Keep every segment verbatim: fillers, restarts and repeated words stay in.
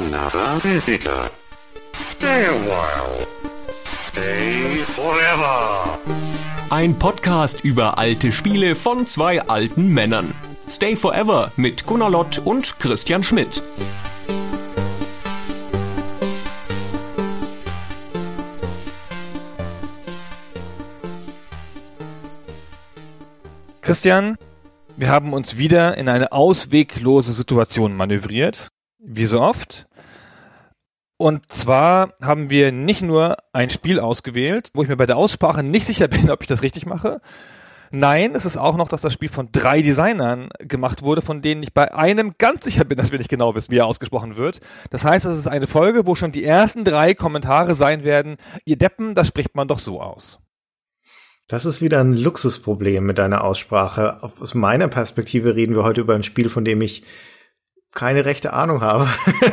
another visitor. Stay a while. Stay forever. Ein Podcast über alte Spiele von zwei alten Männern. Stay Forever mit Gunnar Lott und Christian Schmidt. Christian, wir haben uns wieder in eine ausweglose Situation manövriert, wie so oft. Und zwar haben wir nicht nur ein Spiel ausgewählt, wo ich mir bei der Aussprache nicht sicher bin, ob ich das richtig mache. Nein, es ist auch noch, dass das Spiel von drei Designern gemacht wurde, von denen ich bei einem ganz sicher bin, dass wir nicht genau wissen, wie er ausgesprochen wird. Das heißt, es ist eine Folge, wo schon die ersten drei Kommentare sein werden: Ihr Deppen, das spricht man doch so aus. Das ist wieder ein Luxusproblem mit deiner Aussprache. Aus meiner Perspektive reden wir heute über ein Spiel, von dem ich keine rechte Ahnung habe.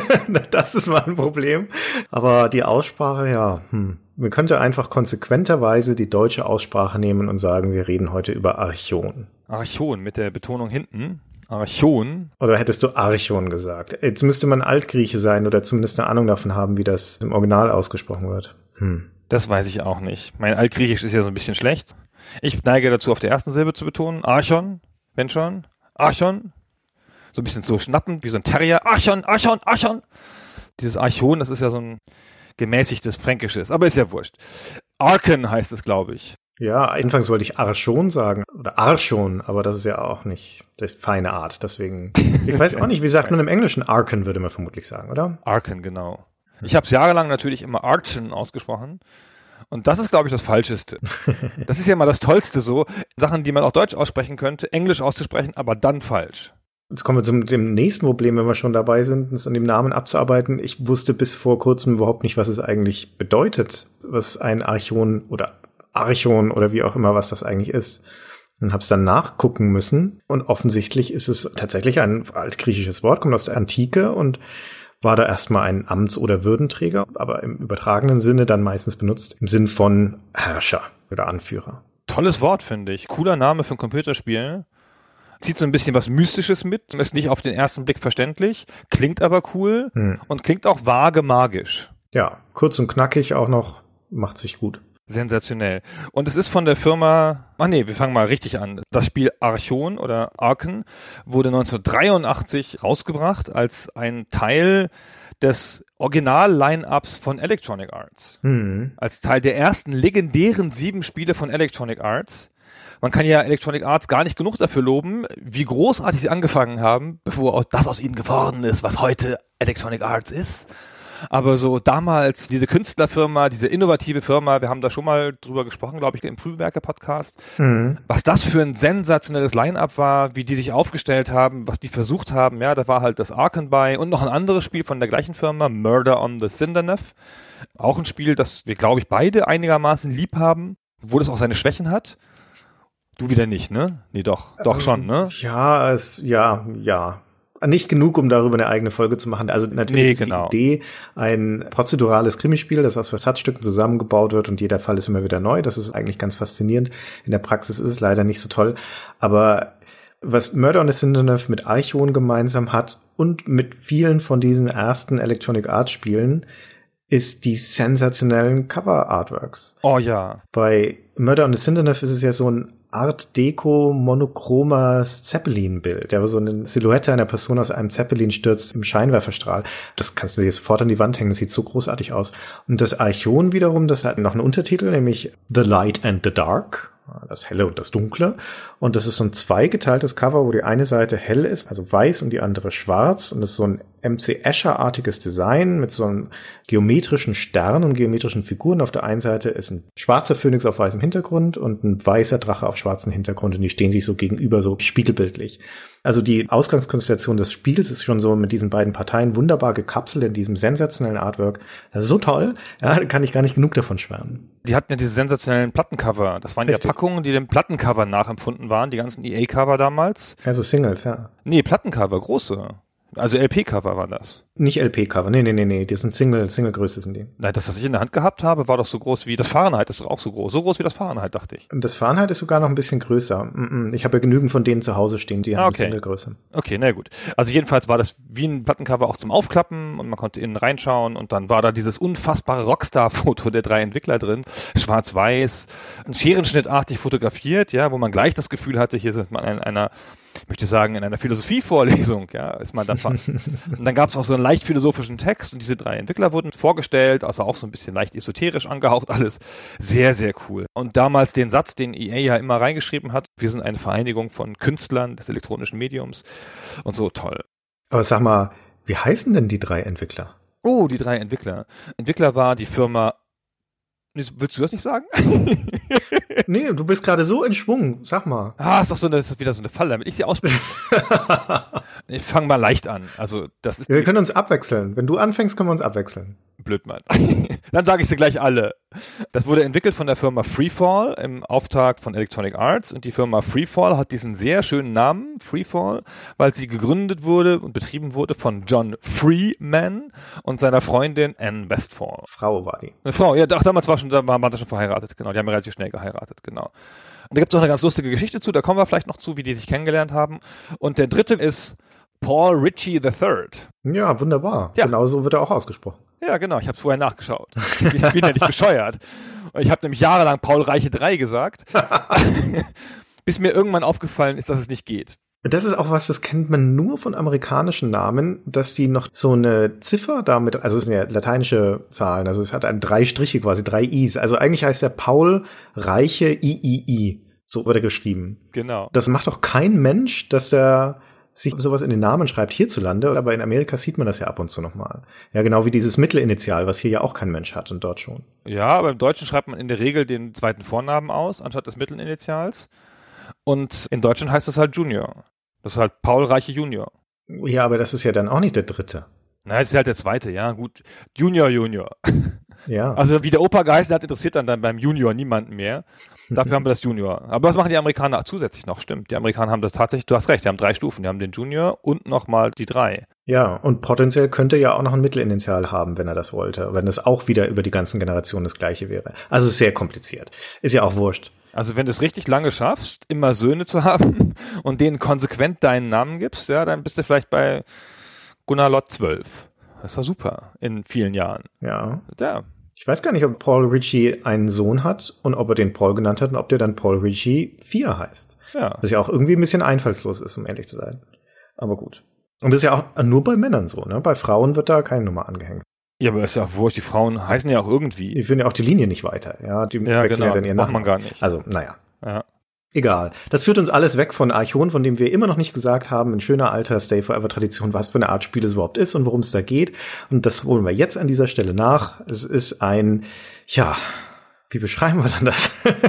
Das ist mal ein Problem. Aber die Aussprache, ja, hm. Man könnte einfach konsequenterweise die deutsche Aussprache nehmen und sagen, wir reden heute über Archon. Archon mit der Betonung hinten. Archon. Oder hättest du Archon gesagt? Jetzt müsste man Altgrieche sein oder zumindest eine Ahnung davon haben, wie das im Original ausgesprochen wird. Hm. Das weiß ich auch nicht. Mein Altgriechisch ist ja so ein bisschen schlecht. Ich neige dazu, auf der ersten Silbe zu betonen. Archon, wenn schon. Archon. So ein bisschen so schnappend, wie so ein Terrier. Archon, Archon, Archon. Dieses Archon, das ist ja so ein gemäßigtes Fränkisches, aber ist ja wurscht. Arken heißt es, glaube ich. Ja, anfangs wollte ich Archon sagen oder Archon, aber das ist ja auch nicht die feine Art. Deswegen, ich weiß auch nicht, wie sagt man im Englischen? Arken würde man vermutlich sagen, oder? Arken, genau. Ich habe es jahrelang natürlich immer Archen ausgesprochen. Und das ist, glaube ich, das Falscheste. Das ist ja mal das Tollste so, Sachen, die man auch Deutsch aussprechen könnte, Englisch auszusprechen, aber dann falsch. Jetzt kommen wir zum dem nächsten Problem, wenn wir schon dabei sind, es an dem Namen abzuarbeiten. Ich wusste bis vor kurzem überhaupt nicht, was es eigentlich bedeutet, was ein Archon oder Archon oder wie auch immer, was das eigentlich ist. Und habe es dann nachgucken müssen. Und offensichtlich ist es tatsächlich ein altgriechisches Wort, kommt aus der Antike und war da erstmal ein Amts- oder Würdenträger, aber im übertragenen Sinne dann meistens benutzt im Sinn von Herrscher oder Anführer. Tolles Wort, finde ich. Cooler Name für ein Computerspiel. Zieht so ein bisschen was Mystisches mit, ist nicht auf den ersten Blick verständlich, klingt aber cool hm. und klingt auch vage magisch. Ja, kurz und knackig auch noch, macht sich gut. Sensationell. Und es ist von der Firma, ach nee, wir fangen mal richtig an. Das Spiel Archon oder Arken wurde neunzehnhundertdreiundachtzig rausgebracht als ein Teil des Original-Line-Ups von Electronic Arts. Hm. Als Teil der ersten legendären sieben Spiele von Electronic Arts. Man kann ja Electronic Arts gar nicht genug dafür loben, wie großartig sie angefangen haben, bevor das aus ihnen geworden ist, was heute Electronic Arts ist. Aber so damals diese Künstlerfirma, diese innovative Firma, wir haben da schon mal drüber gesprochen, glaube ich, im Frühwerker-Podcast, mhm. was das für ein sensationelles Line-Up war, wie die sich aufgestellt haben, was die versucht haben. Ja, da war halt das Arken bei und noch ein anderes Spiel von der gleichen Firma, Murder on the Cinderneuf. Auch ein Spiel, das wir, glaube ich, beide einigermaßen lieb haben, obwohl es auch seine Schwächen hat. Du wieder nicht, ne? Nee, doch. Doch ähm, schon, ne? Ja, es, ja, ja. Nicht genug, um darüber eine eigene Folge zu machen. Also natürlich nee, ist genau. die Idee ein prozedurales Krimispiel, das aus Versatzstücken zusammengebaut wird und jeder Fall ist immer wieder neu. Das ist eigentlich ganz faszinierend. In der Praxis ist es leider nicht so toll. Aber was Murder on the Cinderneuf mit Archon gemeinsam hat und mit vielen von diesen ersten Electronic Arts Spielen, ist die sensationellen Cover-Artworks. Oh ja. Bei Murder on the Cinderneuf ist es ja so ein Art Deco monochromes Zeppelin-Bild, ja, wo so eine Silhouette einer Person aus einem Zeppelin stürzt im Scheinwerferstrahl. Das kannst du dir sofort an die Wand hängen, das sieht so großartig aus. Und das Archon wiederum, das hat noch einen Untertitel, nämlich The Light and the Dark, das Helle und das Dunkle. Und das ist so ein zweigeteiltes Cover, wo die eine Seite hell ist, also weiß, und die andere schwarz. Und das ist so ein M C Escher-artiges Design mit so einem geometrischen Stern und geometrischen Figuren. Auf der einen Seite ist ein schwarzer Phönix auf weißem Hintergrund und ein weißer Drache auf schwarzem Hintergrund. Und die stehen sich so gegenüber, so spiegelbildlich. Also die Ausgangskonstellation des Spiels ist schon so mit diesen beiden Parteien wunderbar gekapselt in diesem sensationellen Artwork. Das ist so toll, ja, da kann ich gar nicht genug davon schwärmen. Die hatten ja diese sensationellen Plattencover. Das waren Richtig. ja Packungen, die dem Plattencover nachempfunden waren, die ganzen E A-Cover damals. Also Singles, ja. Nee, Plattencover, große. Also L P-Cover war das. Nicht L P-Cover, nee, nee, nee, nee, die sind Single, Single-Größe sind die. Nein, das, was ich in der Hand gehabt habe, war doch so groß wie das Fahrenheit, ist doch auch so groß. So groß wie das Fahrenheit, dachte ich. Und das Fahrenheit ist sogar noch ein bisschen größer. Ich habe ja genügend von denen zu Hause stehen, die haben ah, okay. eine Single-Größe. Okay, na gut. Also jedenfalls war das wie ein Plattencover auch zum Aufklappen und man konnte innen reinschauen und dann war da dieses unfassbare Rockstar-Foto der drei Entwickler drin, schwarz-weiß, scherenschnittartig fotografiert, ja, wo man gleich das Gefühl hatte, hier sind man in einer, ich möchte sagen, in einer Philosophievorlesung, ja, ist man da fast. Und dann gab es auch so einen leicht philosophischen Text und diese drei Entwickler wurden vorgestellt, also auch so ein bisschen leicht esoterisch angehaucht, alles sehr, sehr cool. Und damals den Satz, den E A ja immer reingeschrieben hat, wir sind eine Vereinigung von Künstlern des elektronischen Mediums und so, toll. Aber sag mal, wie heißen denn die drei Entwickler? Oh, die drei Entwickler. Entwickler war die Firma, willst du das nicht sagen? Nee, du bist gerade so in Schwung, sag mal. Ah, ist doch so eine, ist wieder so eine Falle, damit ich sie aussprechen muss. Ich fange mal leicht an. Also, das ist. Ja, wir können uns abwechseln. Wenn du anfängst, können wir uns abwechseln. Blöd, Mann. Dann sage ich sie gleich alle. Das wurde entwickelt von der Firma Freefall im Auftrag von Electronic Arts und die Firma Freefall hat diesen sehr schönen Namen, Freefall, weil sie gegründet wurde und betrieben wurde von John Freeman und seiner Freundin Anne Westfall. Frau war die. Eine Frau, ja, ach, damals war schon, da waren sie schon verheiratet, genau, die haben relativ schnell geheiratet, genau. Und da gibt es auch eine ganz lustige Geschichte zu, da kommen wir vielleicht noch zu, wie die sich kennengelernt haben. Und der dritte ist Paul Ritchie the Third. Ja, wunderbar. Ja. Genauso wird er auch ausgesprochen. Ja, genau. Ich habe es vorher nachgeschaut. Ich bin ja nicht bescheuert. Ich habe nämlich jahrelang Paul Reiche drei gesagt, bis mir irgendwann aufgefallen ist, dass es nicht geht. Das ist auch was, das kennt man nur von amerikanischen Namen, dass die noch so eine Ziffer damit, also es sind ja lateinische Zahlen, also es hat ein drei Striche quasi, drei I's. Also eigentlich heißt der Paul Reiche I I I. So wird er geschrieben. Genau. Das macht doch kein Mensch, dass der sich sowas in den Namen schreibt hierzulande, aber in Amerika sieht man das ja ab und zu nochmal. Ja, genau wie dieses Mittelinitial, was hier ja auch kein Mensch hat und dort schon. Ja, aber im Deutschen schreibt man in der Regel den zweiten Vornamen aus, anstatt des Mittelinitials. Und in Deutschland heißt das halt Junior. Das ist halt Paul Reiche Junior. Ja, aber das ist ja dann auch nicht der dritte. Na, das ist halt der zweite, ja, gut. Junior, Junior. Ja. Also wie der Opa geheißen hat, interessiert dann, dann beim Junior niemanden mehr. Dafür haben wir das Junior. Aber was machen die Amerikaner zusätzlich noch? Stimmt, die Amerikaner haben das tatsächlich, du hast recht, die haben drei Stufen. Die haben den Junior und nochmal die drei. Ja, und potenziell könnte ja auch noch ein Mittelinitial haben, wenn er das wollte. Wenn das auch wieder über die ganzen Generationen das Gleiche wäre. Also sehr kompliziert. Ist ja auch wurscht. Also wenn du es richtig lange schaffst, immer Söhne zu haben und denen konsequent deinen Namen gibst, ja, dann bist du vielleicht bei Gunnar Lott zwölf. Das war super in vielen Jahren. Ja. Ja. Ich weiß gar nicht, ob Paul Ritchie einen Sohn hat und ob er den Paul genannt hat und ob der dann Paul Ritchie vier heißt. Ja. Was ja auch irgendwie ein bisschen einfallslos ist, um ehrlich zu sein. Aber gut. Und das ist ja auch nur bei Männern so, ne? Bei Frauen wird da keine Nummer angehängt. Ja, aber ist ja auch wurscht, die Frauen heißen ja auch irgendwie. Die führen ja auch die Linie nicht weiter, ja? Die ja, wechseln genau, ja dann ihren das macht Namen. man gar nicht. Also, naja. Ja. Egal. Das führt uns alles weg von Archon, von dem wir immer noch nicht gesagt haben, in schöner alter Stay Forever Tradition, was für eine Art Spiel es überhaupt ist und worum es da geht. Und das holen wir jetzt an dieser Stelle nach. Es ist ein, ja, wie beschreiben wir dann das?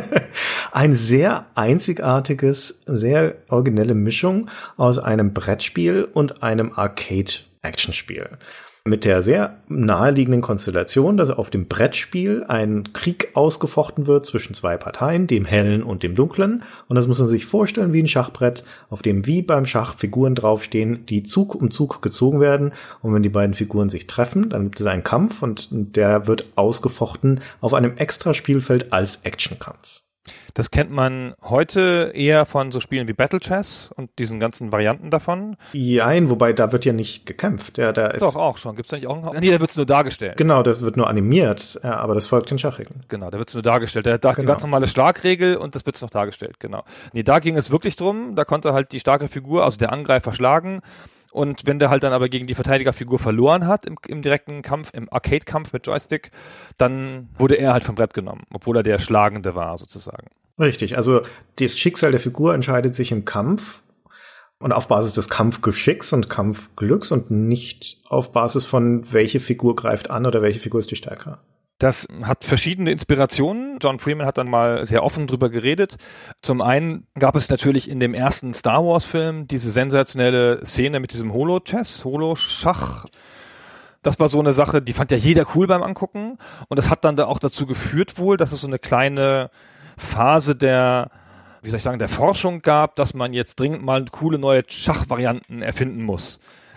Ein sehr einzigartiges, sehr originelle Mischung aus einem Brettspiel und einem Arcade-Actionspiel. Mit der sehr naheliegenden Konstellation, dass auf dem Brettspiel ein Krieg ausgefochten wird zwischen zwei Parteien, dem Hellen und dem Dunklen. Und das muss man sich vorstellen wie ein Schachbrett, auf dem wie beim Schach Figuren draufstehen, die Zug um Zug gezogen werden. Und wenn die beiden Figuren sich treffen, dann gibt es einen Kampf und der wird ausgefochten auf einem extra Spielfeld als Actionkampf. Das kennt man heute eher von so Spielen wie Battle Chess und diesen ganzen Varianten davon. Jein, wobei da wird ja nicht gekämpft. Ja, da ist Doch, auch schon. Gibt's da nicht auch einen? Nee, da wird's nur dargestellt. Genau, das wird nur animiert, ja, aber das folgt den Schachregeln. Genau, da wird's nur dargestellt. Da, da ist Genau. die ganz normale Schlagregel und das wird's noch dargestellt, genau. Nee, da ging es wirklich drum, da konnte halt die starke Figur, also der Angreifer, schlagen. Und wenn der halt dann aber gegen die Verteidigerfigur verloren hat im, im direkten Kampf, im Arcade-Kampf mit Joystick, dann wurde er halt vom Brett genommen, obwohl er der Schlagende war, sozusagen. Richtig, also das Schicksal der Figur entscheidet sich im Kampf und auf Basis des Kampfgeschicks und Kampfglücks und nicht auf Basis von welche Figur greift an oder welche Figur ist die stärkere. Das hat verschiedene Inspirationen. John Freeman hat dann mal sehr offen drüber geredet. Zum einen gab es natürlich in dem ersten Star Wars Film diese sensationelle Szene mit diesem Holo-Chess, Holo-Schach. Das war so eine Sache, die fand ja jeder cool beim Angucken. Und das hat dann da auch dazu geführt wohl, dass es so eine kleine Phase der, wie soll ich sagen, der Forschung gab, dass man jetzt dringend mal coole neue Schachvarianten erfinden muss.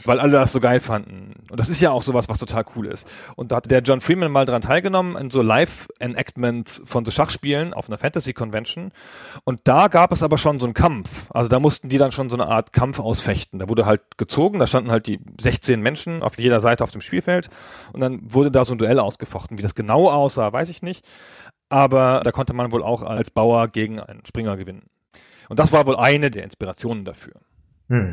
weil alle das so geil fanden. Und das ist ja auch sowas, was total cool ist. Und da hat der John Freeman mal dran teilgenommen, in so Live-Enactment von so Schachspielen auf einer Fantasy-Convention. Und da gab es aber schon so einen Kampf. Also da mussten die dann schon so eine Art Kampf ausfechten. Da wurde halt gezogen, da standen halt die sechzehn Menschen auf jeder Seite auf dem Spielfeld. Und dann wurde da so ein Duell ausgefochten. Wie das genau aussah, weiß ich nicht. Aber da konnte man wohl auch als Bauer gegen einen Springer gewinnen. Und das war wohl eine der Inspirationen dafür. Hm.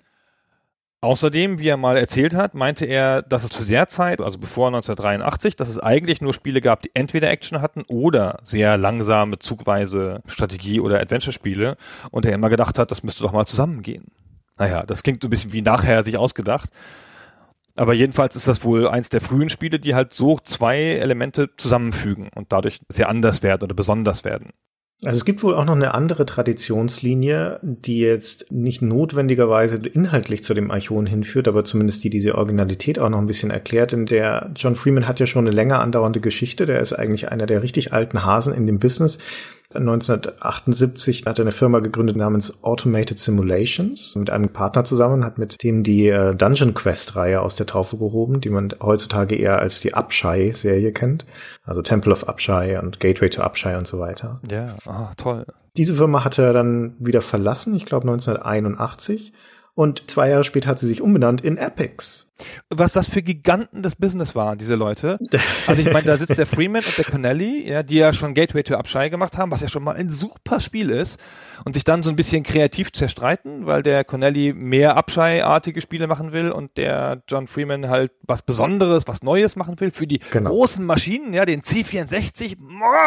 Außerdem, wie er mal erzählt hat, meinte er, dass es zu der Zeit, also bevor neunzehnhundertdreiundachtzig, dass es eigentlich nur Spiele gab, die entweder Action hatten oder sehr langsame, zugweise Strategie- oder Adventure-Spiele. Und er immer gedacht hat, das müsste doch mal zusammengehen. Naja, das klingt so ein bisschen wie nachher sich ausgedacht. Aber jedenfalls ist das wohl eins der frühen Spiele, die halt so zwei Elemente zusammenfügen und dadurch sehr anders werden oder besonders werden. Also es gibt wohl auch noch eine andere Traditionslinie, die jetzt nicht notwendigerweise inhaltlich zu dem Archon hinführt, aber zumindest die diese Originalität auch noch ein bisschen erklärt. Denn der John Freeman hat ja schon eine länger andauernde Geschichte. Der ist eigentlich einer der richtig alten Hasen in dem Business. neunzehnhundertachtundsiebzig hat er eine Firma gegründet namens Automated Simulations mit einem Partner zusammen, hat mit dem die äh, Dungeon Quest-Reihe aus der Taufe gehoben, die man heutzutage eher als die Upshai-Serie kennt. Also Temple of Upshai und Gateway to Upshai und so weiter. Ja, ah, toll. Diese Firma hat er dann wieder verlassen, ich glaube neunzehnhunderteinundachtzig. Und zwei Jahre später hat sie sich umbenannt in Epix. Was das für Giganten des Business waren, diese Leute. Also ich meine, da sitzt der Freeman und der Connelly, ja, die ja schon Gateway to Upshai gemacht haben, was ja schon mal ein super Spiel ist. Und sich dann so ein bisschen kreativ zerstreiten, weil der Connelly mehr Upshai-artige Spiele machen will und der John Freeman halt was Besonderes, was Neues machen will für die genau. großen Maschinen, ja, den C vierundsechzig.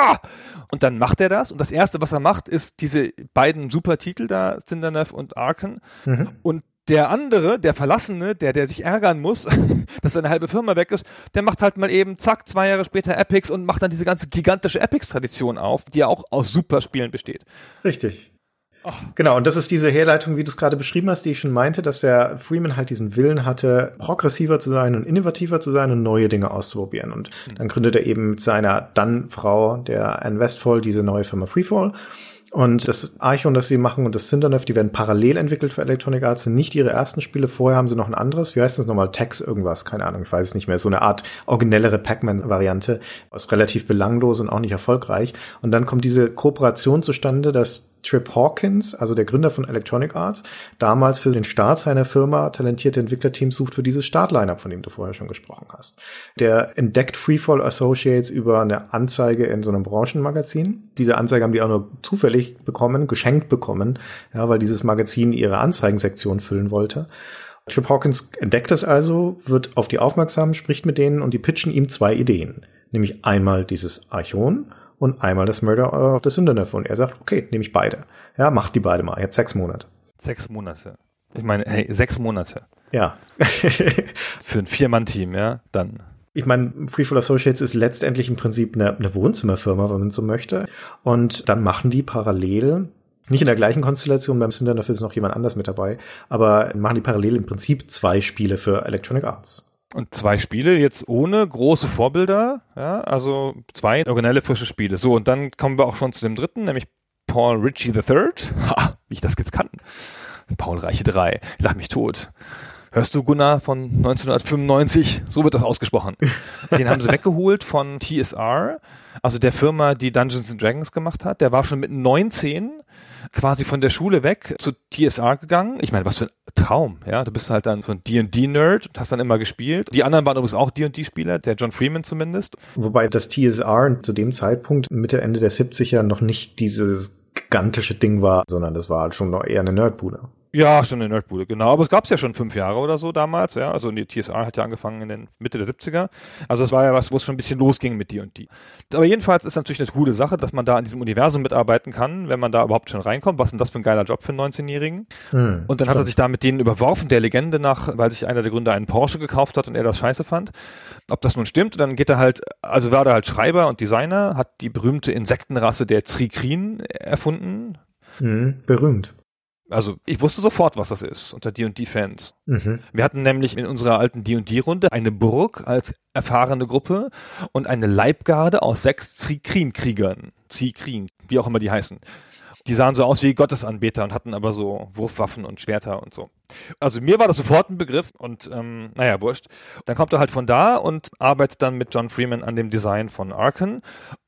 Und dann macht er das. Und das Erste, was er macht, ist diese beiden Supertitel da, Cindernev und Arkan. Mhm. Und der andere, der Verlassene, der, der sich ärgern muss, dass seine halbe Firma weg ist, der macht halt mal eben, zack, zwei Jahre später Epix und macht dann diese ganze gigantische Epix-Tradition auf, die ja auch aus Superspielen besteht. Richtig. Oh. Genau, und das ist diese Herleitung, wie du es gerade beschrieben hast, die ich schon meinte, dass der Freeman halt diesen Willen hatte, progressiver zu sein und innovativer zu sein und neue Dinge auszuprobieren. Und mhm. dann gründet er eben mit seiner dann Frau, der Anne Westfall, diese neue Firma Freefall. Und das Archon, das sie machen, und das Cindernev, die werden parallel entwickelt für Electronic Arts, sind nicht ihre ersten Spiele. Vorher haben sie noch ein anderes, wie heißt das nochmal, Tex irgendwas, keine Ahnung, ich weiß es nicht mehr, so eine Art originellere Pac-Man-Variante, ist relativ belanglos und auch nicht erfolgreich. Und dann kommt diese Kooperation zustande, dass Trip Hawkins, also der Gründer von Electronic Arts, damals für den Start seiner Firma talentierte Entwicklerteams sucht für dieses Start-Line-Up, von dem du vorher schon gesprochen hast. Der entdeckt Freefall Associates über eine Anzeige in so einem Branchenmagazin. Diese Anzeige haben die auch nur zufällig bekommen, geschenkt bekommen, ja, weil dieses Magazin ihre Anzeigensektion füllen wollte. Trip Hawkins entdeckt das also, wird auf die aufmerksam, spricht mit denen und die pitchen ihm zwei Ideen. Nämlich einmal dieses Archon und einmal das Murder of the Cindernev. Und er sagt, okay, nehme ich beide. Ja, macht die beide mal. Ihr habt sechs Monate. Sechs Monate. Ich meine, hey, sechs Monate. Ja. Für ein Vier-Mann-Team, ja, dann. Ich meine, Freefall Associates ist letztendlich im Prinzip eine, eine Wohnzimmerfirma, wenn man so möchte. Und dann machen die parallel, nicht in der gleichen Konstellation, beim Cindernev ist noch jemand anders mit dabei, aber machen die parallel im Prinzip zwei Spiele für Electronic Arts. Und zwei Spiele jetzt ohne große Vorbilder, ja, also zwei originelle frische Spiele. So, und dann kommen wir auch schon zu dem dritten, nämlich Paul Ritchie the Third. Ha, wie ich das jetzt kann. Paul Reiche drei. Ich lach mich tot. Hörst du, Gunnar, von neunzehnhundertfünfundneunzig? So wird das ausgesprochen. Den haben sie weggeholt von T S R, also der Firma, die Dungeons and Dragons gemacht hat. Der war schon mit neunzehn quasi von der Schule weg zu T S R gegangen. Ich meine, was für ein Traum, ja. Du bist halt dann so ein D und D-Nerd und hast dann immer gespielt. Die anderen waren übrigens auch D und D-Spieler, der John Freeman zumindest. Wobei das T S R zu dem Zeitpunkt Mitte, Ende der siebziger noch nicht dieses gigantische Ding war, sondern das war halt schon noch eher eine Nerdbude. Ja, schon eine Nerdbude, genau. Aber es gab's ja schon fünf Jahre oder so damals, ja. Also die T S R hat ja angefangen in den Mitte der siebziger. Also es war ja was, wo es schon ein bisschen losging mit D und D. Aber jedenfalls ist natürlich eine coole Sache, dass man da in diesem Universum mitarbeiten kann, wenn man da überhaupt schon reinkommt. Was ist denn das für ein geiler Job für einen neunzehnjährigen? Hm, und dann hat er sich da mit denen überworfen, der Legende nach, weil sich einer der Gründer einen Porsche gekauft hat und er das scheiße fand. Ob das nun stimmt, dann geht er halt, also war er halt Schreiber und Designer, hat die berühmte Insektenrasse der Zrikrin erfunden. Hm, berühmt. Also ich wusste sofort, was das ist unter D und D-Fans. Mhm. Wir hatten nämlich in unserer alten D und D-Runde eine Burg als erfahrene Gruppe und eine Leibgarde aus sechs Zrikrin-Kriegern. Zrikrin, wie auch immer die heißen. Die sahen so aus wie Gottesanbeter und hatten aber so Wurfwaffen und Schwerter und so. Also mir war das sofort ein Begriff und ähm, naja, wurscht. Dann kommt er halt von da und arbeitet dann mit John Freeman an dem Design von Archon.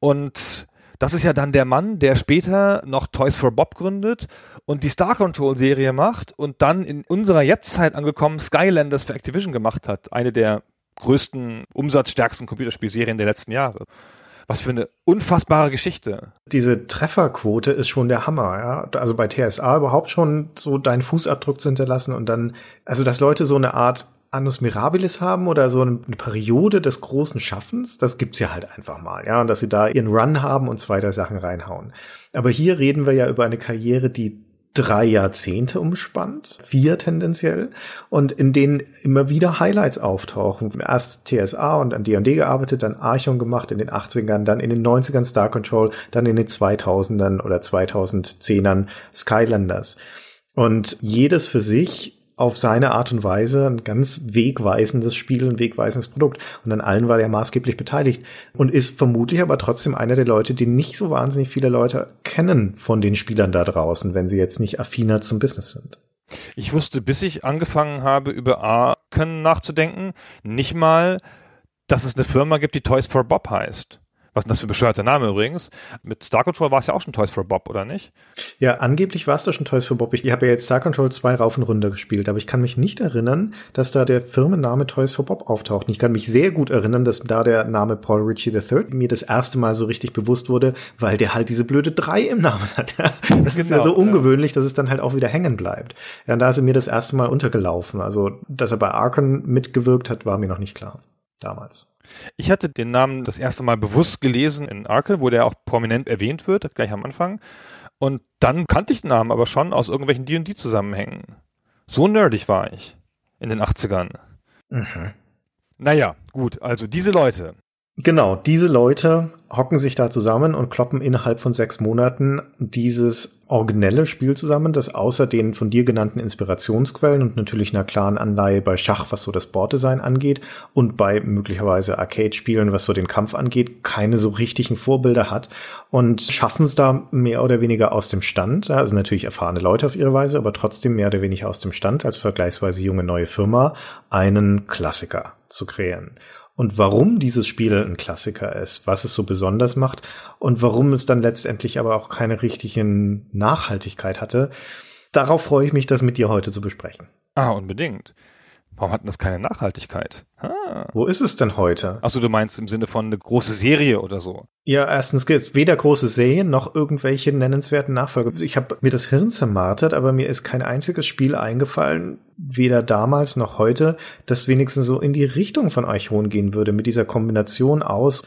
Und das ist ja dann der Mann, der später noch Toys for Bob gründet und die Star Control Serie macht und dann in unserer Jetztzeit angekommen Skylanders für Activision gemacht hat. Eine der größten, umsatzstärksten Computerspielserien der letzten Jahre. Was für eine unfassbare Geschichte. Diese Trefferquote ist schon der Hammer, ja. Also bei T S A überhaupt schon so deinen Fußabdruck zu hinterlassen und dann, also dass Leute so eine Art Annus Mirabilis haben oder so eine Periode des großen Schaffens, das gibt's ja halt einfach mal, ja. Und dass sie da ihren Run haben und zweite Sachen reinhauen. Aber hier reden wir ja über eine Karriere, die drei Jahrzehnte umspannt, vier tendenziell, und in denen immer wieder Highlights auftauchen. Erst T S A und an D und D gearbeitet, dann Archon gemacht in den achtzigern, dann in den neunzigern Star Control, dann in den zweitausendern oder zweitausendzehnern Skylanders. Und jedes für sich auf seine Art und Weise ein ganz wegweisendes Spiel, ein wegweisendes Produkt. Und an allen war er maßgeblich beteiligt und ist vermutlich aber trotzdem einer der Leute, die nicht so wahnsinnig viele Leute kennen von den Spielern da draußen, wenn sie jetzt nicht affiner zum Business sind. Ich wusste, bis ich angefangen habe, über Archon nachzudenken, nicht mal, dass es eine Firma gibt, die Toys for Bob heißt. Was ist denn das für ein bescheuerter Name übrigens? Mit Star Control war es ja auch schon Toys for Bob, oder nicht? Ja, angeblich war es doch schon Toys for Bob. Ich, ich habe ja jetzt Star Control zwei rauf und runter gespielt, aber ich kann mich nicht erinnern, dass da der Firmenname Toys for Bob auftaucht. Und ich kann mich sehr gut erinnern, dass da der Name Paul Ritchie der Dritte mir das erste Mal so richtig bewusst wurde, weil der halt diese blöde drei im Namen hat. Das ist genau, ja so ungewöhnlich, dass es dann halt auch wieder hängen bleibt. Ja, und da ist er mir das erste Mal untergelaufen. Also, dass er bei Archon mitgewirkt hat, war mir noch nicht klar. Damals. Ich hatte den Namen das erste Mal bewusst gelesen in Archon, wo der auch prominent erwähnt wird, gleich am Anfang. Und dann kannte ich den Namen aber schon aus irgendwelchen D und D-Zusammenhängen. So nerdig war ich in den achtzigern. Mhm. Naja, gut, also diese Leute. Genau, diese Leute hocken sich da zusammen und kloppen innerhalb von sechs Monaten dieses originelle Spiel zusammen, das außer den von dir genannten Inspirationsquellen und natürlich einer klaren Anleihe bei Schach, was so das Boarddesign angeht, und bei möglicherweise Arcade-Spielen, was so den Kampf angeht, keine so richtigen Vorbilder hat und schaffen es da mehr oder weniger aus dem Stand, also natürlich erfahrene Leute auf ihre Weise, aber trotzdem mehr oder weniger aus dem Stand als vergleichsweise junge neue Firma, einen Klassiker zu kreieren. Und warum dieses Spiel ein Klassiker ist, was es so besonders macht und warum es dann letztendlich aber auch keine richtige Nachhaltigkeit hatte, darauf freue ich mich, das mit dir heute zu besprechen. Ah, unbedingt. Warum hat denn das keine Nachhaltigkeit? Ah. Wo ist es denn heute? Achso, du meinst im Sinne von eine große Serie oder so? Ja, erstens gibt es weder große Serien noch irgendwelche nennenswerten Nachfolger. Ich habe mir das Hirn zermartert, aber mir ist kein einziges Spiel eingefallen, weder damals noch heute, das wenigstens so in die Richtung von Archon gehen würde, mit dieser Kombination aus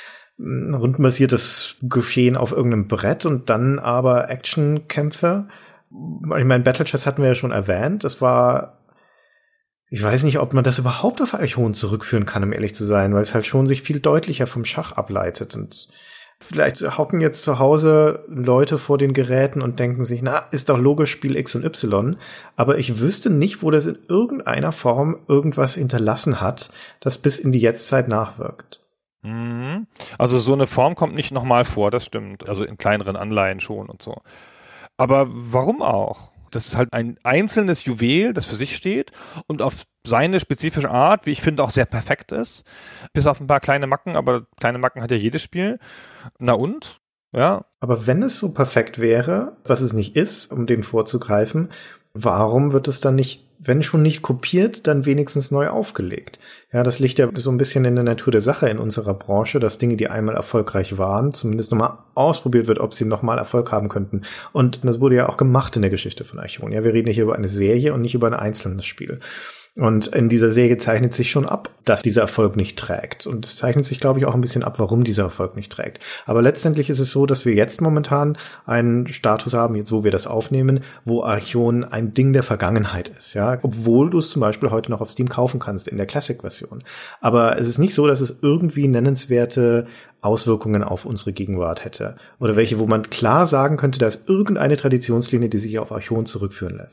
rundenbasiertes Geschehen auf irgendeinem Brett und dann aber Actionkämpfe. Ich meine, Battle Chess hatten wir ja schon erwähnt. Das war, ich weiß nicht, ob man das überhaupt auf Archon zurückführen kann, um ehrlich zu sein, weil es halt schon sich viel deutlicher vom Schach ableitet. Und vielleicht hocken jetzt zu Hause Leute vor den Geräten und denken sich, na, ist doch logisch, Spiel X und Y. Aber ich wüsste nicht, wo das in irgendeiner Form irgendwas hinterlassen hat, das bis in die Jetztzeit nachwirkt. Also so eine Form kommt nicht nochmal vor, das stimmt. Also in kleineren Anleihen schon und so. Aber warum auch? Das ist halt ein einzelnes Juwel, das für sich steht und auf seine spezifische Art, wie ich finde, auch sehr perfekt ist. Bis auf ein paar kleine Macken, aber kleine Macken hat ja jedes Spiel. Na und? Ja. Aber wenn es so perfekt wäre, was es nicht ist, um dem vorzugreifen, warum wird es dann nicht, wenn schon nicht kopiert, dann wenigstens neu aufgelegt? Ja, das liegt ja so ein bisschen in der Natur der Sache in unserer Branche, dass Dinge, die einmal erfolgreich waren, zumindest nochmal ausprobiert wird, ob sie nochmal Erfolg haben könnten. Und das wurde ja auch gemacht in der Geschichte von Archon. Ja, wir reden hier über eine Serie und nicht über ein einzelnes Spiel. Und in dieser Serie zeichnet sich schon ab, dass dieser Erfolg nicht trägt. Und es zeichnet sich, glaube ich, auch ein bisschen ab, warum dieser Erfolg nicht trägt. Aber letztendlich ist es so, dass wir jetzt momentan einen Status haben, jetzt wo wir das aufnehmen, wo Archon ein Ding der Vergangenheit ist. Ja, obwohl du es zum Beispiel heute noch auf Steam kaufen kannst in der Classic-Version. Aber es ist nicht so, dass es irgendwie nennenswerte Auswirkungen auf unsere Gegenwart hätte. Oder welche, wo man klar sagen könnte, da ist irgendeine Traditionslinie, die sich auf Archon zurückführen lässt.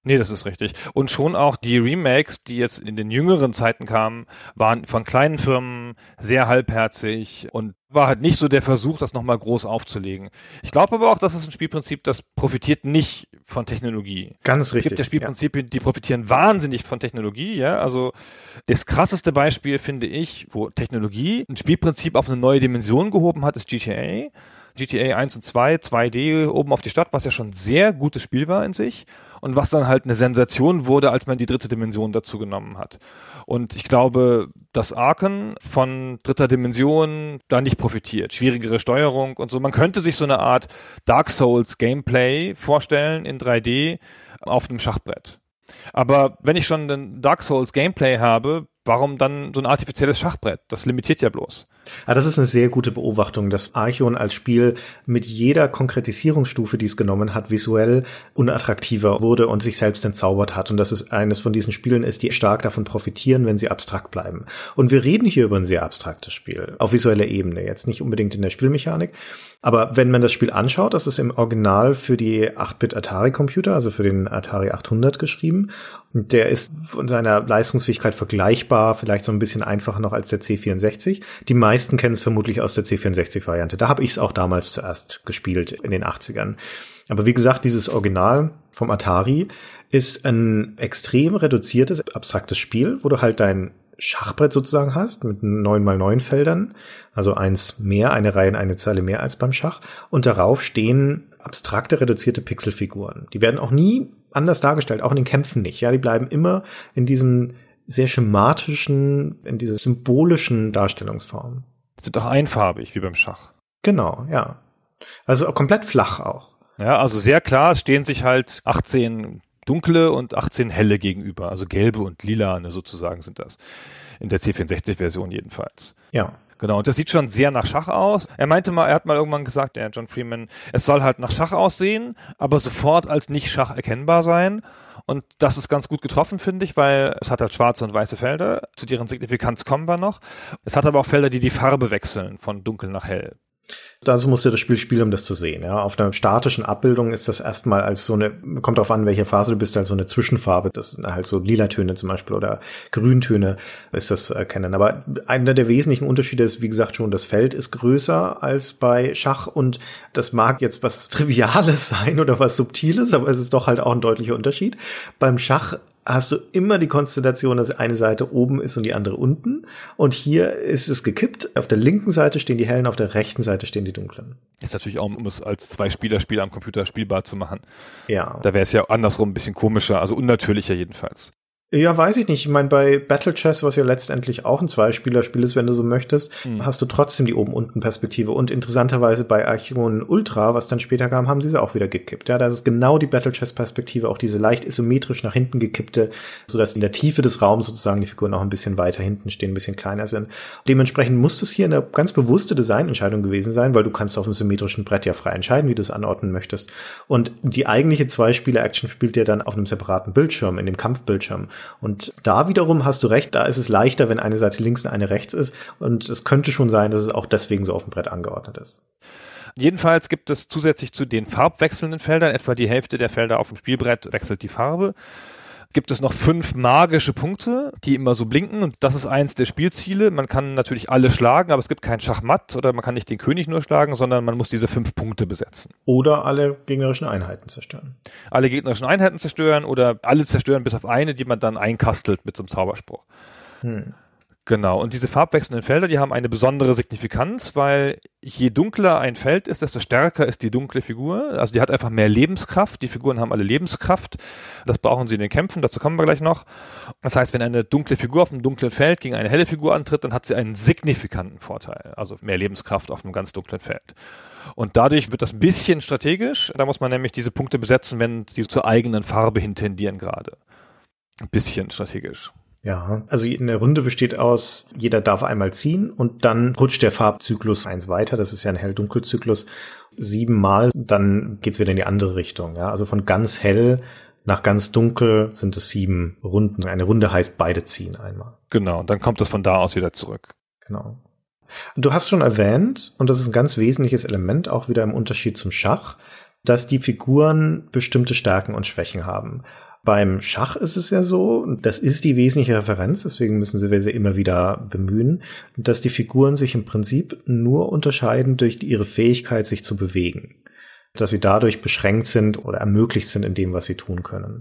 Nee, das ist richtig. Und schon auch die Remakes, die jetzt in den jüngeren Zeiten kamen, waren von kleinen Firmen sehr halbherzig und war halt nicht so der Versuch, das nochmal groß aufzulegen. Ich glaube aber auch, das ist ein Spielprinzip, das profitiert nicht von Technologie. Ganz richtig. Es gibt ja Spielprinzipien, ja. die profitieren wahnsinnig von Technologie, ja. Also das krasseste Beispiel finde ich, wo Technologie ein Spielprinzip auf eine neue Dimension gehoben hat, ist G T A. G T A eins und zwei, zwei D oben auf die Stadt, was ja schon ein sehr gutes Spiel war in sich und was dann halt eine Sensation wurde, als man die dritte Dimension dazu genommen hat. Und ich glaube, dass Arken von dritter Dimension da nicht profitiert. Schwierigere Steuerung und so. Man könnte sich so eine Art Dark Souls Gameplay vorstellen in drei D auf einem Schachbrett. Aber wenn ich schon ein Dark Souls Gameplay habe, warum dann so ein artifizielles Schachbrett? Das limitiert ja bloß. Ah, das ist eine sehr gute Beobachtung, dass Archon als Spiel mit jeder Konkretisierungsstufe, die es genommen hat, visuell unattraktiver wurde und sich selbst entzaubert hat. Und dass es eines von diesen Spielen ist, die stark davon profitieren, wenn sie abstrakt bleiben. Und wir reden hier über ein sehr abstraktes Spiel, auf visueller Ebene, jetzt nicht unbedingt in der Spielmechanik. Aber wenn man das Spiel anschaut, das ist im Original für die acht Bit Atari-Computer, also für den Atari achthundert geschrieben. Und der ist von seiner Leistungsfähigkeit vergleichbar, vielleicht so ein bisschen einfacher noch als der C vierundsechzig. Die meisten kennen es vermutlich aus der C vierundsechzig-Variante. Da habe ich es auch damals zuerst gespielt, in den achtzigern. Aber wie gesagt, dieses Original vom Atari ist ein extrem reduziertes, abstraktes Spiel, wo du halt dein Schachbrett sozusagen hast, mit neun mal neun Feldern, also eins mehr, eine Reihe und eine Zeile mehr als beim Schach. Und darauf stehen abstrakte, reduzierte Pixelfiguren. Die werden auch nie anders dargestellt, auch in den Kämpfen nicht. Ja, die bleiben immer in diesem sehr schematischen, in dieser symbolischen Darstellungsform. Die sind auch einfarbig, wie beim Schach. Genau, ja. Also komplett flach auch. Ja, also sehr klar, es stehen sich halt achtzehn dunkle und achtzehn helle gegenüber, also gelbe und lilane sozusagen sind das. In der C vierundsechzig-Version jedenfalls. Ja. Genau, und das sieht schon sehr nach Schach aus. Er meinte mal, er hat mal irgendwann gesagt, der John Freeman, es soll halt nach Schach aussehen, aber sofort als nicht Schach erkennbar sein. Und das ist ganz gut getroffen, finde ich, weil es hat halt schwarze und weiße Felder. Zu deren Signifikanz kommen wir noch. Es hat aber auch Felder, die die Farbe wechseln, von dunkel nach hell. Also musst du das Spiel spielen, um das zu sehen. Ja, auf einer statischen Abbildung ist das erstmal als so eine, kommt darauf an, welche Phase du bist, als so eine Zwischenfarbe. Das sind halt so Lilatöne zum Beispiel oder Grüntöne ist das zu erkennen. Aber einer der wesentlichen Unterschiede ist, wie gesagt, schon, das Feld ist größer als bei Schach und das mag jetzt was Triviales sein oder was Subtiles, aber es ist doch halt auch ein deutlicher Unterschied. Beim Schach hast du immer die Konstellation, dass eine Seite oben ist und die andere unten. Und hier ist es gekippt. Auf der linken Seite stehen die hellen, auf der rechten Seite stehen die dunklen. Ist natürlich auch, um es als Zwei-Spieler-Spiel am Computer spielbar zu machen. Ja. Da wäre es ja andersrum ein bisschen komischer, also unnatürlicher jedenfalls. Ja, weiß ich nicht. Ich meine, bei Battle Chess, was ja letztendlich auch ein Zweispieler-Spiel ist, wenn du so möchtest, mhm. hast du trotzdem die Oben-Unten-Perspektive. Und interessanterweise bei Archon Ultra, was dann später kam, haben sie sie auch wieder gekippt. Ja, da ist genau die Battle Chess-Perspektive, auch diese leicht isometrisch nach hinten gekippte, sodass in der Tiefe des Raums sozusagen die Figuren auch ein bisschen weiter hinten stehen, ein bisschen kleiner sind. Dementsprechend muss es hier eine ganz bewusste Designentscheidung gewesen sein, weil du kannst auf einem symmetrischen Brett ja frei entscheiden, wie du es anordnen möchtest. Und die eigentliche Zwei-Spieler-Action spielt ja dann auf einem separaten Bildschirm, in dem Kampfbildschirm. Und da wiederum hast du recht, da ist es leichter, wenn eine Seite links und eine rechts ist. Und es könnte schon sein, dass es auch deswegen so auf dem Brett angeordnet ist. Jedenfalls gibt es zusätzlich zu den farbwechselnden Feldern, etwa die Hälfte der Felder auf dem Spielbrett wechselt die Farbe, gibt es noch fünf magische Punkte, die immer so blinken. Und das ist eins der Spielziele. Man kann natürlich alle schlagen, aber es gibt kein Schachmatt oder man kann nicht den König nur schlagen, sondern man muss diese fünf Punkte besetzen. Oder alle gegnerischen Einheiten zerstören. Alle gegnerischen Einheiten zerstören oder alle zerstören bis auf eine, die man dann einkastelt mit so einem Zauberspruch. Hm. Genau, und diese farbwechselnden Felder, die haben eine besondere Signifikanz, weil je dunkler ein Feld ist, desto stärker ist die dunkle Figur. Also die hat einfach mehr Lebenskraft. Die Figuren haben alle Lebenskraft. Das brauchen sie in den Kämpfen, dazu kommen wir gleich noch. Das heißt, wenn eine dunkle Figur auf einem dunklen Feld gegen eine helle Figur antritt, dann hat sie einen signifikanten Vorteil, also mehr Lebenskraft auf einem ganz dunklen Feld. Und dadurch wird das ein bisschen strategisch. Da muss man nämlich diese Punkte besetzen, wenn sie zur eigenen Farbe hin tendieren gerade. Ein bisschen strategisch. Ja, also eine Runde besteht aus, jeder darf einmal ziehen und dann rutscht der Farbzyklus eins weiter. Das ist ja ein Hell-Dunkel-Zyklus. Siebenmal, dann geht's wieder in die andere Richtung. Ja, also von ganz hell nach ganz dunkel sind es sieben Runden. Eine Runde heißt, beide ziehen einmal. Genau, und dann kommt es von da aus wieder zurück. Genau. Du hast schon erwähnt, und das ist ein ganz wesentliches Element, auch wieder im Unterschied zum Schach, dass die Figuren bestimmte Stärken und Schwächen haben. Beim Schach ist es ja so, und das ist die wesentliche Referenz, deswegen müssen sie sie immer wieder bemühen, dass die Figuren sich im Prinzip nur unterscheiden durch ihre Fähigkeit, sich zu bewegen. Dass sie dadurch beschränkt sind oder ermöglicht sind in dem, was sie tun können.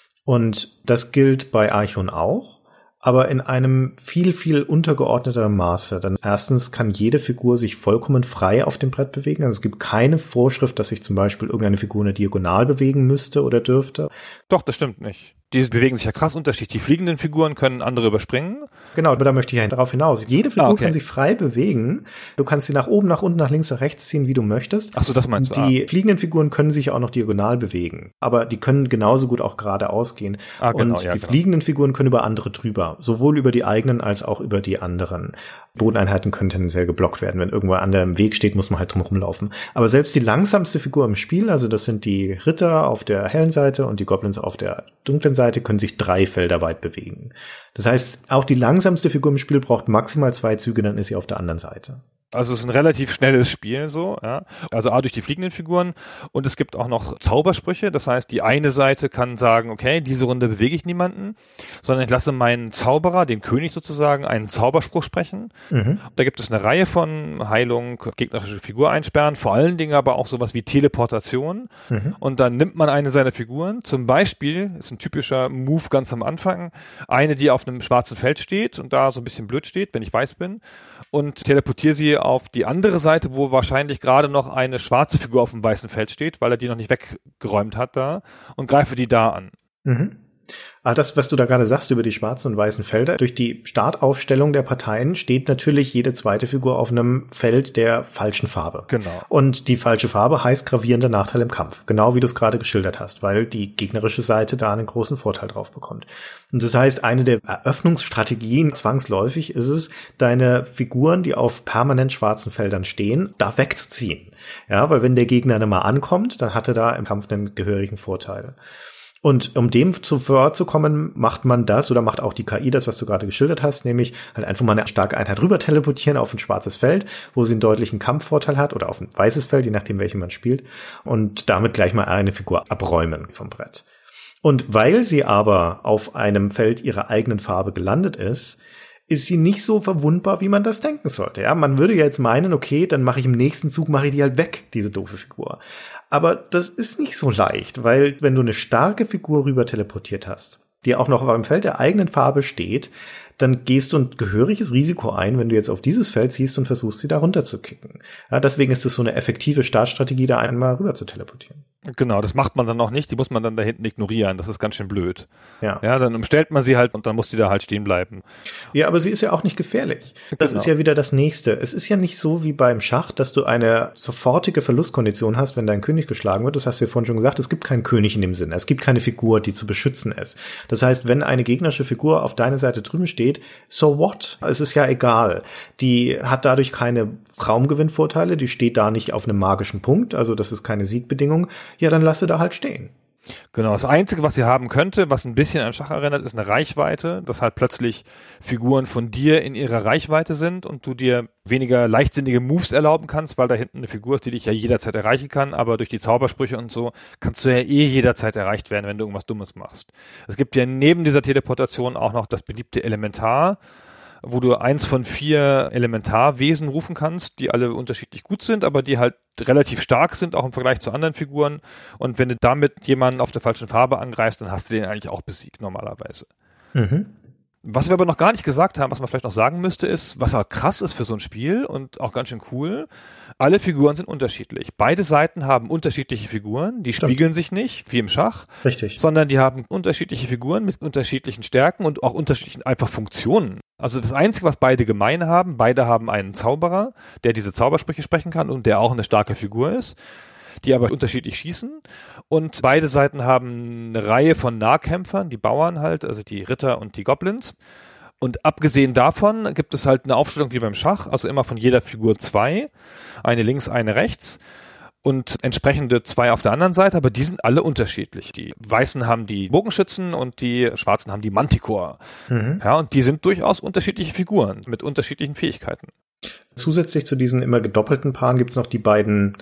Und das gilt bei Archon auch, aber in einem viel, viel untergeordneteren Maße. Denn erstens kann jede Figur sich vollkommen frei auf dem Brett bewegen. Also es gibt keine Vorschrift, dass sich zum Beispiel irgendeine Figur eine Diagonal bewegen müsste oder dürfte. Doch, das stimmt nicht. Die bewegen sich ja krass unterschiedlich. Die fliegenden Figuren können andere überspringen. Genau, aber da möchte ich ja darauf hinaus. Jede Figur ah, okay. kann sich frei bewegen. Du kannst sie nach oben, nach unten, nach links, nach rechts ziehen, wie du möchtest. Ach so, das meinst du. Die ah. fliegenden Figuren können sich auch noch diagonal bewegen. Aber die können genauso gut auch geradeaus gehen. Ah, genau, Und ja, die genau. fliegenden Figuren können über andere drüber. Sowohl über die eigenen als auch über die anderen. Bodeneinheiten können tendenziell geblockt werden. Wenn irgendwo einer im Weg steht, muss man halt drum rumlaufen. Aber selbst die langsamste Figur im Spiel, also das sind die Ritter auf der hellen Seite und die Goblins auf der dunklen Seite, können sich drei Felder weit bewegen. Das heißt, auch die langsamste Figur im Spiel braucht maximal zwei Züge, dann ist sie auf der anderen Seite. Also es ist ein relativ schnelles Spiel so, ja. Also A durch die fliegenden Figuren und es gibt auch noch Zaubersprüche. Das heißt, die eine Seite kann sagen, okay, diese Runde bewege ich niemanden, sondern ich lasse meinen Zauberer, den König sozusagen, einen Zauberspruch sprechen. Mhm. Da gibt es eine Reihe von Heilung, gegnerische Figur einsperren, vor allen Dingen aber auch sowas wie Teleportation. Mhm. Und dann nimmt man eine seiner Figuren, zum Beispiel, ist ein typischer Move ganz am Anfang, eine, die auf einem schwarzen Feld steht und da so ein bisschen blöd steht, wenn ich weiß bin, und teleportiere sie auf die andere Seite, wo wahrscheinlich gerade noch eine schwarze Figur auf dem weißen Feld steht, weil er die noch nicht weggeräumt hat da, und greife die da an. Mhm. Ah, das, was du da gerade sagst über die schwarzen und weißen Felder, durch die Startaufstellung der Parteien steht natürlich jede zweite Figur auf einem Feld der falschen Farbe. Genau. Und die falsche Farbe heißt gravierender Nachteil im Kampf. Genau wie du es gerade geschildert hast, weil die gegnerische Seite da einen großen Vorteil drauf bekommt. Und das heißt, eine der Eröffnungsstrategien zwangsläufig ist es, deine Figuren, die auf permanent schwarzen Feldern stehen, da wegzuziehen. Ja, weil wenn der Gegner dann mal ankommt, dann hat er da im Kampf einen gehörigen Vorteil. Und um dem zuvorzukommen, macht man das oder macht auch die K I das, was du gerade geschildert hast, nämlich halt einfach mal eine starke Einheit rüber teleportieren auf ein schwarzes Feld, wo sie einen deutlichen Kampfvorteil hat, oder auf ein weißes Feld, je nachdem, welchen man spielt, und damit gleich mal eine Figur abräumen vom Brett. Und weil sie aber auf einem Feld ihrer eigenen Farbe gelandet ist, ist sie nicht so verwundbar, wie man das denken sollte. Ja, man würde ja jetzt meinen, okay, dann mache ich im nächsten Zug, mache ich die halt weg, diese doofe Figur. Aber das ist nicht so leicht, weil wenn du eine starke Figur rüber teleportiert hast, die auch noch auf einem Feld der eigenen Farbe steht, dann gehst du ein gehöriges Risiko ein, wenn du jetzt auf dieses Feld ziehst und versuchst, sie da runter zu kicken. Ja, deswegen ist es so eine effektive Startstrategie, da einmal rüber zu teleportieren. Genau, das macht man dann auch nicht, die muss man dann da hinten ignorieren, das ist ganz schön blöd. Ja, ja, dann umstellt man sie halt und dann muss die da halt stehen bleiben. Ja, aber sie ist ja auch nicht gefährlich. Das genau. ist ja wieder das Nächste. Es ist ja nicht so wie beim Schach, dass du eine sofortige Verlustkondition hast, wenn dein König geschlagen wird. Das hast du ja vorhin schon gesagt, es gibt keinen König in dem Sinne. Es gibt keine Figur, die zu beschützen ist. Das heißt, wenn eine gegnerische Figur auf deiner Seite drüben steht, so what? Es ist ja egal. Die hat dadurch keine Raumgewinnvorteile, die steht da nicht auf einem magischen Punkt, also das ist keine Siegbedingung. Ja, dann lass sie da halt stehen. Genau, das Einzige, was sie haben könnte, was ein bisschen an Schach erinnert, ist eine Reichweite, dass halt plötzlich Figuren von dir in ihrer Reichweite sind und du dir weniger leichtsinnige Moves erlauben kannst, weil da hinten eine Figur ist, die dich ja jederzeit erreichen kann, aber durch die Zaubersprüche und so kannst du ja eh jederzeit erreicht werden, wenn du irgendwas Dummes machst. Es gibt ja neben dieser Teleportation auch noch das beliebte Elementar, wo du eins von vier Elementarwesen rufen kannst, die alle unterschiedlich gut sind, aber die halt relativ stark sind, auch im Vergleich zu anderen Figuren. Und wenn du damit jemanden auf der falschen Farbe angreifst, dann hast du den eigentlich auch besiegt normalerweise. Mhm. Was wir aber noch gar nicht gesagt haben, was man vielleicht noch sagen müsste, ist, was auch krass ist für so ein Spiel und auch ganz schön cool, alle Figuren sind unterschiedlich. Beide Seiten haben unterschiedliche Figuren, die Stimmt. spiegeln sich nicht, wie im Schach, Richtig. sondern die haben unterschiedliche Figuren mit unterschiedlichen Stärken und auch unterschiedlichen einfach Funktionen. Also das Einzige, was beide gemein haben, beide haben einen Zauberer, der diese Zaubersprüche sprechen kann und der auch eine starke Figur ist, die aber unterschiedlich schießen, und beide Seiten haben eine Reihe von Nahkämpfern, die Bauern halt, also die Ritter und die Goblins. Und abgesehen davon gibt es halt eine Aufstellung wie beim Schach, also immer von jeder Figur zwei, eine links, eine rechts und entsprechende zwei auf der anderen Seite, aber die sind alle unterschiedlich. Die Weißen haben die Bogenschützen und die Schwarzen haben die Manticore. Mhm. Ja, und die sind durchaus unterschiedliche Figuren mit unterschiedlichen Fähigkeiten. Zusätzlich zu diesen immer gedoppelten Paaren gibt es noch die beiden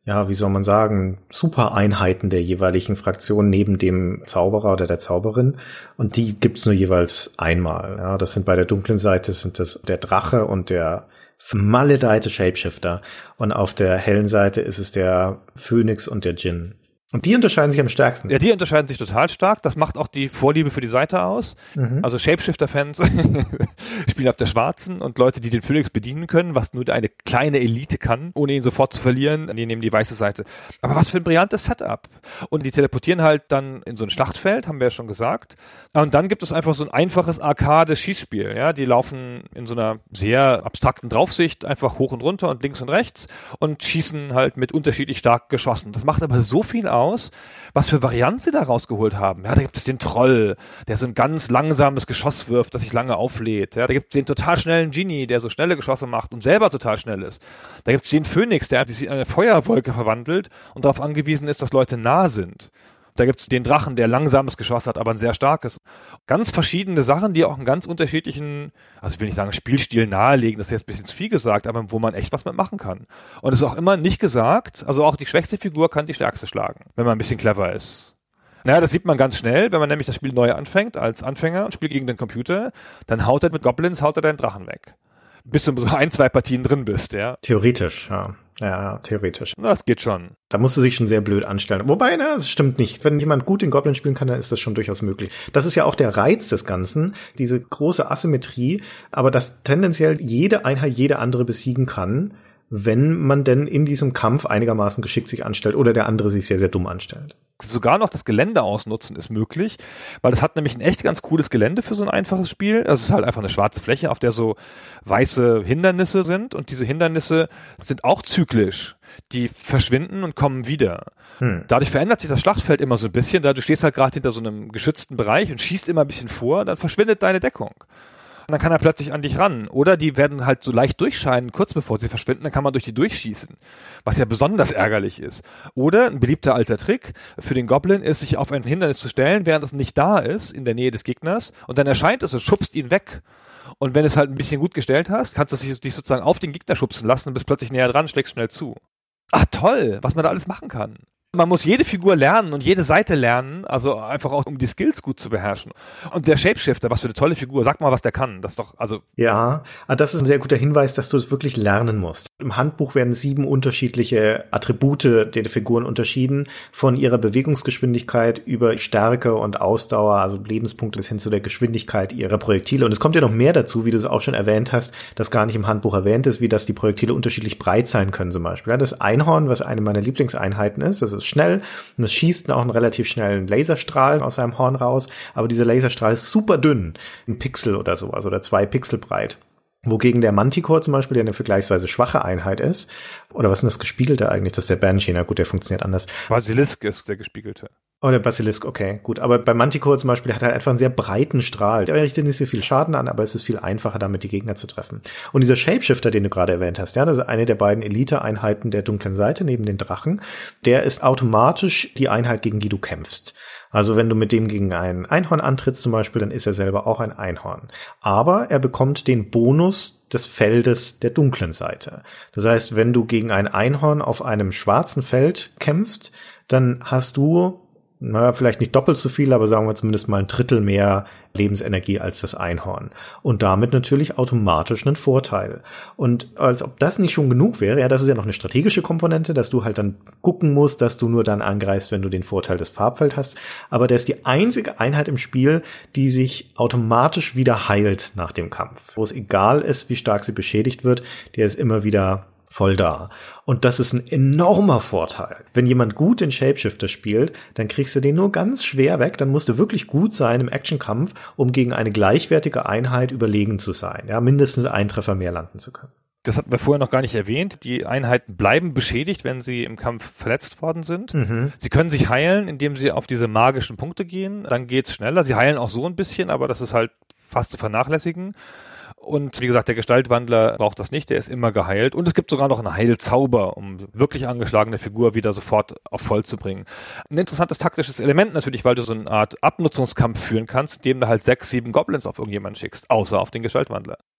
ja, wie soll man sagen, Supereinheiten der jeweiligen Fraktion neben dem Zauberer oder der Zauberin. Und die gibt's nur jeweils einmal. Ja, das sind bei der dunklen Seite sind das der Drache und der maledeite Shapeshifter. Und auf der hellen Seite ist es der Phönix und der Djinn. Und die unterscheiden sich am stärksten. Ja, die unterscheiden sich total stark. Das macht auch die Vorliebe für die Seite aus. Mhm. Also Shapeshifter-Fans spielen auf der schwarzen und Leute, die den Phönix bedienen können, was nur eine kleine Elite kann, ohne ihn sofort zu verlieren, die nehmen die weiße Seite. Aber was für ein brillantes Setup. Und die teleportieren halt dann in so ein Schlachtfeld, haben wir ja schon gesagt. Und dann gibt es einfach so ein einfaches Arcade-Schießspiel. Ja, die laufen in so einer sehr abstrakten Draufsicht einfach hoch und runter und links und rechts und schießen halt mit unterschiedlich stark Geschossen. Das macht aber so viel aus. Aus, was für Varianten sie da rausgeholt haben. Ja, da gibt es den Troll, der so ein ganz langsames Geschoss wirft, das sich lange auflädt. Ja, da gibt es den total schnellen Genie, der so schnelle Geschosse macht und selber total schnell ist. Da gibt es den Phönix, der sich in eine Feuerwolke verwandelt und darauf angewiesen ist, dass Leute nah sind. Da gibt es den Drachen, der langsames Geschoss hat, aber ein sehr starkes. Ganz verschiedene Sachen, die auch einen ganz unterschiedlichen, also ich will nicht sagen Spielstil nahelegen, das ist jetzt ein bisschen zu viel gesagt, aber wo man echt was mitmachen kann. Und es ist auch immer nicht gesagt, also auch die schwächste Figur kann die stärkste schlagen, wenn man ein bisschen clever ist. Naja, das sieht man ganz schnell, wenn man nämlich das Spiel neu anfängt, als Anfänger und spielt gegen den Computer, dann haut er mit Goblins, haut er deinen Drachen weg. Bis du so ein, zwei Partien drin bist, ja. Theoretisch, ja. Ja, theoretisch. Das geht schon. Da musst du sich schon sehr blöd anstellen. Wobei, na, das stimmt nicht. Wenn jemand gut den Goblin spielen kann, dann ist das schon durchaus möglich. Das ist ja auch der Reiz des Ganzen, diese große Asymmetrie, aber dass tendenziell jede Einheit jede andere besiegen kann, wenn man denn in diesem Kampf einigermaßen geschickt sich anstellt oder der andere sich sehr, sehr dumm anstellt. Sogar noch das Gelände ausnutzen ist möglich, weil es hat nämlich ein echt ganz cooles Gelände für so ein einfaches Spiel. Also es ist halt einfach eine schwarze Fläche, auf der so weiße Hindernisse sind und diese Hindernisse sind auch zyklisch. Die verschwinden und kommen wieder. Hm. Dadurch verändert sich das Schlachtfeld immer so ein bisschen, da du stehst halt gerade hinter so einem geschützten Bereich und schießt immer ein bisschen vor, dann verschwindet deine Deckung. Und dann kann er plötzlich an dich ran. Oder die werden halt so leicht durchscheinen, kurz bevor sie verschwinden, dann kann man durch die durchschießen. Was ja besonders ärgerlich ist. Oder ein beliebter alter Trick für den Goblin ist, sich auf ein Hindernis zu stellen, während es nicht da ist, in der Nähe des Gegners. Und dann erscheint es und schubst ihn weg. Und wenn es halt ein bisschen gut gestellt hast, kannst du dich sozusagen auf den Gegner schubsen lassen und bist plötzlich näher dran, schlägst schnell zu. Ach toll, was man da alles machen kann. Man muss jede Figur lernen und jede Seite lernen, also einfach auch, um die Skills gut zu beherrschen. Und der Shapeshifter, was für eine tolle Figur. Sag mal, was der kann. Das ist doch, also. Ja, das ist ein sehr guter Hinweis, dass du es wirklich lernen musst. Im Handbuch werden sieben unterschiedliche Attribute der Figuren unterschieden, von ihrer Bewegungsgeschwindigkeit über Stärke und Ausdauer, also Lebenspunkte bis hin zu der Geschwindigkeit ihrer Projektile. Und es kommt ja noch mehr dazu, wie du es auch schon erwähnt hast, das gar nicht im Handbuch erwähnt ist, wie dass die Projektile unterschiedlich breit sein können zum Beispiel. Das Einhorn, was eine meiner Lieblingseinheiten ist, das ist schnell und es schießt auch einen relativ schnellen Laserstrahl aus seinem Horn raus, aber dieser Laserstrahl ist super dünn, ein Pixel oder sowas oder zwei Pixel breit. Wogegen der Manticore zum Beispiel, der eine vergleichsweise schwache Einheit ist, oder was ist denn das Gespiegelte eigentlich? Das ist der Banshee, na gut, der funktioniert anders. Basilisk ist der Gespiegelte. Oh, der Basilisk, okay, gut. Aber bei Manticore zum Beispiel hat er einfach einen sehr breiten Strahl. Der richtet nicht so viel Schaden an, aber es ist viel einfacher, damit die Gegner zu treffen. Und dieser Shapeshifter, den du gerade erwähnt hast, ja, das ist eine der beiden Elite-Einheiten der dunklen Seite neben den Drachen. Der ist automatisch die Einheit, gegen die du kämpfst. Also wenn du mit dem gegen ein Einhorn antrittst zum Beispiel, dann ist er selber auch ein Einhorn. Aber er bekommt den Bonus des Feldes der dunklen Seite. Das heißt, wenn du gegen ein Einhorn auf einem schwarzen Feld kämpfst, dann hast du naja, vielleicht nicht doppelt so viel, aber sagen wir zumindest mal ein Drittel mehr Lebensenergie als das Einhorn. Und damit natürlich automatisch einen Vorteil. Und als ob das nicht schon genug wäre, ja, das ist ja noch eine strategische Komponente, dass du halt dann gucken musst, dass du nur dann angreifst, wenn du den Vorteil des Farbfelds hast. Aber der ist die einzige Einheit im Spiel, die sich automatisch wieder heilt nach dem Kampf. Wo es egal ist, wie stark sie beschädigt wird, der ist immer wieder voll da. Und das ist ein enormer Vorteil. Wenn jemand gut den Shapeshifter spielt, dann kriegst du den nur ganz schwer weg. Dann musst du wirklich gut sein im Actionkampf, um gegen eine gleichwertige Einheit überlegen zu sein. Ja, mindestens einen Treffer mehr landen zu können. Das hatten wir vorher noch gar nicht erwähnt. Die Einheiten bleiben beschädigt, wenn sie im Kampf verletzt worden sind. Mhm. Sie können sich heilen, indem sie auf diese magischen Punkte gehen. Dann geht's schneller. Sie heilen auch so ein bisschen, aber das ist halt fast zu vernachlässigen. Und wie gesagt, der Gestaltwandler braucht das nicht, der ist immer geheilt. Und es gibt sogar noch einen Heilzauber, um wirklich angeschlagene Figur wieder sofort auf voll zu bringen. Ein interessantes taktisches Element natürlich, weil du so eine Art Abnutzungskampf führen kannst, indem du halt sechs, sieben Goblins auf irgendjemanden schickst, außer auf den Gestaltwandler.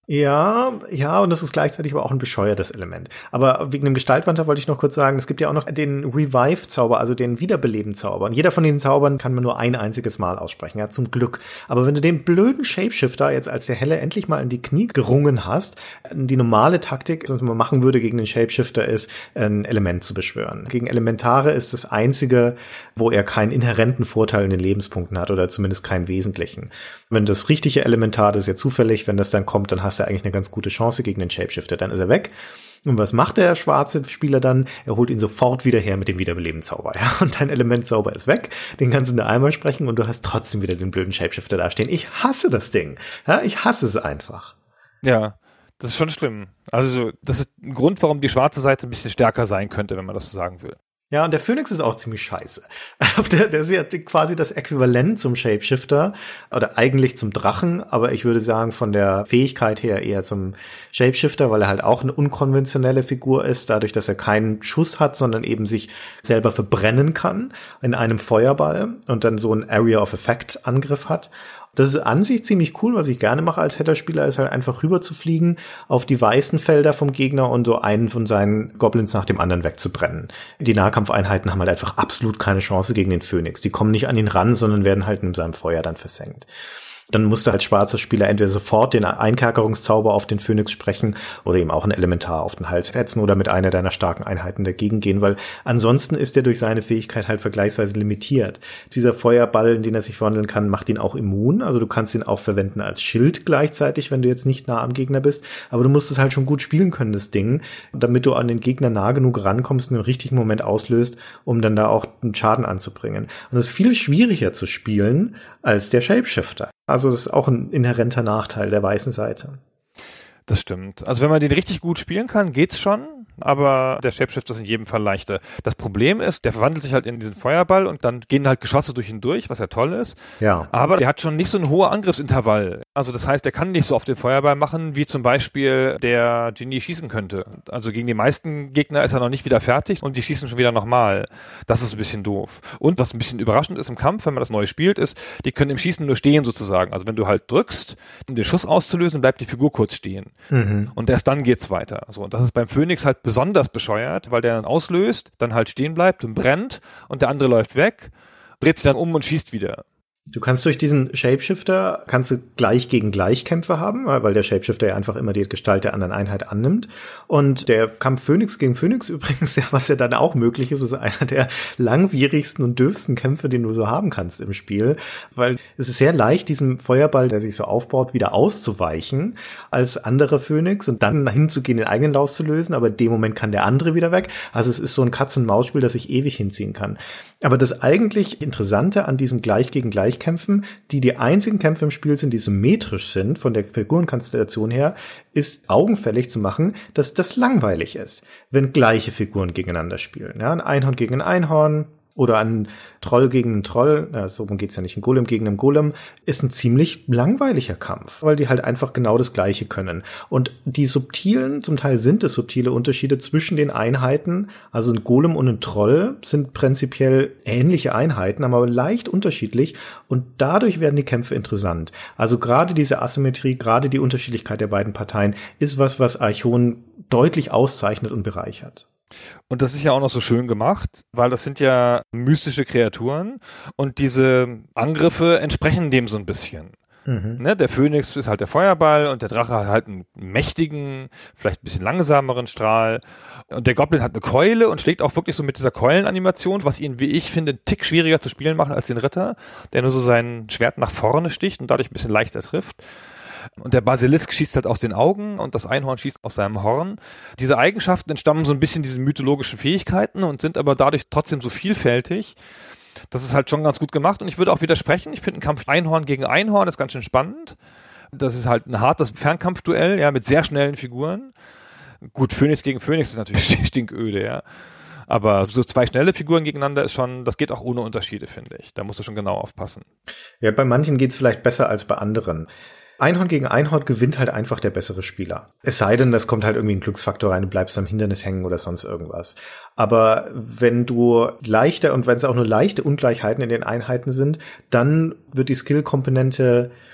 Ja, ja, und das ist gleichzeitig aber auch ein bescheuertes Element. Aber wegen dem Gestaltwandler wollte ich noch kurz sagen, es gibt ja auch noch den Revive-Zauber, also den Wiederbeleben-Zauber. Und jeder von den Zaubern kann man nur ein einziges Mal aussprechen, ja, zum Glück. Aber wenn du den blöden Shapeshifter jetzt als der Helle endlich mal in die Knie gerungen hast, die normale Taktik, was man machen würde gegen den Shapeshifter, ist, ein Element zu beschwören. Gegen Elementare ist das einzige, wo er keinen inhärenten Vorteil in den Lebenspunkten hat oder zumindest keinen wesentlichen. Wenn das richtige Elementar, das ist ja zufällig, wenn das dann kommt, dann hast du eigentlich eine ganz gute Chance gegen den Shapeshifter. Dann ist er weg. Und was macht der schwarze Spieler dann? Er holt ihn sofort wieder her mit dem Wiederbelebenzauber. Ja? Und dein Elementzauber ist weg. Den kannst du da einmal sprechen und du hast trotzdem wieder den blöden Shapeshifter da stehen. Ich hasse das Ding. Ja? Ich hasse es einfach. Ja, das ist schon schlimm. Also das ist ein Grund, warum die schwarze Seite ein bisschen stärker sein könnte, wenn man das so sagen will. Ja, und der Phönix ist auch ziemlich scheiße. Der, der ist ja quasi das Äquivalent zum Shapeshifter oder eigentlich zum Drachen, aber ich würde sagen von der Fähigkeit her eher zum Shapeshifter, weil er halt auch eine unkonventionelle Figur ist, dadurch, dass er keinen Schuss hat, sondern eben sich selber verbrennen kann in einem Feuerball und dann so einen Area of Effect Angriff hat. Das ist an sich ziemlich cool, was ich gerne mache als Header-Spieler, ist halt einfach rüber zu fliegen auf die weißen Felder vom Gegner und so einen von seinen Goblins nach dem anderen wegzubrennen. Die Nahkampfeinheiten haben halt einfach absolut keine Chance gegen den Phönix. Die kommen nicht an ihn ran, sondern werden halt in seinem Feuer dann versenkt. Dann musst du als schwarzer Spieler entweder sofort den Einkerkerungszauber auf den Phönix sprechen oder ihm auch ein Elementar auf den Hals setzen oder mit einer deiner starken Einheiten dagegen gehen, weil ansonsten ist er durch seine Fähigkeit halt vergleichsweise limitiert. Dieser Feuerball, in den er sich verwandeln kann, macht ihn auch immun, also du kannst ihn auch verwenden als Schild gleichzeitig, wenn du jetzt nicht nah am Gegner bist, aber du musst es halt schon gut spielen können, das Ding, damit du an den Gegner nah genug rankommst und im richtigen Moment auslöst, um dann da auch einen Schaden anzubringen. Und das ist viel schwieriger zu spielen als der Shapeshifter. Also das ist auch ein inhärenter Nachteil der weißen Seite. Das stimmt. Also wenn man den richtig gut spielen kann, geht's schon, aber der Shapeshifter ist in jedem Fall leichter. Das Problem ist, der verwandelt sich halt in diesen Feuerball und dann gehen halt Geschosse durch ihn durch, was ja toll ist. Ja. Aber der hat schon nicht so ein hohes Angriffsintervall. Also das heißt, der kann nicht so oft den Feuerball machen, wie zum Beispiel der Genie schießen könnte. Also gegen die meisten Gegner ist er noch nicht wieder fertig und die schießen schon wieder nochmal. Das ist ein bisschen doof. Und was ein bisschen überraschend ist im Kampf, wenn man das neu spielt, ist, die können im Schießen nur stehen sozusagen. Also wenn du halt drückst, um den Schuss auszulösen, bleibt die Figur kurz stehen. Mhm. Und erst dann geht's weiter. So, und das ist beim Phönix halt besonders bescheuert, weil der dann auslöst, dann halt stehen bleibt und brennt und der andere läuft weg, dreht sich dann um und schießt wieder. Du kannst durch diesen Shapeshifter, kannst du gleich gegen gleich Kämpfe haben, weil der Shapeshifter ja einfach immer die Gestalt der anderen Einheit annimmt. Und der Kampf Phönix gegen Phönix übrigens, ja, was ja dann auch möglich ist, ist einer der langwierigsten und dürfsten Kämpfe, den du so haben kannst im Spiel. Weil es ist sehr leicht, diesem Feuerball, der sich so aufbaut, wieder auszuweichen als anderer Phönix und dann hinzugehen, den eigenen Laus zu lösen. Aber in dem Moment kann der andere wieder weg. Also es ist so ein Katz-und-Maus-Spiel, das sich ewig hinziehen kann. Aber das eigentlich Interessante an diesen Gleich gegen Gleich Kämpfen, die die einzigen Kämpfe im Spiel sind, die symmetrisch sind, von der Figurenkonstellation her, ist augenfällig zu machen, dass das langweilig ist, wenn gleiche Figuren gegeneinander spielen. Ja, ein Einhorn gegen ein Einhorn oder ein Troll gegen einen Troll, ja, so geht's ja nicht, ein Golem gegen einen Golem, ist ein ziemlich langweiliger Kampf, weil die halt einfach genau das Gleiche können. Und die subtilen, zum Teil sind es subtile Unterschiede zwischen den Einheiten, also ein Golem und ein Troll sind prinzipiell ähnliche Einheiten, aber leicht unterschiedlich und dadurch werden die Kämpfe interessant. Also gerade diese Asymmetrie, gerade die Unterschiedlichkeit der beiden Parteien ist was, was Archon deutlich auszeichnet und bereichert. Und das ist ja auch noch so schön gemacht, weil das sind ja mystische Kreaturen und diese Angriffe entsprechen dem so ein bisschen. Mhm. Ne, der Phönix ist halt der Feuerball und der Drache hat halt einen mächtigen, vielleicht ein bisschen langsameren Strahl und der Goblin hat eine Keule und schlägt auch wirklich so mit dieser Keulenanimation, was ihn, wie ich finde, einen Tick schwieriger zu spielen macht als den Ritter, der nur so sein Schwert nach vorne sticht und dadurch ein bisschen leichter trifft. Und der Basilisk schießt halt aus den Augen und das Einhorn schießt aus seinem Horn. Diese Eigenschaften entstammen so ein bisschen diesen mythologischen Fähigkeiten und sind aber dadurch trotzdem so vielfältig. Das ist halt schon ganz gut gemacht und ich würde auch widersprechen. Ich finde einen Kampf Einhorn gegen Einhorn ist ganz schön spannend. Das ist halt ein hartes Fernkampfduell, ja, mit sehr schnellen Figuren. Gut, Phönix gegen Phönix ist natürlich stinköde, ja. Aber so zwei schnelle Figuren gegeneinander ist schon, das geht auch ohne Unterschiede, finde ich. Da musst du schon genau aufpassen. Ja, bei manchen geht's vielleicht besser als bei anderen. Einhorn gegen Einhorn gewinnt halt einfach der bessere Spieler. Es sei denn, das kommt halt irgendwie ein Glücksfaktor rein, du bleibst am Hindernis hängen oder sonst irgendwas. Aber wenn du leichte und wenn es auch nur leichte Ungleichheiten in den Einheiten sind, dann wird die Skill-Komponente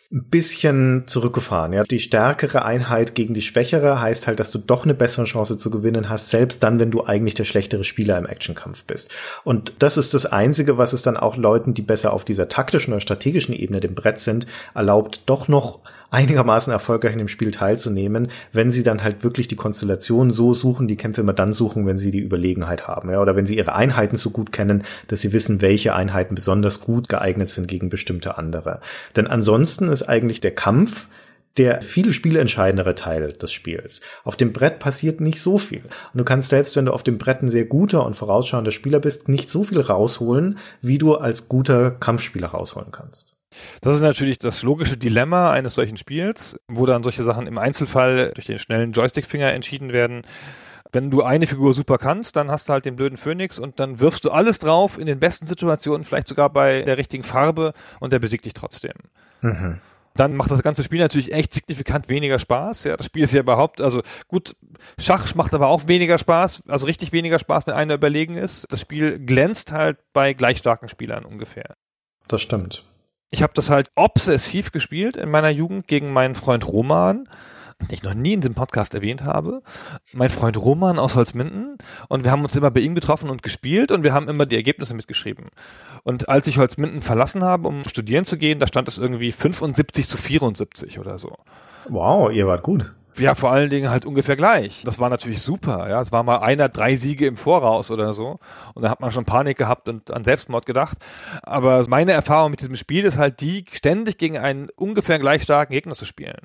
ein bisschen zurückgefahren. Ja, die stärkere Einheit gegen die schwächere heißt halt, dass du doch eine bessere Chance zu gewinnen hast, selbst dann, wenn du eigentlich der schlechtere Spieler im Actionkampf bist. Und das ist das Einzige, was es dann auch Leuten, die besser auf dieser taktischen oder strategischen Ebene dem Brett sind, erlaubt, doch noch einigermaßen erfolgreich in dem Spiel teilzunehmen, wenn sie dann halt wirklich die Konstellation so suchen, die Kämpfe immer dann suchen, wenn sie die Überlegenheit haben, ja, oder wenn sie ihre Einheiten so gut kennen, dass sie wissen, welche Einheiten besonders gut geeignet sind gegen bestimmte andere. Denn ansonsten ist eigentlich der Kampf der viel spielentscheidendere Teil des Spiels. Auf dem Brett passiert nicht so viel. Und du kannst selbst, wenn du auf dem Brett ein sehr guter und vorausschauender Spieler bist, nicht so viel rausholen, wie du als guter Kampfspieler rausholen kannst. Das ist natürlich das logische Dilemma eines solchen Spiels, wo dann solche Sachen im Einzelfall durch den schnellen Joystickfinger entschieden werden. Wenn du eine Figur super kannst, dann hast du halt den blöden Phönix und dann wirfst du alles drauf in den besten Situationen, vielleicht sogar bei der richtigen Farbe und der besiegt dich trotzdem. Mhm. Dann macht das ganze Spiel natürlich echt signifikant weniger Spaß. Ja, das Spiel ist ja überhaupt, also gut, Schach macht aber auch weniger Spaß, also richtig weniger Spaß, wenn einer überlegen ist. Das Spiel glänzt halt bei gleich starken Spielern ungefähr. Das stimmt. Ich habe das halt obsessiv gespielt in meiner Jugend gegen meinen Freund Roman, den ich noch nie in diesem Podcast erwähnt habe. Mein Freund Roman aus Holzminden, und wir haben uns immer bei ihm getroffen und gespielt und wir haben immer die Ergebnisse mitgeschrieben. Und als ich Holzminden verlassen habe, um studieren zu gehen, da stand es irgendwie fünfundsiebzig zu vierundsiebzig oder so. Wow, ihr wart gut. Ja, vor allen Dingen halt ungefähr gleich. Das war natürlich super, ja. Es war mal einer drei Siege im Voraus oder so. Und da hat man schon Panik gehabt und an Selbstmord gedacht. Aber meine Erfahrung mit diesem Spiel ist halt die, ständig gegen einen ungefähr gleich starken Gegner zu spielen.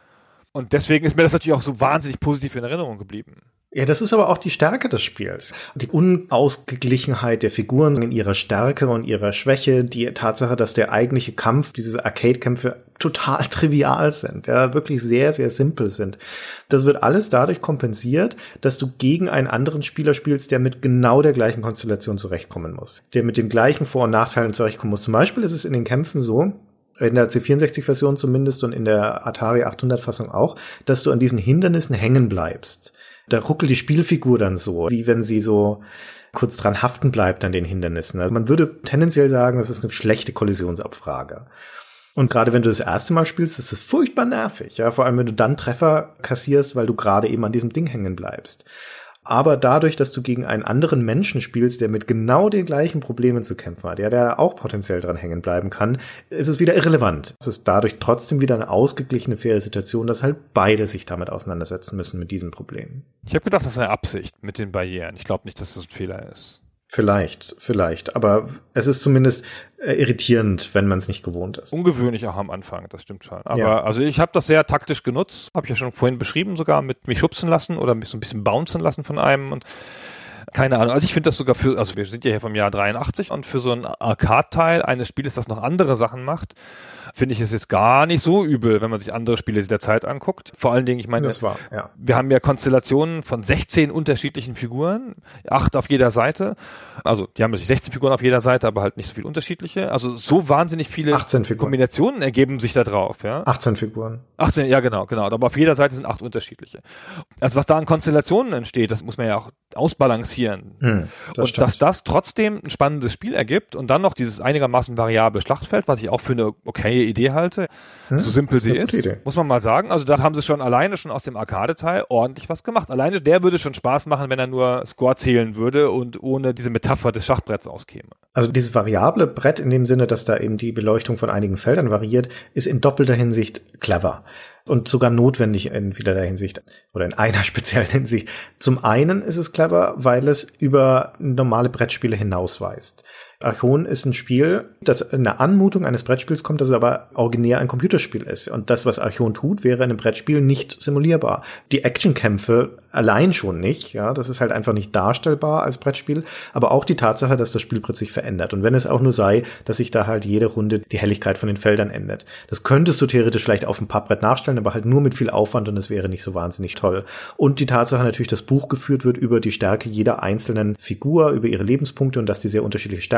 Und deswegen ist mir das natürlich auch so wahnsinnig positiv in Erinnerung geblieben. Ja, das ist aber auch die Stärke des Spiels. Die Unausgeglichenheit der Figuren in ihrer Stärke und ihrer Schwäche, die Tatsache, dass der eigentliche Kampf, diese Arcade-Kämpfe total trivial sind, ja, wirklich sehr, sehr simpel sind. Das wird alles dadurch kompensiert, dass du gegen einen anderen Spieler spielst, der mit genau der gleichen Konstellation zurechtkommen muss. Der mit den gleichen Vor- und Nachteilen zurechtkommen muss. Zum Beispiel ist es in den Kämpfen so, in der C vierundsechzig-Version zumindest und in der Atari achthundert-Fassung auch, dass du an diesen Hindernissen hängen bleibst. Da ruckelt die Spielfigur dann so, wie wenn sie so kurz dran haften bleibt an den Hindernissen. Also man würde tendenziell sagen, das ist eine schlechte Kollisionsabfrage. Und gerade wenn du das erste Mal spielst, ist das furchtbar nervig. Ja, vor allem, wenn du dann Treffer kassierst, weil du gerade eben an diesem Ding hängen bleibst. Aber dadurch, dass du gegen einen anderen Menschen spielst, der mit genau den gleichen Problemen zu kämpfen hat, der, der auch potenziell dran hängen bleiben kann, ist es wieder irrelevant. Es ist dadurch trotzdem wieder eine ausgeglichene, faire Situation, dass halt beide sich damit auseinandersetzen müssen mit diesem Problem. Ich habe gedacht, das sei Absicht mit den Barrieren. Ich glaube nicht, dass das ein Fehler ist. Vielleicht, vielleicht. Aber es ist zumindest äh, irritierend, wenn man es nicht gewohnt ist. Ungewöhnlich auch am Anfang, das stimmt schon. Aber ja. Also ich habe das sehr taktisch genutzt, habe ich ja schon vorhin beschrieben, sogar mit mich schubsen lassen oder mich so ein bisschen bouncen lassen von einem und keine Ahnung. Also ich finde das sogar für, also wir sind ja hier vom Jahr dreiundachtzig und für so ein Arcade-Teil eines Spieles, das noch andere Sachen macht, finde ich es jetzt gar nicht so übel, wenn man sich andere Spiele der Zeit anguckt. Vor allen Dingen, ich meine, das war, ja. wir haben ja Konstellationen von sechzehn unterschiedlichen Figuren, acht auf jeder Seite. Also die haben natürlich sechzehn Figuren auf jeder Seite, aber halt nicht so viel unterschiedliche. Also so wahnsinnig viele Kombinationen ergeben sich da drauf. Ja? achtzehn Figuren. achtzehn, ja genau, genau. Aber auf jeder Seite sind acht unterschiedliche. Also was da an Konstellationen entsteht, das muss man ja auch ausbalancieren. Hm, das und stimmt. Dass das trotzdem ein spannendes Spiel ergibt und dann noch dieses einigermaßen variable Schlachtfeld, was ich auch für eine okaye Idee halte, hm? so simpel sie ist, Idee. Muss man mal sagen. Also da haben sie schon alleine schon aus dem Arcade-Teil ordentlich was gemacht. Alleine der würde schon Spaß machen, wenn er nur Score zählen würde und ohne diese Metapher des Schachbretts auskäme. Also dieses variable Brett in dem Sinne, dass da eben die Beleuchtung von einigen Feldern variiert, ist in doppelter Hinsicht clever. Und sogar notwendig in vielerlei Hinsicht oder in einer speziellen Hinsicht. Zum einen ist es clever, weil es über normale Brettspiele hinausweist. Archon ist ein Spiel, das in der Anmutung eines Brettspiels kommt, das aber originär ein Computerspiel ist. Und das, was Archon tut, wäre in einem Brettspiel nicht simulierbar. Die Actionkämpfe allein schon nicht, ja, das ist halt einfach nicht darstellbar als Brettspiel, aber auch die Tatsache, dass das Spielbrett sich verändert. Und wenn es auch nur sei, dass sich da halt jede Runde die Helligkeit von den Feldern ändert. Das könntest du theoretisch vielleicht auf dem Pappbrett nachstellen, aber halt nur mit viel Aufwand und es wäre nicht so wahnsinnig toll. Und die Tatsache natürlich, dass Buch geführt wird über die Stärke jeder einzelnen Figur, über ihre Lebenspunkte und dass die sehr unterschiedliche Stärken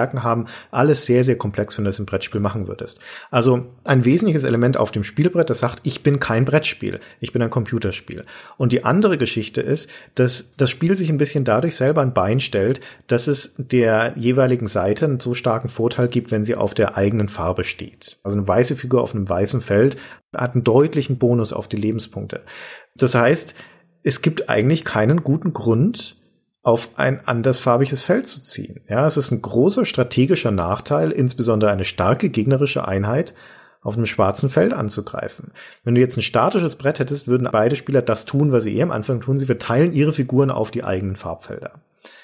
Stärken haben. Alles sehr, sehr komplex, wenn du das im Brettspiel machen würdest. Also ein wesentliches Element auf dem Spielbrett, das sagt, ich bin kein Brettspiel, ich bin ein Computerspiel. Und die andere Geschichte ist, dass das Spiel sich ein bisschen dadurch selber ein Bein stellt, dass es der jeweiligen Seite einen so starken Vorteil gibt, wenn sie auf der eigenen Farbe steht. Also eine weiße Figur auf einem weißen Feld hat einen deutlichen Bonus auf die Lebenspunkte. Das heißt, es gibt eigentlich keinen guten Grund, auf ein andersfarbiges Feld zu ziehen. Ja, es ist ein großer strategischer Nachteil, insbesondere eine starke gegnerische Einheit auf einem schwarzen Feld anzugreifen. Wenn du jetzt ein statisches Brett hättest, würden beide Spieler das tun, was sie eh am Anfang tun. Sie verteilen ihre Figuren auf die eigenen Farbfelder.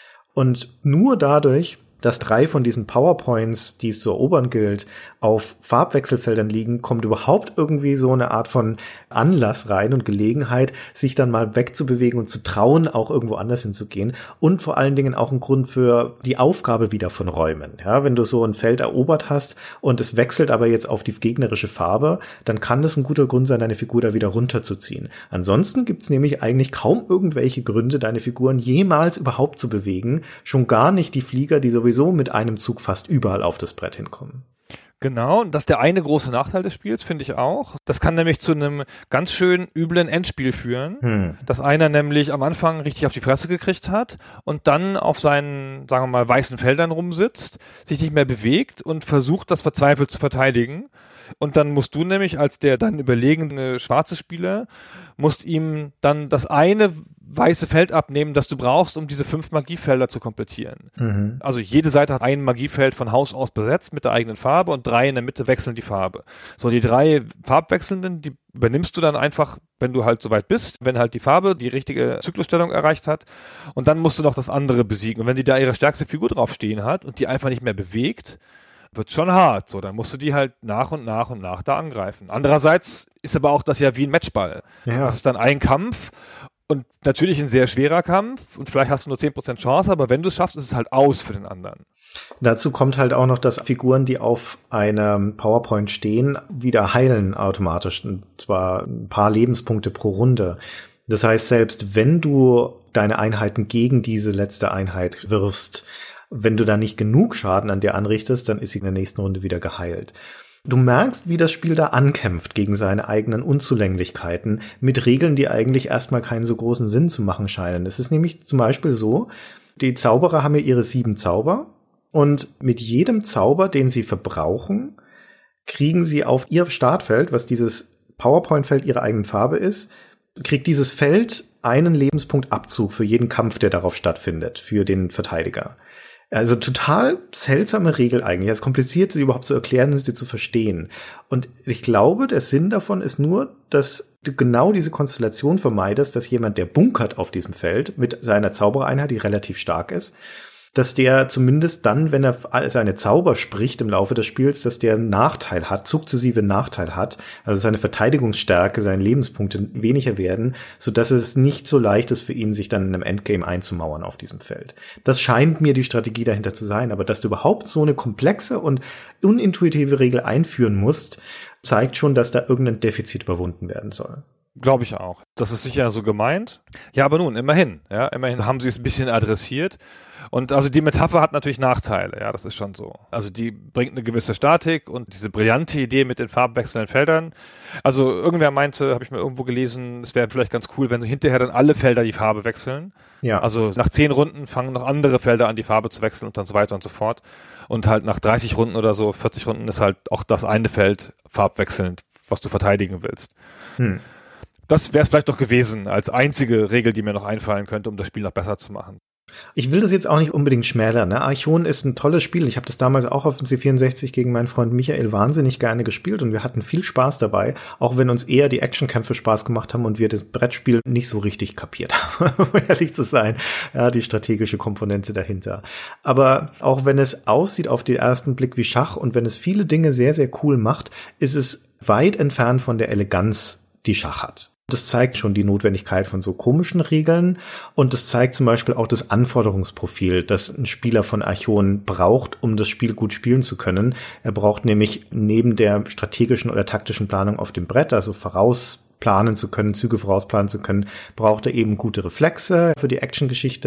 Und nur dadurch, dass drei von diesen Powerpoints, die es zu erobern gilt, auf Farbwechselfeldern liegen, kommt überhaupt irgendwie so eine Art von Anlass rein und Gelegenheit, sich dann mal wegzubewegen und zu trauen, auch irgendwo anders hinzugehen. Und vor allen Dingen auch ein Grund für die Aufgabe wieder von Räumen. Ja, wenn du so ein Feld erobert hast und es wechselt aber jetzt auf die gegnerische Farbe, dann kann das ein guter Grund sein, deine Figur da wieder runterzuziehen. Ansonsten gibt's nämlich eigentlich kaum irgendwelche Gründe, deine Figuren jemals überhaupt zu bewegen. Schon gar nicht die Flieger, die sowieso mit einem Zug fast überall auf das Brett hinkommen. Genau, und das ist der eine große Nachteil des Spiels, finde ich auch. Das kann nämlich zu einem ganz schön üblen Endspiel führen, hm. dass einer nämlich am Anfang richtig auf die Fresse gekriegt hat und dann auf seinen, sagen wir mal, weißen Feldern rumsitzt, sich nicht mehr bewegt und versucht, das verzweifelt zu verteidigen. Und dann musst du nämlich als der dann überlegene schwarze Spieler, musst ihm dann das eine weiße Feld abnehmen, das du brauchst, um diese fünf Magiefelder zu komplettieren. Mhm. Also jede Seite hat ein Magiefeld von Haus aus besetzt mit der eigenen Farbe und drei in der Mitte wechseln die Farbe. So, die drei Farbwechselnden, die übernimmst du dann einfach, wenn du halt soweit bist, wenn halt die Farbe die richtige Zyklusstellung erreicht hat, und dann musst du noch das andere besiegen. Und wenn die da ihre stärkste Figur draufstehen hat und die einfach nicht mehr bewegt, wird schon hart. So, dann musst du die halt nach und nach und nach da angreifen. Andererseits ist aber auch das ja wie ein Matchball. Ja. Das ist dann ein Kampf und natürlich ein sehr schwerer Kampf und vielleicht hast du nur zehn Prozent Chance, aber wenn du es schaffst, ist es halt aus für den anderen. Dazu kommt halt auch noch, dass Figuren, die auf einem PowerPoint stehen, wieder heilen automatisch. Und zwar ein paar Lebenspunkte pro Runde. Das heißt, selbst wenn du deine Einheiten gegen diese letzte Einheit wirfst, wenn du da nicht genug Schaden an dir anrichtest, dann ist sie in der nächsten Runde wieder geheilt. Du merkst, wie das Spiel da ankämpft gegen seine eigenen Unzulänglichkeiten mit Regeln, die eigentlich erstmal keinen so großen Sinn zu machen scheinen. Es ist nämlich zum Beispiel so, die Zauberer haben ja ihre sieben Zauber und mit jedem Zauber, den sie verbrauchen, kriegen sie auf ihr Startfeld, was dieses PowerPoint-Feld ihrer eigenen Farbe ist, kriegt dieses Feld einen Lebenspunkt Abzug für jeden Kampf, der darauf stattfindet, für den Verteidiger. Also total seltsame Regel eigentlich. Es ist kompliziert, sie überhaupt zu erklären und sie zu verstehen. Und ich glaube, der Sinn davon ist nur, dass du genau diese Konstellation vermeidest, dass jemand, der bunkert auf diesem Feld mit seiner Zaubereinheit, die relativ stark ist, dass der zumindest dann, wenn er seine Zauber spricht im Laufe des Spiels, dass der einen Nachteil hat, sukzessive Nachteil hat, also seine Verteidigungsstärke, seine Lebenspunkte weniger werden, sodass es nicht so leicht ist für ihn, sich dann in einem Endgame einzumauern auf diesem Feld. Das scheint mir die Strategie dahinter zu sein, aber dass du überhaupt so eine komplexe und unintuitive Regel einführen musst, zeigt schon, dass da irgendein Defizit überwunden werden soll. Glaube ich auch. Das ist sicher so gemeint. Ja, aber nun, immerhin, ja, immerhin haben sie es ein bisschen adressiert. Und also die Metapher hat natürlich Nachteile, ja, das ist schon so. Also die bringt eine gewisse Statik und diese brillante Idee mit den farbwechselnden Feldern. Also irgendwer meinte, habe ich mal irgendwo gelesen, es wäre vielleicht ganz cool, wenn so hinterher dann alle Felder die Farbe wechseln. Ja. Also nach zehn Runden fangen noch andere Felder an, die Farbe zu wechseln und dann so weiter und so fort. Und halt nach dreißig Runden oder so, vierzig Runden ist halt auch das eine Feld farbwechselnd, was du verteidigen willst. Hm. Das wäre es vielleicht doch gewesen, als einzige Regel, die mir noch einfallen könnte, um das Spiel noch besser zu machen. Ich will das jetzt auch nicht unbedingt schmälern. Ne? Archon ist ein tolles Spiel. Ich habe das damals auch auf dem C vierundsechzig gegen meinen Freund Michael wahnsinnig gerne gespielt und wir hatten viel Spaß dabei, auch wenn uns eher die Actionkämpfe Spaß gemacht haben und wir das Brettspiel nicht so richtig kapiert haben, um ehrlich zu sein. Ja, die strategische Komponente dahinter. Aber auch wenn es aussieht auf den ersten Blick wie Schach und wenn es viele Dinge sehr, sehr cool macht, ist es weit entfernt von der Eleganz, die Schach hat. Das zeigt schon die Notwendigkeit von so komischen Regeln und das zeigt zum Beispiel auch das Anforderungsprofil, das ein Spieler von Archon braucht, um das Spiel gut spielen zu können. Er braucht nämlich neben der strategischen oder taktischen Planung auf dem Brett, also vorausplanen zu können, Züge vorausplanen zu können, braucht er eben gute Reflexe für die Actiongeschichte.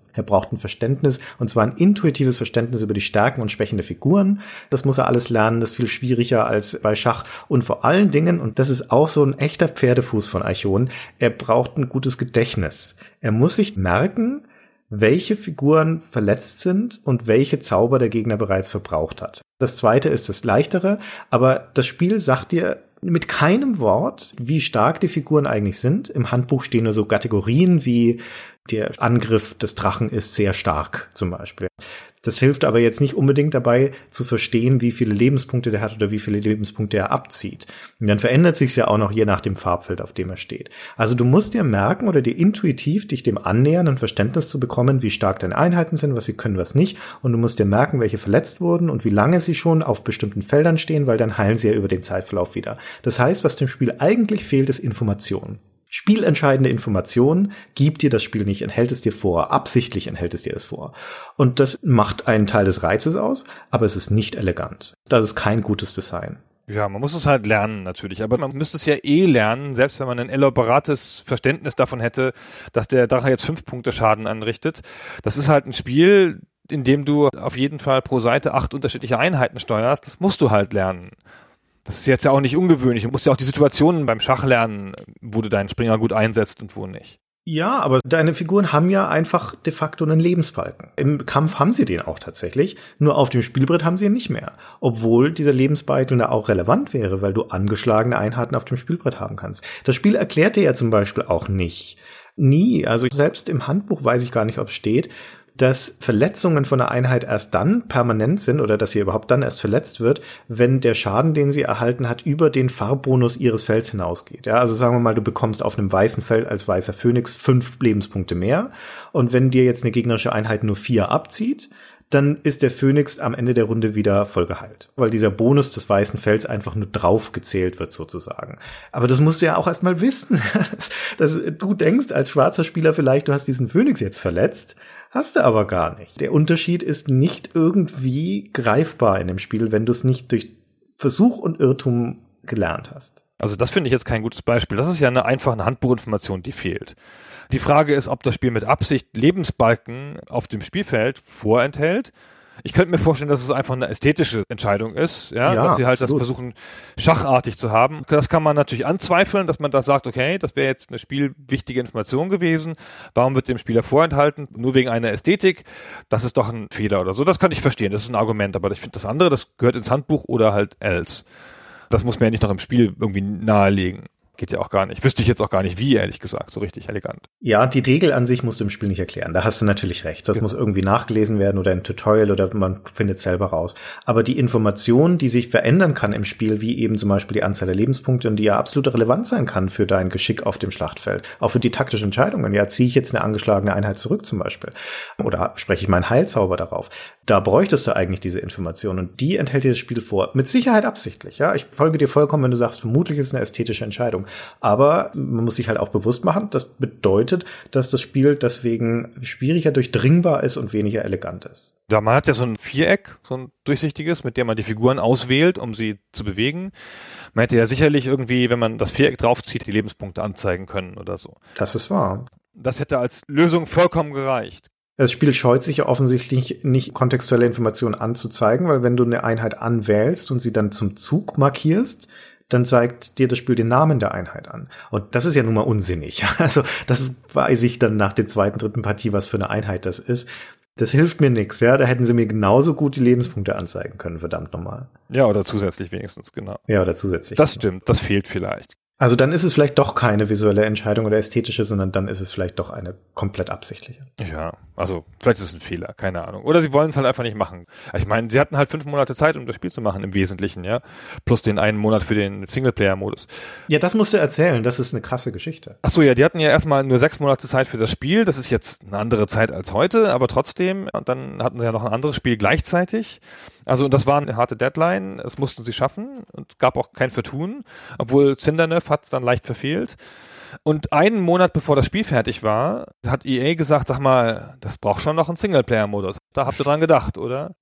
Er braucht ein Verständnis, und zwar ein intuitives Verständnis über die Stärken und Schwächen der Figuren. Das muss er alles lernen, das ist viel schwieriger als bei Schach. Und vor allen Dingen, und das ist auch so ein echter Pferdefuß von Archon, er braucht ein gutes Gedächtnis. Er muss sich merken, welche Figuren verletzt sind und welche Zauber der Gegner bereits verbraucht hat. Das zweite ist das Leichtere, aber das Spiel sagt dir mit keinem Wort, wie stark die Figuren eigentlich sind. Im Handbuch stehen nur so Kategorien wie der Angriff des Drachen ist sehr stark zum Beispiel. Das hilft aber jetzt nicht unbedingt dabei zu verstehen, wie viele Lebenspunkte der hat oder wie viele Lebenspunkte er abzieht. Und dann verändert sich's ja auch noch je nach dem Farbfeld, auf dem er steht. Also du musst dir merken oder dir intuitiv dich dem annähern, ein Verständnis zu bekommen, wie stark deine Einheiten sind, was sie können, was nicht. Und du musst dir merken, welche verletzt wurden und wie lange sie schon auf bestimmten Feldern stehen, weil dann heilen sie ja über den Zeitverlauf wieder. Das heißt, was dem Spiel eigentlich fehlt, ist Information. Spielentscheidende Informationen gibt dir das Spiel nicht, enthält es dir vor, absichtlich enthält es dir es vor. Und das macht einen Teil des Reizes aus, aber es ist nicht elegant. Das ist kein gutes Design. Ja, man muss es halt lernen natürlich, aber man müsste es ja eh lernen, selbst wenn man ein elaborates Verständnis davon hätte, dass der Drache jetzt fünf Punkte Schaden anrichtet. Das ist halt ein Spiel, in dem du auf jeden Fall pro Seite acht unterschiedliche Einheiten steuerst. Das musst du halt lernen. Das ist jetzt ja auch nicht ungewöhnlich. Du musst ja auch die Situationen beim Schach lernen, wo du deinen Springer gut einsetzt und wo nicht. Ja, aber deine Figuren haben ja einfach de facto einen Lebensbalken. Im Kampf haben sie den auch tatsächlich, nur auf dem Spielbrett haben sie ihn nicht mehr. Obwohl dieser Lebensbalken da auch relevant wäre, weil du angeschlagene Einheiten auf dem Spielbrett haben kannst. Das Spiel erklärt dir ja zum Beispiel auch nicht, nie, also selbst im Handbuch weiß ich gar nicht, ob es steht, dass Verletzungen von einer Einheit erst dann permanent sind oder dass sie überhaupt dann erst verletzt wird, wenn der Schaden, den sie erhalten hat, über den Farbbonus ihres Felds hinausgeht. Ja, also sagen wir mal, du bekommst auf einem weißen Feld als weißer Phönix fünf Lebenspunkte mehr und wenn dir jetzt eine gegnerische Einheit nur vier abzieht, dann ist der Phönix am Ende der Runde wieder voll geheilt, weil dieser Bonus des weißen Felds einfach nur drauf gezählt wird sozusagen. Aber das musst du ja auch erstmal wissen. dass, dass du denkst als schwarzer Spieler vielleicht, du hast diesen Phönix jetzt verletzt, hast du aber gar nicht. Der Unterschied ist nicht irgendwie greifbar in dem Spiel, wenn du es nicht durch Versuch und Irrtum gelernt hast. Also das finde ich jetzt kein gutes Beispiel. Das ist ja eine einfache Handbuchinformation, die fehlt. Die Frage ist, ob das Spiel mit Absicht Lebensbalken auf dem Spielfeld vorenthält. Ich könnte mir vorstellen, dass es einfach eine ästhetische Entscheidung ist, ja, ja dass sie halt absolut. das versuchen, schachartig zu haben. Das kann man natürlich anzweifeln, dass man da sagt, okay, das wäre jetzt eine spielwichtige Information gewesen. Warum wird dem Spieler vorenthalten? Nur wegen einer Ästhetik. Das ist doch ein Fehler oder so. Das kann ich verstehen. Das ist ein Argument. Aber ich finde das andere, das gehört ins Handbuch oder halt else. Das muss man ja nicht noch im Spiel irgendwie nahelegen. Geht ja auch gar nicht. Wüsste ich jetzt auch gar nicht wie, ehrlich gesagt, so richtig elegant. Ja, die Regel an sich musst du im Spiel nicht erklären. Da hast du natürlich recht. Das ja. muss irgendwie nachgelesen werden oder ein Tutorial oder man findet es selber raus. Aber die Information, die sich verändern kann im Spiel, wie eben zum Beispiel die Anzahl der Lebenspunkte und die ja absolut relevant sein kann für dein Geschick auf dem Schlachtfeld, auch für die taktischen Entscheidungen. Ja, ziehe ich jetzt eine angeschlagene Einheit zurück zum Beispiel oder spreche ich meinen Heilzauber darauf. Da bräuchtest du eigentlich diese Information und die enthält dir das Spiel vor. Mit Sicherheit absichtlich. Ja, ich folge dir vollkommen, wenn du sagst, vermutlich ist es eine ästhetische Entscheidung. Aber man muss sich halt auch bewusst machen, das bedeutet, dass das Spiel deswegen schwieriger durchdringbar ist und weniger elegant ist. Ja, man hat ja so ein Viereck, so ein durchsichtiges, mit dem man die Figuren auswählt, um sie zu bewegen. Man hätte ja sicherlich irgendwie, wenn man das Viereck draufzieht, die Lebenspunkte anzeigen können oder so. Das ist wahr. Das hätte als Lösung vollkommen gereicht. Das Spiel scheut sich ja offensichtlich nicht, kontextuelle Informationen anzuzeigen, weil wenn du eine Einheit anwählst und sie dann zum Zug markierst, dann zeigt dir das Spiel den Namen der Einheit an. Und das ist ja nun mal unsinnig. Also das weiß ich dann nach der zweiten, dritten Partie, was für eine Einheit das ist. Das hilft mir nix, ja. Da hätten sie mir genauso gut die Lebenspunkte anzeigen können, verdammt nochmal. Ja, oder zusätzlich wenigstens, genau. Ja, oder zusätzlich. Das stimmt, das fehlt vielleicht. Also dann ist es vielleicht doch keine visuelle Entscheidung oder ästhetische, sondern dann ist es vielleicht doch eine komplett absichtliche. Ja, also vielleicht ist es ein Fehler, keine Ahnung. Oder sie wollen es halt einfach nicht machen. Ich meine, sie hatten halt fünf Monate Zeit, um das Spiel zu machen im Wesentlichen, ja. Plus den einen Monat für den Singleplayer-Modus. Ja, das musst du erzählen, das ist eine krasse Geschichte. Ach so, ja, die hatten ja erstmal nur sechs Monate Zeit für das Spiel. Das ist jetzt eine andere Zeit als heute, aber trotzdem. Und dann hatten sie ja noch ein anderes Spiel gleichzeitig. Also und das war eine harte Deadline, das mussten sie schaffen und gab auch kein Vertun, obwohl Zinderneuf hat es dann leicht verfehlt. Und einen Monat bevor das Spiel fertig war, hat E A gesagt, sag mal, das braucht schon noch einen Singleplayer-Modus. Da habt ihr dran gedacht, oder?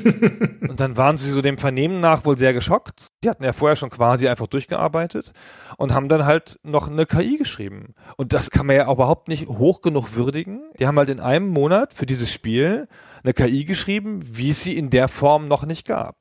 Und dann waren sie so dem Vernehmen nach wohl sehr geschockt. Die hatten ja vorher schon quasi einfach durchgearbeitet und haben dann halt noch eine K I geschrieben. Und das kann man ja auch überhaupt nicht hoch genug würdigen. Die haben halt in einem Monat für dieses Spiel eine K I geschrieben, wie es sie in der Form noch nicht gab.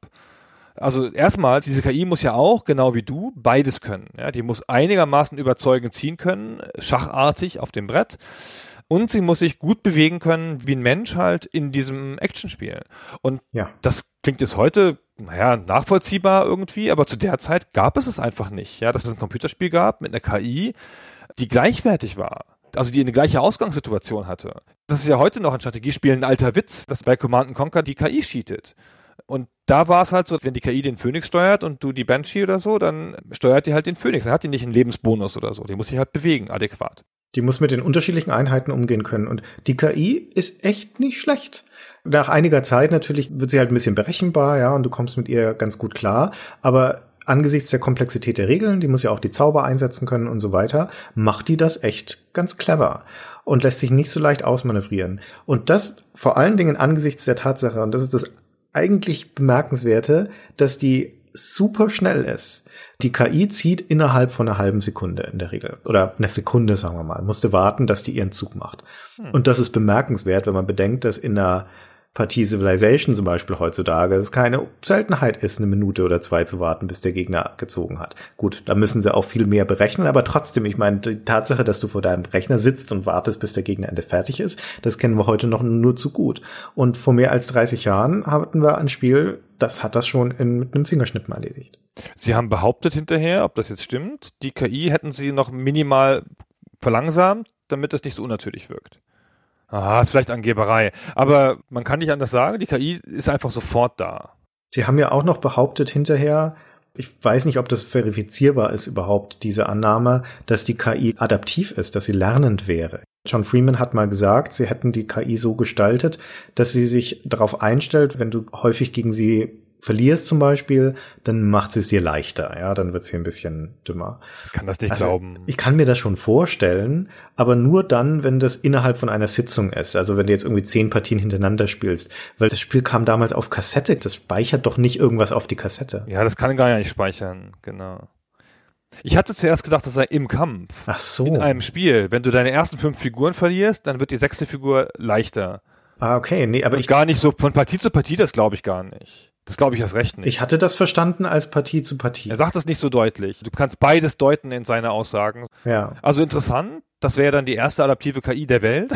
Also erstmal, diese K I muss ja auch, genau wie du, beides können. Ja, die muss einigermaßen überzeugend ziehen können, schachartig auf dem Brett. Und sie muss sich gut bewegen können, wie ein Mensch halt in diesem Actionspiel. Und ja. Das klingt jetzt heute, naja, nachvollziehbar irgendwie, aber zu der Zeit gab es es einfach nicht. Ja, dass es ein Computerspiel gab mit einer K I, die gleichwertig war. Also die eine gleiche Ausgangssituation hatte. Das ist ja heute noch in Strategiespielen ein alter Witz, dass bei Command and Conquer die K I cheatet. Und da war es halt so, wenn die K I den Phoenix steuert und du die Banshee oder so, dann steuert die halt den Phoenix. Dann hat die nicht einen Lebensbonus oder so. Die muss sich halt bewegen, adäquat. Die muss mit den unterschiedlichen Einheiten umgehen können. Und die K I ist echt nicht schlecht. Nach einiger Zeit natürlich wird sie halt ein bisschen berechenbar, ja, und du kommst mit ihr ganz gut klar. Aber angesichts der Komplexität der Regeln, die muss ja auch die Zauber einsetzen können und so weiter, macht die das echt ganz clever und lässt sich nicht so leicht ausmanövrieren. Und das vor allen Dingen angesichts der Tatsache, und das ist das eigentlich Bemerkenswerte, dass die super schnell ist. Die K I zieht innerhalb von einer halben Sekunde in der Regel. Oder eine Sekunde, sagen wir mal. Musste warten, dass die ihren Zug macht. Hm. Und das ist bemerkenswert, wenn man bedenkt, dass in einer Partie Civilization zum Beispiel heutzutage es keine Seltenheit ist, eine Minute oder zwei zu warten, bis der Gegner gezogen hat. Gut, da müssen sie auch viel mehr berechnen, aber trotzdem, ich meine, die Tatsache, dass du vor deinem Rechner sitzt und wartest, bis der Gegnerende fertig ist, das kennen wir heute noch nur zu gut. Und vor mehr als dreißig Jahren hatten wir ein Spiel, das hat das schon in, mit einem Fingerschnippen erledigt. Sie haben behauptet hinterher, ob das jetzt stimmt, die K I hätten sie noch minimal verlangsamt, damit es nicht so unnatürlich wirkt. Aha, ist vielleicht Angeberei. Aber man kann nicht anders sagen, die K I ist einfach sofort da. Sie haben ja auch noch behauptet hinterher, ich weiß nicht, ob das verifizierbar ist überhaupt, diese Annahme, dass die K I adaptiv ist, dass sie lernend wäre. John Freeman hat mal gesagt, sie hätten die K I so gestaltet, dass sie sich darauf einstellt, wenn du häufig gegen sie verlierst zum Beispiel, dann macht sie es dir leichter, ja, dann wird sie ein bisschen dümmer. Ich kann das nicht also, glauben. Ich kann mir das schon vorstellen, aber nur dann, wenn das innerhalb von einer Sitzung ist, also wenn du jetzt irgendwie zehn Partien hintereinander spielst, weil das Spiel kam damals auf Kassette, das speichert doch nicht irgendwas auf die Kassette. Ja, das kann gar nicht speichern, genau. Ich hatte zuerst gedacht, das sei im Kampf. Ach so. In einem Spiel. Wenn du deine ersten fünf Figuren verlierst, dann wird die sechste Figur leichter. Ah, okay, nee, aber Und ich gar nicht so von Partie zu Partie, das glaube ich gar nicht. Das glaube ich erst recht nicht. Ich hatte das verstanden als Partie zu Partie. Er sagt das nicht so deutlich. Du kannst beides deuten in seine Aussagen. Ja. Also interessant, das wäre dann die erste adaptive K I der Welt.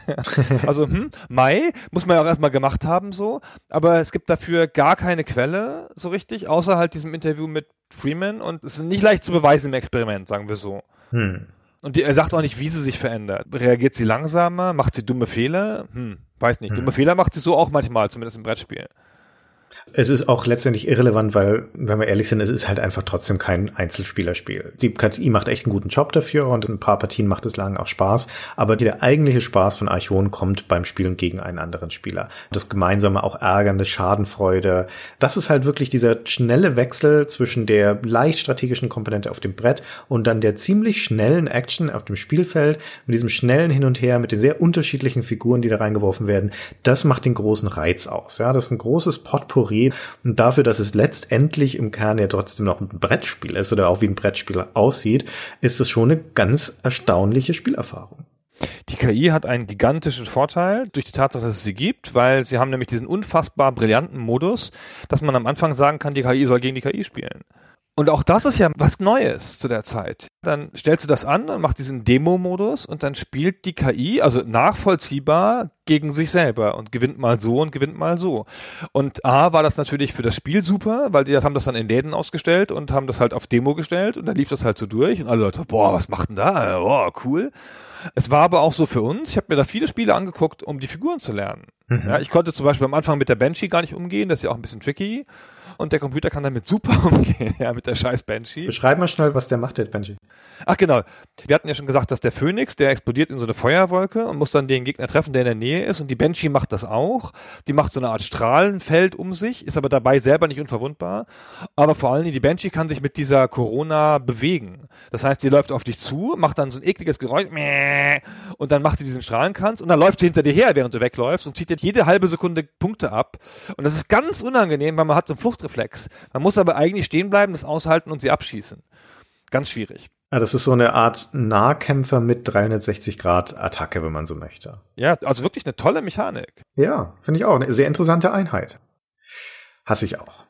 Also, hm, Mai muss man ja auch erstmal gemacht haben, so. Aber es gibt dafür gar keine Quelle, so richtig, außer halt diesem Interview mit Freeman. Und es ist nicht leicht zu beweisen im Experiment, sagen wir so. Hm. Und die, er sagt auch nicht, wie sie sich verändert. Reagiert sie langsamer? Macht sie dumme Fehler? Hm, weiß nicht. Hm. Dumme Fehler macht sie so auch manchmal, zumindest im Brettspiel. Es ist auch letztendlich irrelevant, weil, wenn wir ehrlich sind, es ist halt einfach trotzdem kein Einzelspielerspiel. Die K I macht echt einen guten Job dafür und in ein paar Partien macht es lang auch Spaß, aber der eigentliche Spaß von Archon kommt beim Spielen gegen einen anderen Spieler. Das gemeinsame auch ärgernde Schadenfreude, das ist halt wirklich dieser schnelle Wechsel zwischen der leicht strategischen Komponente auf dem Brett und dann der ziemlich schnellen Action auf dem Spielfeld, mit diesem schnellen Hin und Her, mit den sehr unterschiedlichen Figuren, die da reingeworfen werden. Das macht den großen Reiz aus. Ja, das ist ein großes Potpourri. Und dafür, dass es letztendlich im Kern ja trotzdem noch ein Brettspiel ist oder auch wie ein Brettspiel aussieht, ist das schon eine ganz erstaunliche Spielerfahrung. Die K I hat einen gigantischen Vorteil durch die Tatsache, dass es sie gibt, weil sie haben nämlich diesen unfassbar brillanten Modus, dass man am Anfang sagen kann, die K I soll gegen die K I spielen. Und auch das ist ja was Neues zu der Zeit. Dann stellst du das an und machst diesen Demo-Modus und dann spielt die K I, also nachvollziehbar, gegen sich selber und gewinnt mal so und gewinnt mal so. Und A, war das natürlich für das Spiel super, weil die haben das dann in Läden ausgestellt und haben das halt auf Demo gestellt und dann lief das halt so durch und alle Leute, boah, was macht denn da? Boah, cool. Es war aber auch so für uns, ich habe mir da viele Spiele angeguckt, um die Figuren zu lernen. Mhm. Ja, ich konnte zum Beispiel am Anfang mit der Banshee gar nicht umgehen, das ist ja auch ein bisschen tricky. und der Computer kann damit super umgehen, ja, mit der scheiß Banshee. Beschreib mal schnell, was der macht, der Banshee. Ach genau, wir hatten ja schon gesagt, dass der Phönix, der explodiert in so eine Feuerwolke und muss dann den Gegner treffen, der in der Nähe ist, und die Banshee macht das auch. Die macht so eine Art Strahlenfeld um sich, ist aber dabei selber nicht unverwundbar, aber vor allen Dingen die Banshee kann sich mit dieser Corona bewegen. Das heißt, die läuft auf dich zu, macht dann so ein ekliges Geräusch und dann macht sie diesen Strahlenkranz und dann läuft sie hinter dir her, während du wegläufst, und zieht dir jede halbe Sekunde Punkte ab. Und das ist ganz unangenehm, weil man hat so einen Fluchtreflex. Man muss aber eigentlich stehen bleiben, das aushalten und sie abschießen. Ganz schwierig. Ja, das ist so eine Art Nahkämpfer mit dreihundertsechzig Grad Attacke, wenn man so möchte. Ja, also wirklich eine tolle Mechanik. Ja, finde ich auch. Eine sehr interessante Einheit. Hasse ich auch.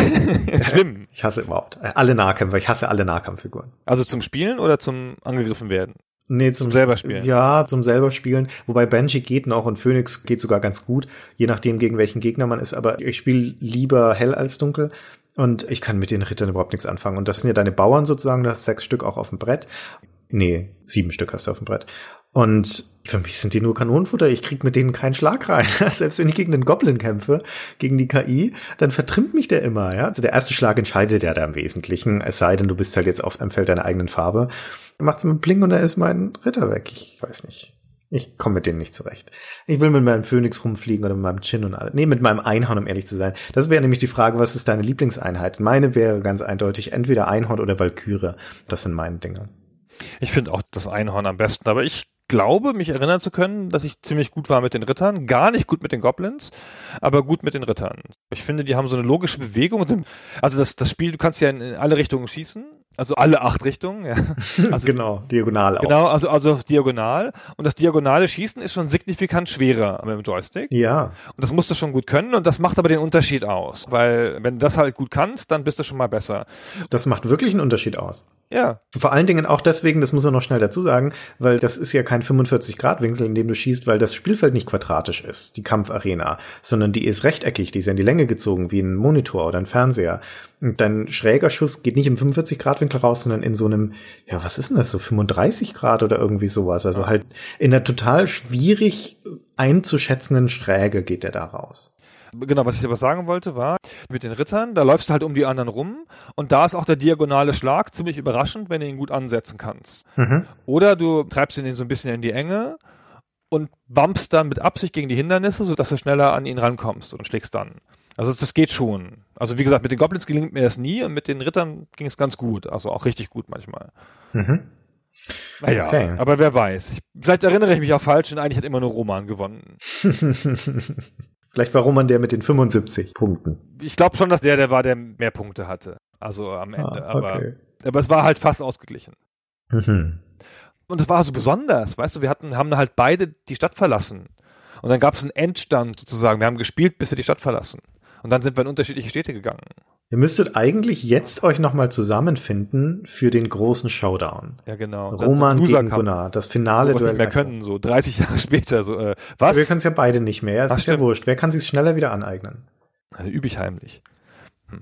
Schlimm. Ich hasse überhaupt alle Nahkämpfer. Ich hasse alle Nahkampffiguren. Also zum Spielen oder zum angegriffen werden? Nee, zum, zum selber spielen. Ja, zum selber spielen. Wobei Banshee geht noch und Phönix geht sogar ganz gut, je nachdem, gegen welchen Gegner man ist. Aber ich spiele lieber hell als dunkel. Und ich kann mit den Rittern überhaupt nichts anfangen. Und das sind ja deine Bauern sozusagen, du hast sechs Stück auch auf dem Brett. Nee, sieben Stück hast du auf dem Brett. Und für mich sind die nur Kanonenfutter. Ich krieg mit denen keinen Schlag rein. Selbst wenn ich gegen den Goblin kämpfe, gegen die K I, dann vertrimmt mich der immer. Ja? Also der erste Schlag entscheidet ja da im Wesentlichen. Es sei denn, du bist halt jetzt auf einem Feld deiner eigenen Farbe. Macht's mit Bling und da ist mein Ritter weg. Ich weiß nicht. Ich komme mit denen nicht zurecht. Ich will mit meinem Phönix rumfliegen oder mit meinem Chin und alles. Nee, mit meinem Einhorn, um ehrlich zu sein. Das wäre nämlich die Frage, was ist deine Lieblingseinheit? Meine wäre ganz eindeutig entweder Einhorn oder Walküre. Das sind meine Dinge. Ich finde auch das Einhorn am besten, aber ich glaube, mich erinnern zu können, dass ich ziemlich gut war mit den Rittern, gar nicht gut mit den Goblins, aber gut mit den Rittern. Ich finde, die haben so eine logische Bewegung. Also das, das Spiel, du kannst ja in, in alle Richtungen schießen, also alle acht Richtungen. Ja. Also, genau, diagonal auch. Genau, also, also diagonal. Und das diagonale Schießen ist schon signifikant schwerer mit dem Joystick. Ja. Und das musst du schon gut können und das macht aber den Unterschied aus, weil wenn du das halt gut kannst, dann bist du schon mal besser. Das macht wirklich einen Unterschied aus. Ja. Vor allen Dingen auch deswegen, das muss man noch schnell dazu sagen, weil das ist ja kein fünfundvierzig Grad Winkel, in dem du schießt, weil das Spielfeld nicht quadratisch ist, die Kampfarena, sondern die ist rechteckig, die ist ja in die Länge gezogen, wie ein Monitor oder ein Fernseher. Und dein schräger Schuss geht nicht im fünfundvierzig Grad Winkel raus, sondern in so einem, ja, was ist denn das, so fünfunddreißig Grad oder irgendwie sowas. Also halt in einer total schwierig einzuschätzenden Schräge geht der da raus. Genau, was ich aber sagen wollte, war, mit den Rittern, da läufst du halt um die anderen rum und da ist auch der diagonale Schlag ziemlich überraschend, wenn du ihn gut ansetzen kannst. Mhm. Oder du treibst ihn so ein bisschen in die Enge und bumpst dann mit Absicht gegen die Hindernisse, sodass du schneller an ihn rankommst und schlägst dann. Also das geht schon. Also wie gesagt, mit den Goblins gelingt mir das nie und mit den Rittern ging es ganz gut, also auch richtig gut manchmal. Mhm. Naja, okay. Aber wer weiß. Ich, vielleicht erinnere ich mich auch falsch und eigentlich hat immer nur Roman gewonnen. Vielleicht war Roman der mit den fünfundsiebzig Punkten. Ich glaube schon, dass der der war, der mehr Punkte hatte. Also am Ende. Ah, okay. aber, aber es war halt fast ausgeglichen. Mhm. Und es war so besonders. Weißt du, wir hatten, haben halt beide die Stadt verlassen. Und dann gab es einen Endstand sozusagen. Wir haben gespielt, bis wir die Stadt verlassen. Und dann sind wir in unterschiedliche Städte gegangen. Ihr müsstet eigentlich jetzt euch nochmal zusammenfinden für den großen Showdown. Ja, genau. Roman gegen Gunnar, das Finale Duell. Nicht mehr können, so dreißig Jahre später. So, äh, was? Ja, wir können es ja beide nicht mehr, es Ach, ist stimmt. ja wurscht. Wer kann sich schneller wieder aneignen? Also übe ich heimlich. Hm.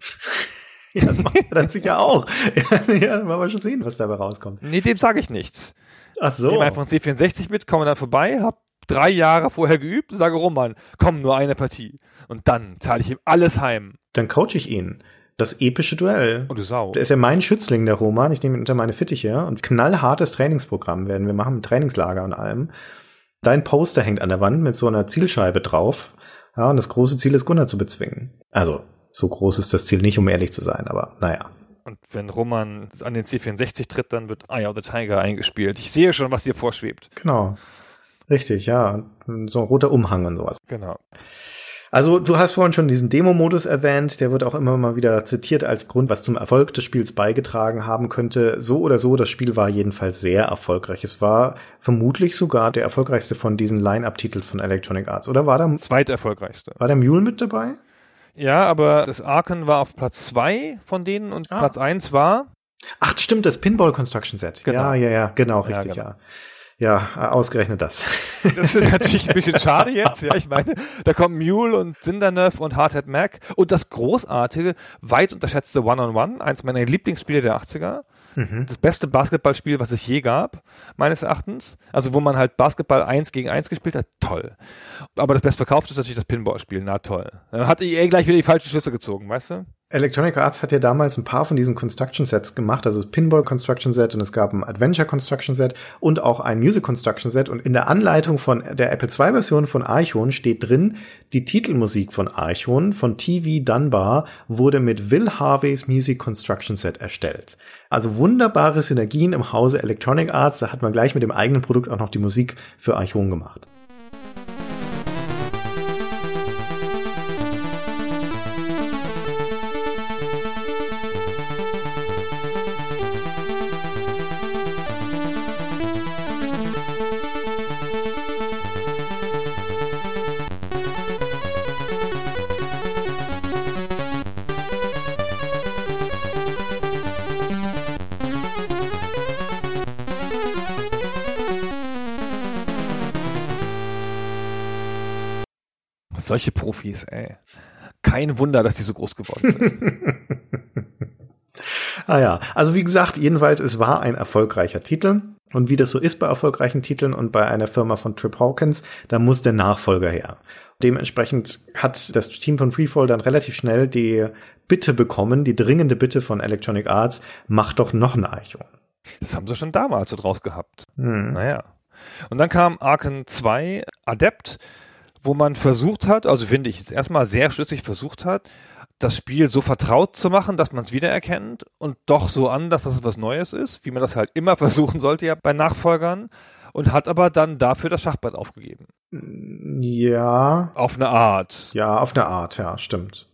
Ja, das macht er dann sicher auch. Ja, ja, dann wollen wir schon sehen, was dabei rauskommt. Nee, dem sage ich nichts. Ach so. Ich nehme einfach ein C vierundsechzig mit, komme dann vorbei, hab drei Jahre vorher geübt, sage Roman, komm, nur eine Partie. Und dann zahle ich ihm alles heim. Dann coache ich ihn. Das epische Duell. Oh, du Sau. Der ist ja mein Schützling, der Roman. Ich nehme ihn unter meine Fittiche. Und knallhartes Trainingsprogramm werden wir machen, mit Trainingslager und allem. Dein Poster hängt an der Wand mit so einer Zielscheibe drauf. Ja, und das große Ziel ist, Gunnar zu bezwingen. Also, so groß ist das Ziel nicht, um ehrlich zu sein, aber naja. Und wenn Roman an den C vierundsechzig tritt, dann wird Eye of the Tiger eingespielt. Ich sehe schon, was dir vorschwebt. Genau. Richtig, ja. So ein roter Umhang und sowas. Genau. Also du hast vorhin schon diesen Demo-Modus erwähnt, der wird auch immer mal wieder zitiert als Grund, was zum Erfolg des Spiels beigetragen haben könnte. So oder so, das Spiel war jedenfalls sehr erfolgreich. Es war vermutlich sogar der erfolgreichste von diesen Line-Up-Titeln von Electronic Arts. Oder war der zweiterfolgreichste? War der Mule mit dabei? Ja, aber das Arken war auf Platz zwei von denen und ah. Platz eins war... Ach, stimmt, das Pinball Construction Set. Genau. Ja, ja, ja, genau, richtig, ja. Genau. ja. Ja, ausgerechnet das. Das ist natürlich ein bisschen schade jetzt, ja, ich meine, da kommen Mule und Cindernerf und Hardhead Mac und das großartige, weit unterschätzte One-on-One, eins meiner Lieblingsspiele der achtziger. Mhm. Das beste Basketballspiel, was es je gab, meines Erachtens. Also wo man halt Basketball eins gegen eins gespielt hat, toll. Aber das bestverkaufte ist natürlich das Pinballspiel, na toll. Dann hat E A gleich wieder die falschen Schlüsse gezogen, weißt du? Electronic Arts hat ja damals ein paar von diesen Construction Sets gemacht, also das Pinball Construction Set und es gab ein Adventure Construction Set und auch ein Music Construction Set und in der Anleitung von der Apple zwei Version von Archon steht drin, die Titelmusik von Archon von T V Dunbar wurde mit Will Harveys Music Construction Set erstellt. Also wunderbare Synergien im Hause Electronic Arts, da hat man gleich mit dem eigenen Produkt auch noch die Musik für Archon gemacht. Solche Profis, ey. Kein Wunder, dass die so groß geworden sind. Ah ja, also wie gesagt, jedenfalls, es war ein erfolgreicher Titel. Und wie das so ist bei erfolgreichen Titeln und bei einer Firma von Trip Hawkins, da muss der Nachfolger her. Dementsprechend hat das Team von Freefall dann relativ schnell die Bitte bekommen, die dringende Bitte von Electronic Arts, mach doch noch ein Archon. Das haben sie schon damals so draus gehabt. Hm. Naja. Und dann kam Archon zwei Adept, wo man versucht hat, also finde ich jetzt erstmal sehr schlüssig versucht hat, das Spiel so vertraut zu machen, dass man es wiedererkennt und doch so anders, dass es was Neues ist, wie man das halt immer versuchen sollte ja bei Nachfolgern und hat aber dann dafür das Schachbrett aufgegeben. Ja. Auf eine Art. Ja, auf eine Art, ja, stimmt.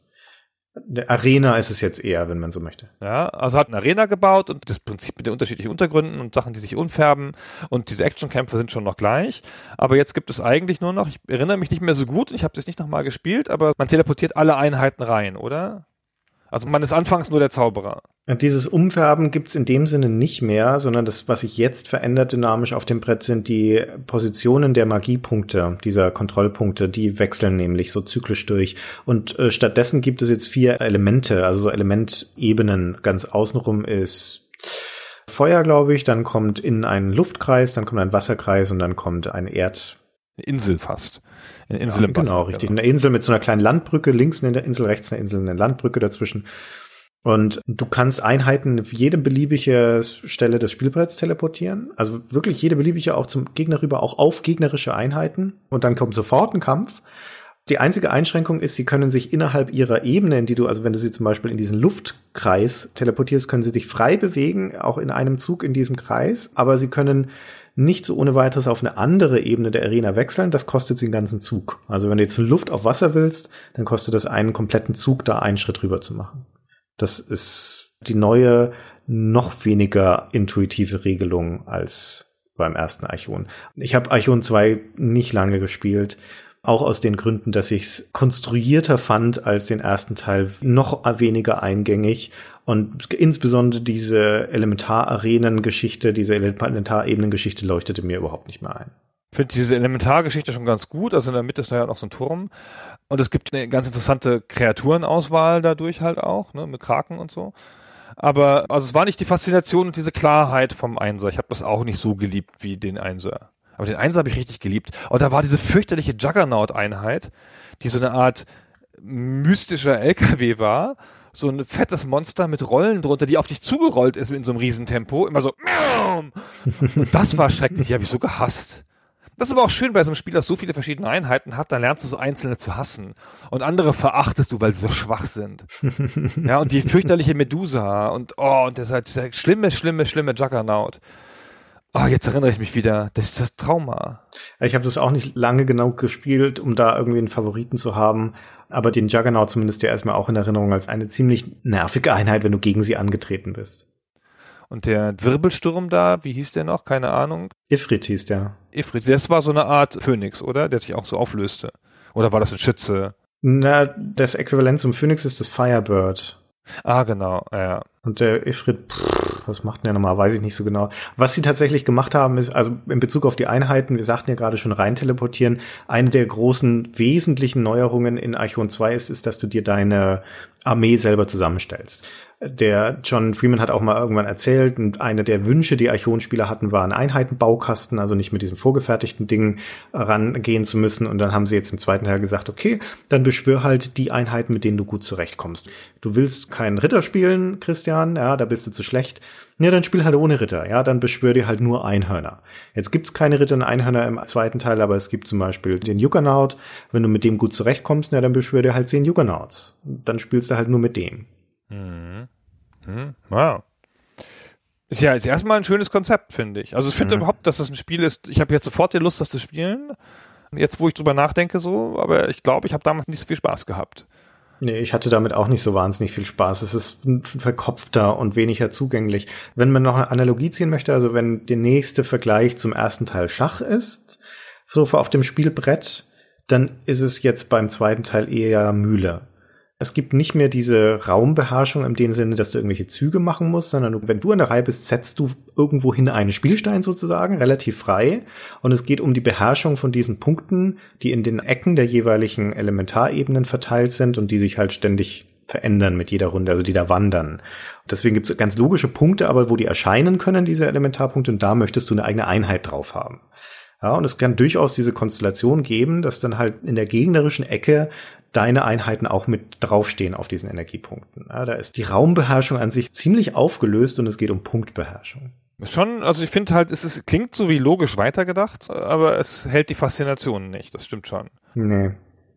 Der Arena ist es jetzt eher, wenn man so möchte. Ja, also hat eine Arena gebaut und das Prinzip mit den unterschiedlichen Untergründen und Sachen, die sich umfärben und diese Actionkämpfe sind schon noch gleich. Aber jetzt gibt es eigentlich nur noch, ich erinnere mich nicht mehr so gut und ich habe es nicht nochmal gespielt, aber man teleportiert alle Einheiten rein, oder? Also man ist anfangs nur der Zauberer. Und dieses Umfärben gibt's in dem Sinne nicht mehr, sondern das, was sich jetzt verändert dynamisch auf dem Brett, sind die Positionen der Magiepunkte, dieser Kontrollpunkte, die wechseln nämlich so zyklisch durch. Und äh, stattdessen gibt es jetzt vier Elemente, also so Elementebenen. Ganz außenrum ist Feuer, glaube ich, dann kommt innen ein Luftkreis, dann kommt ein Wasserkreis und dann kommt ein Erd... Eine Insel fast. Eine Insel ja, im Wasser. Genau, richtig. Eine Insel mit so einer kleinen Landbrücke, links eine Insel, rechts eine Insel, eine Landbrücke dazwischen. Und du kannst Einheiten auf jede beliebige Stelle des Spielbretts teleportieren. Also wirklich jede beliebige auch zum Gegner rüber, auch auf gegnerische Einheiten. Und dann kommt sofort ein Kampf. Die einzige Einschränkung ist, sie können sich innerhalb ihrer Ebene, in die du, also wenn du sie zum Beispiel in diesen Luftkreis teleportierst, können sie dich frei bewegen, auch in einem Zug in diesem Kreis. Aber sie können nicht so ohne weiteres auf eine andere Ebene der Arena wechseln, das kostet sie einen ganzen Zug. Also wenn du jetzt von Luft auf Wasser willst, dann kostet das einen kompletten Zug, da einen Schritt rüber zu machen. Das ist die neue, noch weniger intuitive Regelung als beim ersten Archon. Ich habe Archon zwei nicht lange gespielt, auch aus den Gründen, dass ich es konstruierter fand als den ersten Teil, noch weniger eingängig. Und insbesondere diese Elementararenen-Geschichte, diese Elementarebenen-Geschichte leuchtete mir überhaupt nicht mehr ein. Ich finde diese Elementargeschichte schon ganz gut. Also in der Mitte ist da ja noch so ein Turm. Und es gibt eine ganz interessante Kreaturenauswahl dadurch halt auch, ne, mit Kraken und so. Aber also es war nicht die Faszination und diese Klarheit vom Einser. Ich habe das auch nicht so geliebt wie den Einser. Aber den Einser habe ich richtig geliebt. Und da war diese fürchterliche Juggernaut-Einheit, die so eine Art mystischer L K W war. So ein fettes Monster mit Rollen drunter, die auf dich zugerollt ist in so einem Riesentempo. Immer so. Und das war schrecklich, die habe ich so gehasst. Das ist aber auch schön bei so einem Spiel, das so viele verschiedene Einheiten hat, dann lernst du so einzelne zu hassen. Und andere verachtest du, weil sie so schwach sind. Ja, und die fürchterliche Medusa und oh, und dieser, dieser schlimme, schlimme, schlimme Juggernaut. Oh, jetzt erinnere ich mich wieder. Das ist das Trauma. Ich habe das auch nicht lange genug gespielt, um da irgendwie einen Favoriten zu haben. Aber den Juggernaut zumindest ja erstmal auch in Erinnerung als eine ziemlich nervige Einheit, wenn du gegen sie angetreten bist. Und der Wirbelsturm da, wie hieß der noch? Keine Ahnung. Ifrit hieß der. Ifrit, das war so eine Art Phönix, oder? Der sich auch so auflöste. Oder war das ein Schütze? Na, das Äquivalent zum Phönix ist das Firebird. Ah, genau, ja. Und der Ifrit, pff, was macht der nochmal, weiß ich nicht so genau. Was sie tatsächlich gemacht haben, ist, also in Bezug auf die Einheiten, wir sagten ja gerade schon rein teleportieren, eine der großen wesentlichen Neuerungen in Archon zwei ist, ist, dass du dir deine Armee selber zusammenstellst. Der John Freeman hat auch mal irgendwann erzählt, und einer der Wünsche, die Archon-Spieler hatten, war ein Einheitenbaukasten, also nicht mit diesen vorgefertigten Dingen rangehen zu müssen. Und dann haben sie jetzt im zweiten Teil gesagt, okay, dann beschwör halt die Einheiten, mit denen du gut zurechtkommst. Du willst keinen Ritter spielen, Christian, ja, da bist du zu schlecht. Ja, dann spiel halt ohne Ritter, ja, dann beschwör dir halt nur Einhörner. Jetzt gibt's keine Ritter und Einhörner im zweiten Teil, aber es gibt zum Beispiel den Juggernaut. Wenn du mit dem gut zurechtkommst, ja, dann beschwör dir halt zehn Juggernauts. Dann spielst du halt nur mit dem. Mhm. Mhm. Wow. Ist ja jetzt erstmal ein schönes Konzept, finde ich. Also ich finde mhm. überhaupt, dass das ein Spiel ist, ich habe jetzt sofort die Lust, das zu spielen. Jetzt, wo ich drüber nachdenke so, aber ich glaube, ich habe damals nicht so viel Spaß gehabt. Nee, ich hatte damit auch nicht so wahnsinnig viel Spaß. Es ist verkopfter und weniger zugänglich. Wenn man noch eine Analogie ziehen möchte, also wenn der nächste Vergleich zum ersten Teil Schach ist, so auf dem Spielbrett, dann ist es jetzt beim zweiten Teil eher Mühle. Es gibt nicht mehr diese Raumbeherrschung in dem Sinne, dass du irgendwelche Züge machen musst, sondern du, wenn du an der Reihe bist, setzt du irgendwohin einen Spielstein sozusagen, relativ frei. Und es geht um die Beherrschung von diesen Punkten, die in den Ecken der jeweiligen Elementarebenen verteilt sind und die sich halt ständig verändern mit jeder Runde, also die da wandern. Deswegen gibt es ganz logische Punkte, aber wo die erscheinen können, diese Elementarpunkte, und da möchtest du eine eigene Einheit drauf haben. Ja, und es kann durchaus diese Konstellation geben, dass dann halt in der gegnerischen Ecke deine Einheiten auch mit draufstehen auf diesen Energiepunkten. Ja, da ist die Raumbeherrschung an sich ziemlich aufgelöst und es geht um Punktbeherrschung. Schon, also ich finde halt, es ist, klingt so wie logisch weitergedacht, aber es hält die Faszination nicht, das stimmt schon. Nee.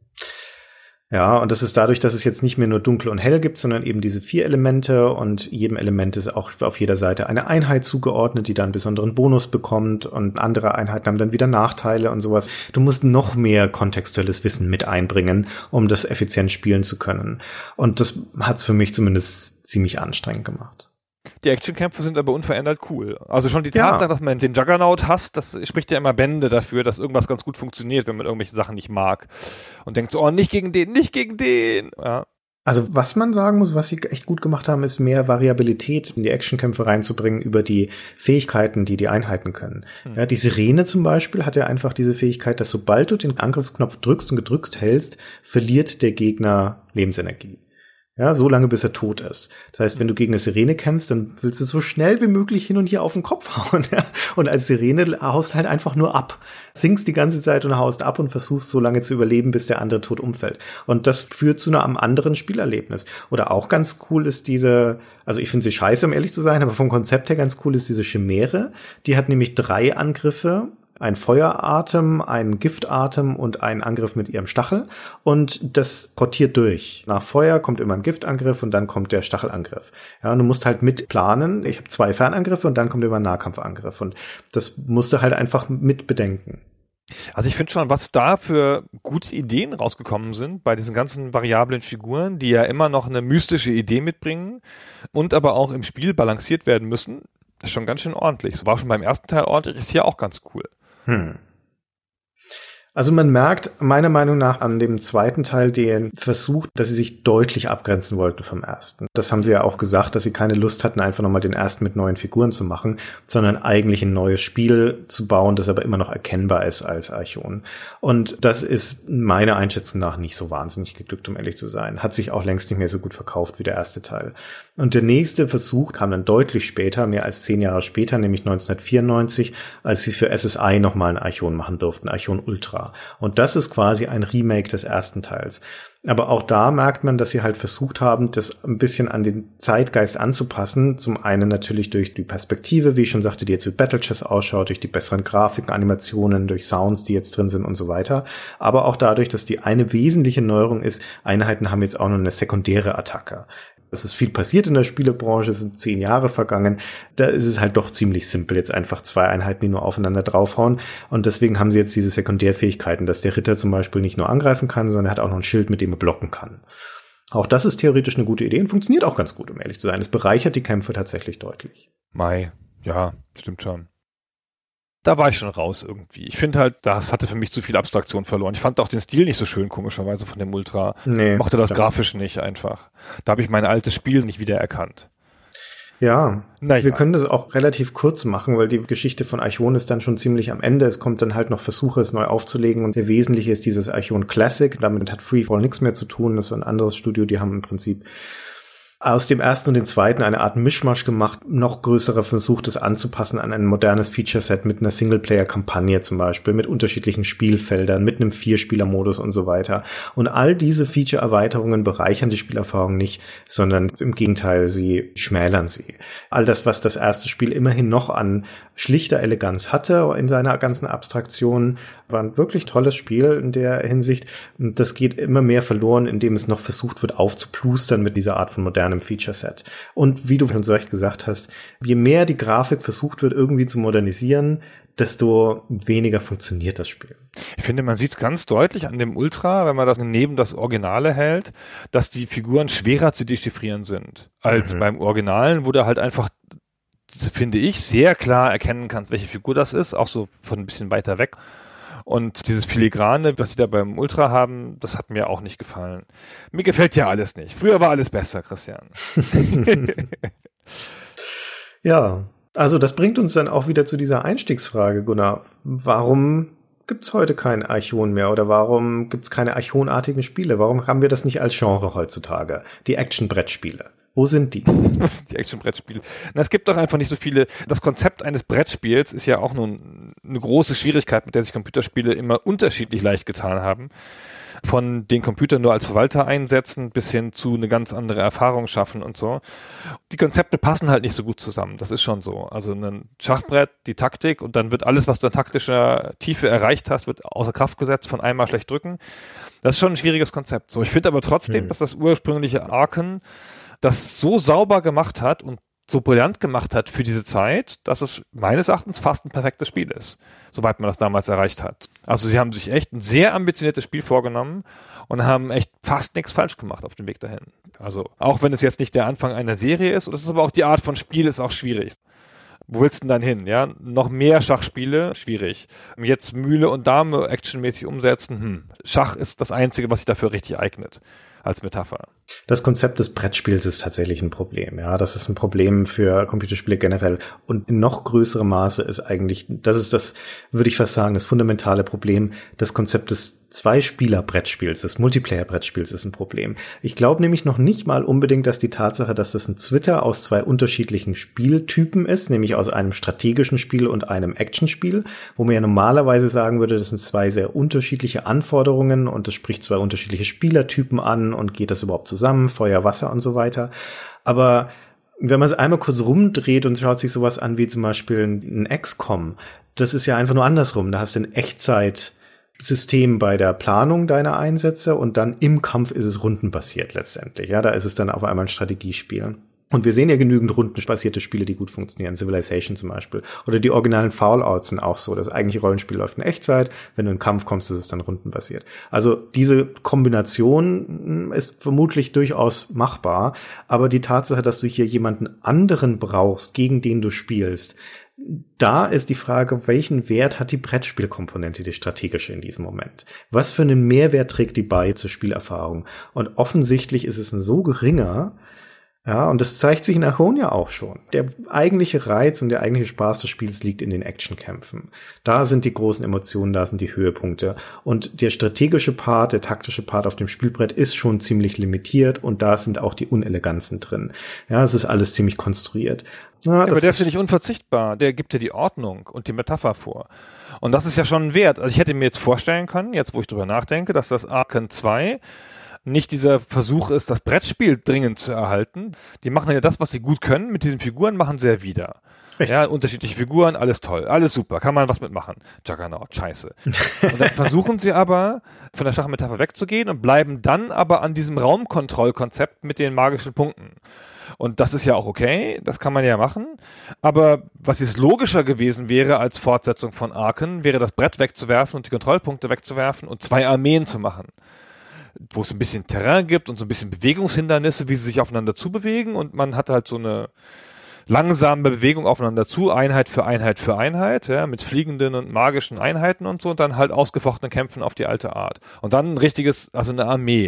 Ja, und das ist dadurch, dass es jetzt nicht mehr nur dunkel und hell gibt, sondern eben diese vier Elemente, und jedem Element ist auch auf jeder Seite eine Einheit zugeordnet, die dann einen besonderen Bonus bekommt, und andere Einheiten haben dann wieder Nachteile und sowas. Du musst noch mehr kontextuelles Wissen mit einbringen, um das effizient spielen zu können. Und das hat's für mich zumindest ziemlich anstrengend gemacht. Die Actionkämpfe sind aber unverändert cool. Also schon die Tatsache, ja. dass man den Juggernaut hasst, das spricht ja immer Bände dafür, dass irgendwas ganz gut funktioniert, wenn man irgendwelche Sachen nicht mag. Und denkt so, oh, nicht gegen den, nicht gegen den. Ja. Also was man sagen muss, was sie echt gut gemacht haben, ist mehr Variabilität in die Actionkämpfe reinzubringen über die Fähigkeiten, die die Einheiten können. Hm. Ja, die Sirene zum Beispiel hat ja einfach diese Fähigkeit, dass sobald du den Angriffsknopf drückst und gedrückt hältst, verliert der Gegner Lebensenergie. Ja, so lange, bis er tot ist. Das heißt, wenn du gegen eine Sirene kämpfst, dann willst du so schnell wie möglich hin und hier auf den Kopf hauen. Ja? Und als Sirene haust halt einfach nur ab. Sinkst die ganze Zeit und haust ab und versuchst so lange zu überleben, bis der andere tot umfällt. Und das führt zu einem anderen Spielerlebnis. Oder auch ganz cool ist diese, also ich finde sie scheiße, um ehrlich zu sein, aber vom Konzept her ganz cool ist diese Chimäre. Die hat nämlich drei Angriffe. Ein Feueratem, ein Giftatem und ein Angriff mit ihrem Stachel. Und das rotiert durch. Nach Feuer kommt immer ein Giftangriff und dann kommt der Stachelangriff. Ja, und du musst halt mit planen. Ich habe zwei Fernangriffe und dann kommt immer ein Nahkampfangriff. Und das musst du halt einfach mit bedenken. Also ich finde schon, was da für gute Ideen rausgekommen sind bei diesen ganzen variablen Figuren, die ja immer noch eine mystische Idee mitbringen und aber auch im Spiel balanciert werden müssen, ist schon ganz schön ordentlich. Das war schon beim ersten Teil ordentlich, ist hier auch ganz cool. Hm. Also man merkt meiner Meinung nach an dem zweiten Teil den Versuch, dass sie sich deutlich abgrenzen wollten vom ersten. Das haben sie ja auch gesagt, dass sie keine Lust hatten, einfach nochmal den ersten mit neuen Figuren zu machen, sondern eigentlich ein neues Spiel zu bauen, das aber immer noch erkennbar ist als Archon. Und das ist meiner Einschätzung nach nicht so wahnsinnig geglückt, um ehrlich zu sein. Hat sich auch längst nicht mehr so gut verkauft wie der erste Teil. Und der nächste Versuch kam dann deutlich später, mehr als zehn Jahre später, nämlich neunzehnhundertvierundneunzig, als sie für S S I nochmal ein Archon machen durften, Archon Ultra. Und das ist quasi ein Remake des ersten Teils. Aber auch da merkt man, dass sie halt versucht haben, das ein bisschen an den Zeitgeist anzupassen. Zum einen natürlich durch die Perspektive, wie ich schon sagte, die jetzt wie Battle Chess ausschaut, durch die besseren Grafiken, Animationen, durch Sounds, die jetzt drin sind und so weiter. Aber auch dadurch, dass die eine wesentliche Neuerung ist, Einheiten haben jetzt auch noch eine sekundäre Attacke. Es ist viel passiert in der Spielebranche, es sind zehn Jahre vergangen. Da ist es halt doch ziemlich simpel, jetzt einfach zwei Einheiten, die nur aufeinander draufhauen. Und deswegen haben sie jetzt diese Sekundärfähigkeiten, dass der Ritter zum Beispiel nicht nur angreifen kann, sondern er hat auch noch ein Schild, mit dem er blocken kann. Auch das ist theoretisch eine gute Idee und funktioniert auch ganz gut, um ehrlich zu sein. Es bereichert die Kämpfe tatsächlich deutlich. Mai, ja, stimmt schon. Da war ich schon raus irgendwie. Ich finde halt, das hatte für mich zu viel Abstraktion verloren. Ich fand auch den Stil nicht so schön, komischerweise, von dem Ultra. Nee, mochte das grafisch nicht einfach. Da habe ich mein altes Spiel nicht wiedererkannt. Ja, Na, wir können das auch relativ kurz machen, weil die Geschichte von Archon ist dann schon ziemlich am Ende. Es kommt dann halt noch Versuche, es neu aufzulegen und der Wesentliche ist dieses Archon Classic. Damit hat Freefall nichts mehr zu tun. Das war ein anderes Studio, die haben im Prinzip aus dem ersten und dem zweiten eine Art Mischmasch gemacht, noch größerer Versuch, das anzupassen an ein modernes Feature-Set mit einer Singleplayer-Kampagne zum Beispiel, mit unterschiedlichen Spielfeldern, mit einem Vierspieler-Modus und so weiter. Und all diese Feature-Erweiterungen bereichern die Spielerfahrung nicht, sondern im Gegenteil, sie schmälern sie. All das, was das erste Spiel immerhin noch an schlichter Eleganz hatte in seiner ganzen Abstraktion, war ein wirklich tolles Spiel in der Hinsicht. Und das geht immer mehr verloren, indem es noch versucht wird aufzuplustern mit dieser Art von modernem Feature-Set. Und wie du schon so recht gesagt hast, je mehr die Grafik versucht wird, irgendwie zu modernisieren, desto weniger funktioniert das Spiel. Ich finde, man sieht es ganz deutlich an dem Ultra, wenn man das neben das Originale hält, dass die Figuren schwerer zu dechiffrieren sind als mhm. beim Originalen, wo du halt einfach, finde ich, sehr klar erkennen kannst, welche Figur das ist, auch so von ein bisschen weiter weg. Und dieses Filigrane, was sie da beim Ultra haben, das hat mir auch nicht gefallen. Mir gefällt ja alles nicht. Früher war alles besser, Christian. Ja, also das bringt uns dann auch wieder zu dieser Einstiegsfrage, Gunnar. Warum gibt's heute kein Archon mehr oder warum gibt's keine Archonartigen Spiele? Warum haben wir das nicht als Genre heutzutage? Die Action-Brettspiele. Wo sind die? Was sind die Action-Brettspiele? Na, es gibt doch einfach nicht so viele. Das Konzept eines Brettspiels ist ja auch nun eine große Schwierigkeit, mit der sich Computerspiele immer unterschiedlich leicht getan haben. Von den Computern nur als Verwalter einsetzen bis hin zu eine ganz andere Erfahrung schaffen und so. Die Konzepte passen halt nicht so gut zusammen. Das ist schon so. Also ein Schachbrett, die Taktik und dann wird alles, was du in taktischer Tiefe erreicht hast, wird außer Kraft gesetzt von einmal schlecht drücken. Das ist schon ein schwieriges Konzept. So, ich finde aber trotzdem, hm. dass das ursprüngliche Arken das so sauber gemacht hat und so brillant gemacht hat für diese Zeit, dass es meines Erachtens fast ein perfektes Spiel ist, soweit man das damals erreicht hat. Also sie haben sich echt ein sehr ambitioniertes Spiel vorgenommen und haben echt fast nichts falsch gemacht auf dem Weg dahin. Also auch wenn es jetzt nicht der Anfang einer Serie ist, und das ist aber auch die Art von Spiel, ist auch schwierig. Wo willst du denn dann hin? Ja, noch mehr Schachspiele? Schwierig. Jetzt Mühle und Dame actionmäßig umsetzen? Hm. Schach ist das Einzige, was sich dafür richtig eignet. Als Metapher. Das Konzept des Brettspiels ist tatsächlich ein Problem. Ja, das ist ein Problem für Computerspiele generell. Und in noch größerem Maße ist eigentlich, das ist das, würde ich fast sagen, das fundamentale Problem, das Konzept des Zwei-Spieler-Brettspiels, des Multiplayer-Brettspiels ist ein Problem. Ich glaube nämlich noch nicht mal unbedingt, dass die Tatsache, dass das ein Zwitter aus zwei unterschiedlichen Spieltypen ist, nämlich aus einem strategischen Spiel und einem Actionspiel, wo man ja normalerweise sagen würde, das sind zwei sehr unterschiedliche Anforderungen und das spricht zwei unterschiedliche Spielertypen an und geht das überhaupt zusammen, Feuer, Wasser und so weiter. Aber wenn man es einmal kurz rumdreht und schaut sich sowas an wie zum Beispiel ein X COM, das ist ja einfach nur andersrum. Da hast du in Echtzeit System bei der Planung deiner Einsätze und dann im Kampf ist es rundenbasiert letztendlich. Ja, da ist es dann auf einmal ein Strategiespiel. Und wir sehen ja genügend rundenbasierte Spiele, die gut funktionieren. Civilization zum Beispiel. Oder die originalen Fallout sind auch so. Das eigentliche Rollenspiel läuft in Echtzeit. Wenn du in den Kampf kommst, ist es dann rundenbasiert. Also diese Kombination ist vermutlich durchaus machbar. Aber die Tatsache, dass du hier jemanden anderen brauchst, gegen den du spielst, da ist die Frage, welchen Wert hat die Brettspielkomponente, die strategische in diesem Moment? Was für einen Mehrwert trägt die bei zur Spielerfahrung? Und offensichtlich ist es ein so geringer, ja, und das zeigt sich in Archon ja auch schon. Der eigentliche Reiz und der eigentliche Spaß des Spiels liegt in den Actionkämpfen. Da sind die großen Emotionen, da sind die Höhepunkte. Und der strategische Part, der taktische Part auf dem Spielbrett ist schon ziemlich limitiert und da sind auch die Uneleganzen drin. Ja, es ist alles ziemlich konstruiert. Ja, aber der ist ja nicht unverzichtbar. Der gibt ja die Ordnung und die Metapher vor. Und das ist ja schon ein Wert. Also ich hätte mir jetzt vorstellen können, jetzt wo ich drüber nachdenke, dass das Arken zwei nicht dieser Versuch ist, das Brettspiel dringend zu erhalten. Die machen ja das, was sie gut können. Mit diesen Figuren machen sie ja wieder. Richtig. Ja, unterschiedliche Figuren, alles toll, alles super, kann man was mitmachen. Juggernaut, scheiße. Und dann versuchen sie aber, von der Schachmetapher wegzugehen und bleiben dann aber an diesem Raumkontrollkonzept mit den magischen Punkten. Und das ist ja auch okay, das kann man ja machen. Aber was jetzt logischer gewesen wäre als Fortsetzung von Arken, wäre das Brett wegzuwerfen und die Kontrollpunkte wegzuwerfen und zwei Armeen zu machen. Wo es ein bisschen Terrain gibt und so ein bisschen Bewegungshindernisse, wie sie sich aufeinander zubewegen und man hat halt so eine langsame Bewegung aufeinander zu, Einheit für Einheit für Einheit, ja, mit fliegenden und magischen Einheiten und so und dann halt ausgefochtenen Kämpfen auf die alte Art. Und dann ein richtiges, also eine Armee.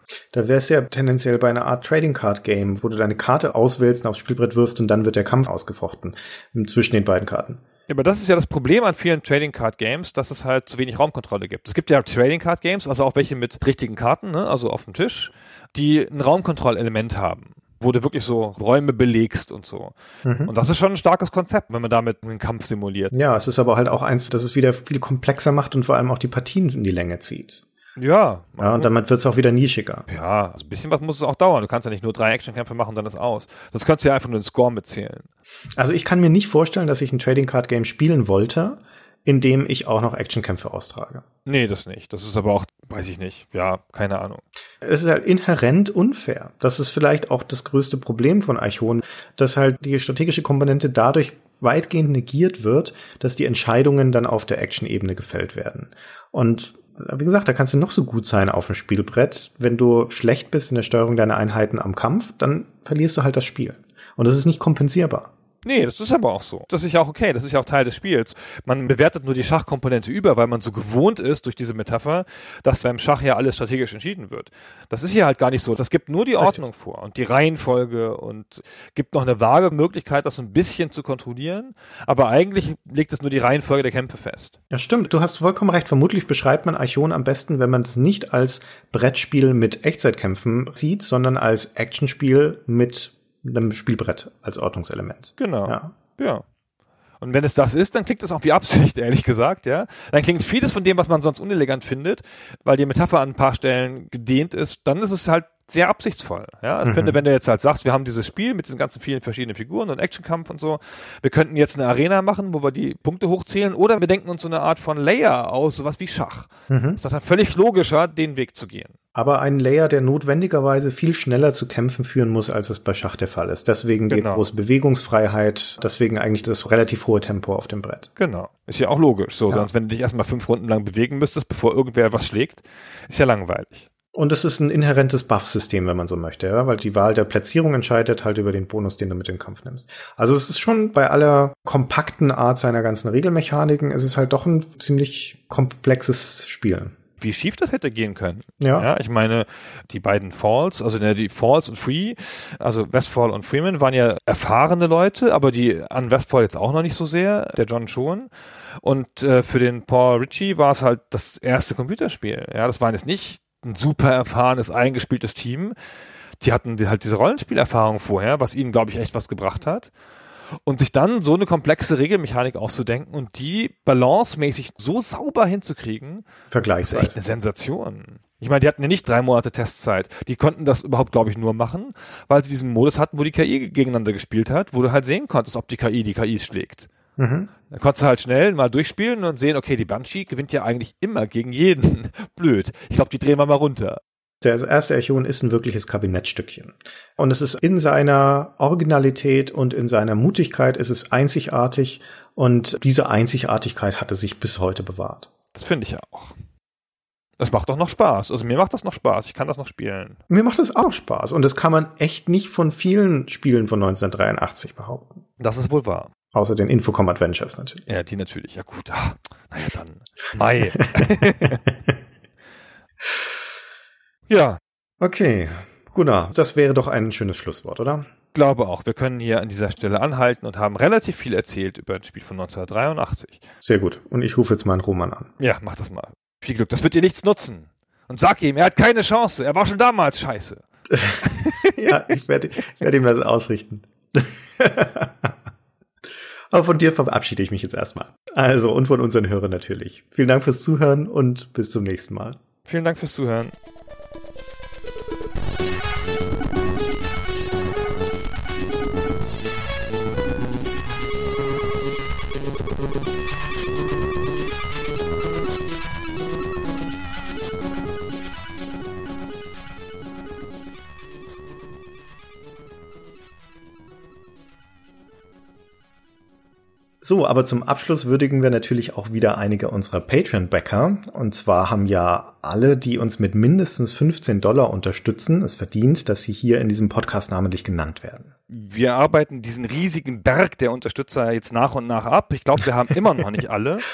Da wäre es ja tendenziell bei einer Art Trading Card Game, wo du deine Karte auswählst und aufs Spielbrett wirfst und dann wird der Kampf ausgefochten zwischen den beiden Karten. Ja, aber das ist ja das Problem an vielen Trading Card Games, dass es halt zu wenig Raumkontrolle gibt. Es gibt ja Trading Card Games, also auch welche mit richtigen Karten, ne, also auf dem Tisch, die ein Raumkontrollelement haben, wo du wirklich so Räume belegst und so. Mhm. Und das ist schon ein starkes Konzept, wenn man damit einen Kampf simuliert. Ja, es ist aber halt auch eins, das es wieder viel komplexer macht und vor allem auch die Partien in die Länge zieht. Ja. Ja, und damit wird es auch wieder nischiger. Ja, also ein bisschen was muss es auch dauern. Du kannst ja nicht nur drei Actionkämpfe machen und dann ist aus. Sonst könntest du ja einfach nur den Score mitzählen. Also ich kann mir nicht vorstellen, dass ich ein Trading Card Game spielen wollte, in dem ich auch noch Actionkämpfe austrage. Nee, das nicht. Das ist aber auch, weiß ich nicht, ja, keine Ahnung. Es ist halt inhärent unfair. Das ist vielleicht auch das größte Problem von Archon, dass halt die strategische Komponente dadurch weitgehend negiert wird, dass die Entscheidungen dann auf der Action-Ebene gefällt werden. Und wie gesagt, da kannst du noch so gut sein auf dem Spielbrett. Wenn du schlecht bist in der Steuerung deiner Einheiten am Kampf, dann verlierst du halt das Spiel. Und das ist nicht kompensierbar. Nee, das ist aber auch so. Das ist ja auch okay, das ist ja auch Teil des Spiels. Man bewertet nur die Schachkomponente über, weil man so gewohnt ist durch diese Metapher, dass beim Schach ja alles strategisch entschieden wird. Das ist hier halt gar nicht so. Das gibt nur die Ordnung vor und die Reihenfolge und gibt noch eine vage Möglichkeit, das ein bisschen zu kontrollieren. Aber eigentlich legt es nur die Reihenfolge der Kämpfe fest. Ja, stimmt. Du hast vollkommen recht. Vermutlich beschreibt man Archon am besten, wenn man es nicht als Brettspiel mit Echtzeitkämpfen sieht, sondern als Actionspiel mit einem Spielbrett als Ordnungselement. Genau. Ja. ja. Und wenn es das ist, dann klingt das auch wie Absicht, ehrlich gesagt, ja. Dann klingt vieles von dem, was man sonst unelegant findet, weil die Metapher an ein paar Stellen gedehnt ist, dann ist es halt sehr absichtsvoll, ja. Ich mhm. finde, wenn du jetzt halt sagst, wir haben dieses Spiel mit diesen ganzen vielen verschiedenen Figuren und Actionkampf und so, wir könnten jetzt eine Arena machen, wo wir die Punkte hochzählen, oder wir denken uns so eine Art von Layer aus, sowas wie Schach. Mhm. Das ist doch dann völlig logischer, den Weg zu gehen. Aber ein Layer, der notwendigerweise viel schneller zu Kämpfen führen muss, als es bei Schach der Fall ist. Deswegen die genau. große Bewegungsfreiheit, deswegen eigentlich das relativ hohe Tempo auf dem Brett. Genau. Ist ja auch logisch. So, ja. Sonst, wenn du dich erstmal fünf Runden lang bewegen müsstest, bevor irgendwer was schlägt, ist ja langweilig. Und es ist ein inhärentes Buff-System, wenn man so möchte, ja, weil die Wahl der Platzierung entscheidet halt über den Bonus, den du mit dem Kampf nimmst. Also es ist schon bei aller kompakten Art seiner ganzen Regelmechaniken, es ist halt doch ein ziemlich komplexes Spiel. Wie schief das hätte gehen können. Ja. ja ich meine, die beiden Falls, also die Falls und Free, also Westfall und Freeman waren ja erfahrene Leute, aber die an Westfall jetzt auch noch nicht so sehr, der John schon. Und äh, für den Paul Ritchie war es halt das erste Computerspiel. Ja, das war jetzt nicht ein super erfahrenes, eingespieltes Team. Die hatten die, halt diese Rollenspielerfahrung vorher, was ihnen, glaube ich, echt was gebracht hat. Und sich dann so eine komplexe Regelmechanik auszudenken und die balancemäßig so sauber hinzukriegen, vergleichsweise, ist echt eine Sensation. Ich meine, die hatten ja nicht drei Monate Testzeit. Die konnten das überhaupt, glaube ich, nur machen, weil sie diesen Modus hatten, wo die K I gegeneinander gespielt hat, wo du halt sehen konntest, ob die K I die K I schlägt. Mhm. Dann konntest du halt schnell mal durchspielen und sehen, okay, die Banshee gewinnt ja eigentlich immer gegen jeden. Blöd. Ich glaube, die drehen wir mal runter. Der erste Archon ist ein wirkliches Kabinettstückchen. Und es ist in seiner Originalität und in seiner Mutigkeit ist es einzigartig. Und diese Einzigartigkeit hat er sich bis heute bewahrt. Das finde ich auch. Das macht doch noch Spaß. Also mir macht das noch Spaß. Ich kann das noch spielen. Mir macht das auch Spaß. Und das kann man echt nicht von vielen Spielen von neunzehnhundertdreiundachtzig behaupten. Das ist wohl wahr. Außer den Infocom Adventures natürlich. Ja, die natürlich. Ja gut. Ach, naja, dann. Mai. Ja. Okay, Gunnar, das wäre doch ein schönes Schlusswort, oder? Glaube auch. Wir können hier an dieser Stelle anhalten und haben relativ viel erzählt über ein Spiel von neunzehnhundertdreiundachtzig. Sehr gut. Und ich rufe jetzt mal einen Roman an. Ja, mach das mal. Viel Glück. Das wird dir nichts nutzen. Und sag ihm, er hat keine Chance. Er war schon damals scheiße. Ja, ich werde ich werd ihm das ausrichten. Aber von dir verabschiede ich mich jetzt erstmal. Also, und von unseren Hörern natürlich. Vielen Dank fürs Zuhören und bis zum nächsten Mal. Vielen Dank fürs Zuhören. So, aber zum Abschluss würdigen wir natürlich auch wieder einige unserer Patreon-Backer. Und zwar haben ja alle, die uns mit mindestens fünfzehn Dollar unterstützen, es verdient, dass sie hier in diesem Podcast namentlich genannt werden. Wir arbeiten diesen riesigen Berg der Unterstützer jetzt nach und nach ab. Ich glaube, wir haben immer noch nicht alle.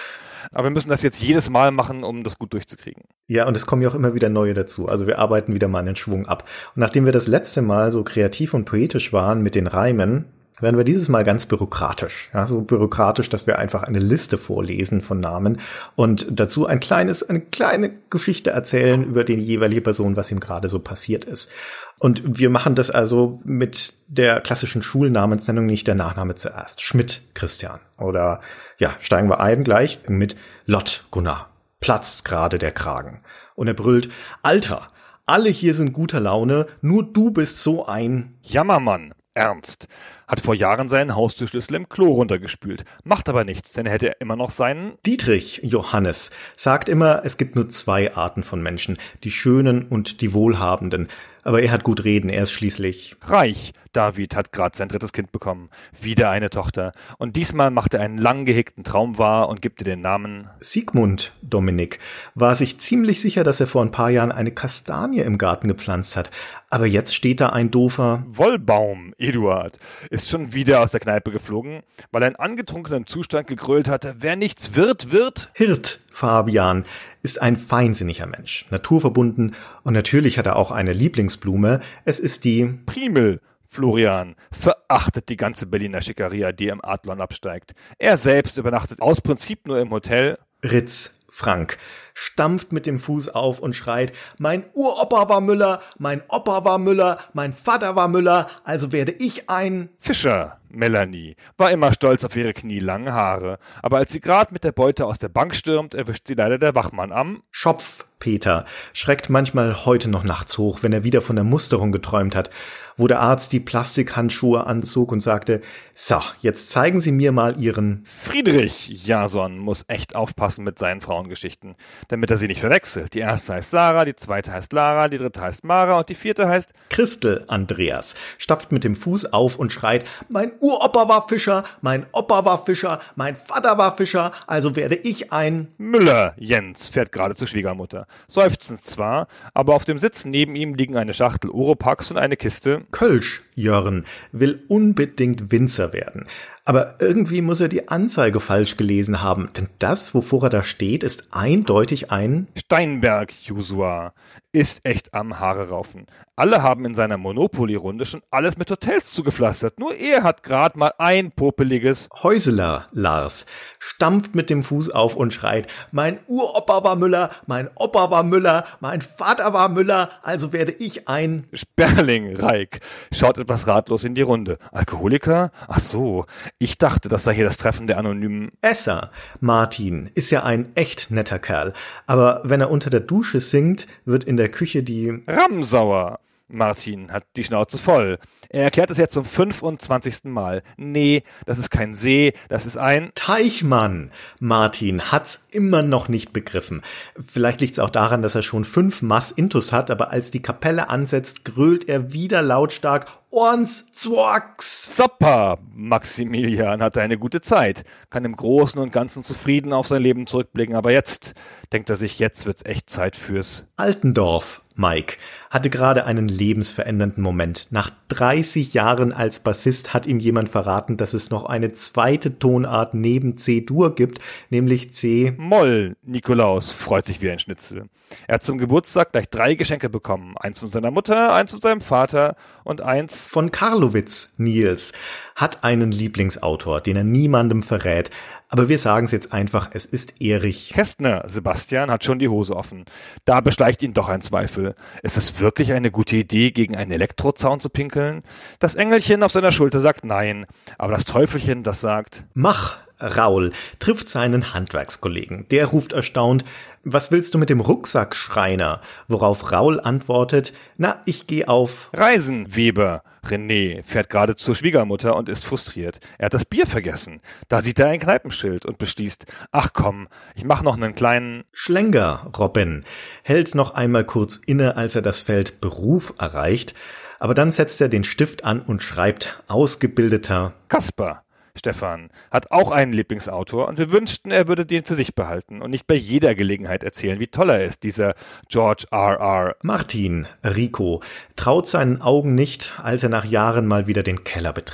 Aber wir müssen das jetzt jedes Mal machen, um das gut durchzukriegen. Ja, und es kommen ja auch immer wieder neue dazu. Also wir arbeiten wieder mal einen Schwung ab. Und nachdem wir das letzte Mal so kreativ und poetisch waren mit den Reimen, werden wir dieses Mal ganz bürokratisch. Ja, so bürokratisch, dass wir einfach eine Liste vorlesen von Namen und dazu ein kleines, eine kleine Geschichte erzählen über die jeweilige Person, was ihm gerade so passiert ist. Und wir machen das also mit der klassischen Schulnamensnennung, nicht der Nachname zuerst. Schmidt Christian. Oder ja, steigen wir ein gleich mit Lott Gunnar. Platzt gerade der Kragen. Und er brüllt, Alter, alle hier sind guter Laune, nur du bist so ein Jammermann. Ernst. Hat vor Jahren seinen Haustürschlüssel im Klo runtergespült. Macht aber nichts, denn er hätte immer noch seinen... Dietrich Johannes sagt immer, es gibt nur zwei Arten von Menschen, die Schönen und die Wohlhabenden. Aber er hat gut reden, er ist schließlich... Reich. David hat gerade sein drittes Kind bekommen. Wieder eine Tochter. Und diesmal macht er einen lang gehegten Traum wahr und gibt ihr den Namen... Sigmund Dominik war sich ziemlich sicher, dass er vor ein paar Jahren eine Kastanie im Garten gepflanzt hat. Aber jetzt steht da ein doofer... Wollbaum, Eduard, ist schon wieder aus der Kneipe geflogen, weil er in angetrunkenem Zustand gegrölt hatte, wer nichts wird, wird... Hirt Fabian ist ein feinsinniger Mensch, naturverbunden und natürlich hat er auch eine Lieblingsblume. Es ist die... Primel. Florian verachtet die ganze Berliner Schickeria, die im Adlon absteigt. Er selbst übernachtet aus Prinzip nur im Hotel. Ritz Frank stampft mit dem Fuß auf und schreit, mein Uropa war Müller, mein Opa war Müller, mein Vater war Müller, also werde ich ein... Fischer. Melanie war immer stolz auf ihre knielangen Haare, aber als sie gerade mit der Beute aus der Bank stürmt, erwischt sie leider der Wachmann am... Schopf Peter schreckt manchmal heute noch nachts hoch, wenn er wieder von der Musterung geträumt hat, wo der Arzt die Plastikhandschuhe anzog und sagte, so, jetzt zeigen Sie mir mal Ihren... Friedrich Jason muss echt aufpassen mit seinen Frauengeschichten, damit er sie nicht verwechselt. Die erste heißt Sarah, die zweite heißt Lara, die dritte heißt Mara und die vierte heißt... Christel Andreas stapft mit dem Fuß auf und schreit, mein Uropa war Fischer, mein Opa war Fischer, mein Vater war Fischer, also werde ich ein... Müller Jens fährt gerade zur Schwiegermutter. Seufzend zwar, aber auf dem Sitz neben ihm liegen eine Schachtel Oropax und eine Kiste... Kölsch Jörn will unbedingt Winzer werden. Aber irgendwie muss er die Anzeige falsch gelesen haben, denn das, wovor er da steht, ist eindeutig ein... Steinberg Josua ist echt am Haare raufen. Alle haben in seiner Monopoly-Runde schon alles mit Hotels zugepflastert. Nur er hat gerade mal ein popeliges... Häuseler Lars stampft mit dem Fuß auf und schreit, mein Uropa war Müller, mein Opa war Müller, mein Vater war Müller, also werde ich ein... Sperling Reik schaut etwas ratlos in die Runde. Alkoholiker? Ach so, ich dachte, das sei hier das Treffen der anonymen... Esser Martin ist ja ein echt netter Kerl, aber wenn er unter der Dusche singt, wird in der Küche die... Ramsauer. Martin hat die Schnauze voll. Er erklärt es jetzt zum fünfundzwanzigsten Mal. Nee, das ist kein See, das ist ein... Teichmann. Martin hat's immer noch nicht begriffen. Vielleicht liegt's auch daran, dass er schon fünf Mass Intus hat, aber als die Kapelle ansetzt, grölt er wieder lautstark Orns Zworks. Super, Maximilian hatte eine gute Zeit, kann im Großen und Ganzen zufrieden auf sein Leben zurückblicken, aber jetzt denkt er sich, jetzt wird's echt Zeit fürs... Altendorf. Mike hatte gerade einen lebensverändernden Moment. Nach dreißig Jahren als Bassist hat ihm jemand verraten, dass es noch eine zweite Tonart neben C-Dur gibt, nämlich C... Moll. Nikolaus freut sich wie ein Schnitzel. Er hat zum Geburtstag gleich drei Geschenke bekommen. Eins von seiner Mutter, eins von seinem Vater und eins... Von Karlowitz. Nils hat einen Lieblingsautor, den er niemandem verrät. Aber wir sagen es jetzt einfach, es ist Erich Kästner. Sebastian hat schon die Hose offen. Da beschleicht ihn doch ein Zweifel. Ist es wirklich eine gute Idee, gegen einen Elektrozaun zu pinkeln? Das Engelchen auf seiner Schulter sagt nein, aber das Teufelchen, das sagt... Mach! Raul trifft seinen Handwerkskollegen. Der ruft erstaunt, was willst du mit dem Rucksackschreiner? Worauf Raul antwortet, na, ich geh auf Reisen, Weber. René fährt gerade zur Schwiegermutter und ist frustriert. Er hat das Bier vergessen. Da sieht er ein Kneipenschild und beschließt, ach komm, ich mach noch einen kleinen... Schlenker, Robin, hält noch einmal kurz inne, als er das Feld Beruf erreicht, aber dann setzt er den Stift an und schreibt ausgebildeter Kasper. Stefan hat auch einen Lieblingsautor und wir wünschten, er würde den für sich behalten und nicht bei jeder Gelegenheit erzählen, wie toll er ist, dieser George R R. Martin Rico traut seinen Augen nicht, als er nach Jahren mal wieder den Keller betritt.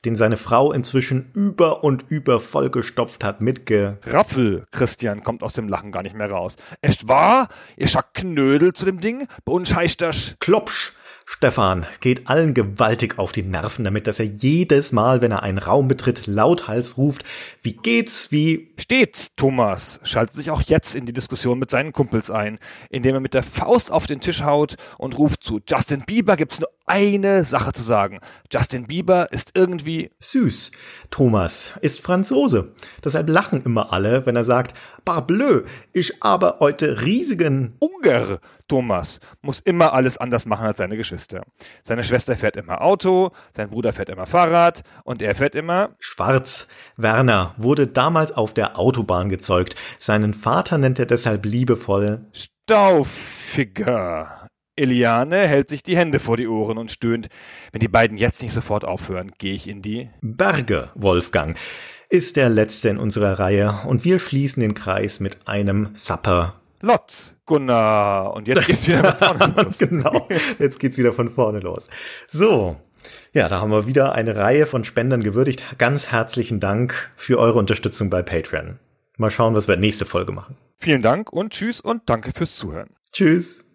den seine Frau inzwischen über und über vollgestopft hat mit Ge... Raffel, Christian kommt aus dem Lachen gar nicht mehr raus. Echt wahr? Ihr schackt Knödel zu dem Ding? Bei uns heißt das... Klopsch! Stefan geht allen gewaltig auf die Nerven damit, dass er jedes Mal, wenn er einen Raum betritt, lauthals ruft, wie geht's, wie... Steht's, Thomas schaltet sich auch jetzt in die Diskussion mit seinen Kumpels ein, indem er mit der Faust auf den Tisch haut und ruft zu Justin Bieber gibt's nur eine Sache zu sagen. Justin Bieber ist irgendwie... Süß. Thomas ist Franzose. Deshalb lachen immer alle, wenn er sagt, Parbleu, ich aber heute riesigen... Ungar. Thomas muss immer alles anders machen als seine Geschwister. Seine Schwester fährt immer Auto, sein Bruder fährt immer Fahrrad und er fährt immer... Schwarz. Werner wurde damals auf der Autobahn gezeugt. Seinen Vater nennt er deshalb liebevoll... Staufiger. Eliane hält sich die Hände vor die Ohren und stöhnt. Wenn die beiden jetzt nicht sofort aufhören, gehe ich in die... Berge, Wolfgang, ist der letzte in unserer Reihe und wir schließen den Kreis mit einem Supper. Lotz, Gunnar. Und jetzt geht's wieder von vorne los. Genau, jetzt geht's wieder von vorne los. So, ja, da haben wir wieder eine Reihe von Spendern gewürdigt. Ganz herzlichen Dank für eure Unterstützung bei Patreon. Mal schauen, was wir nächste Folge machen. Vielen Dank und tschüss und danke fürs Zuhören. Tschüss.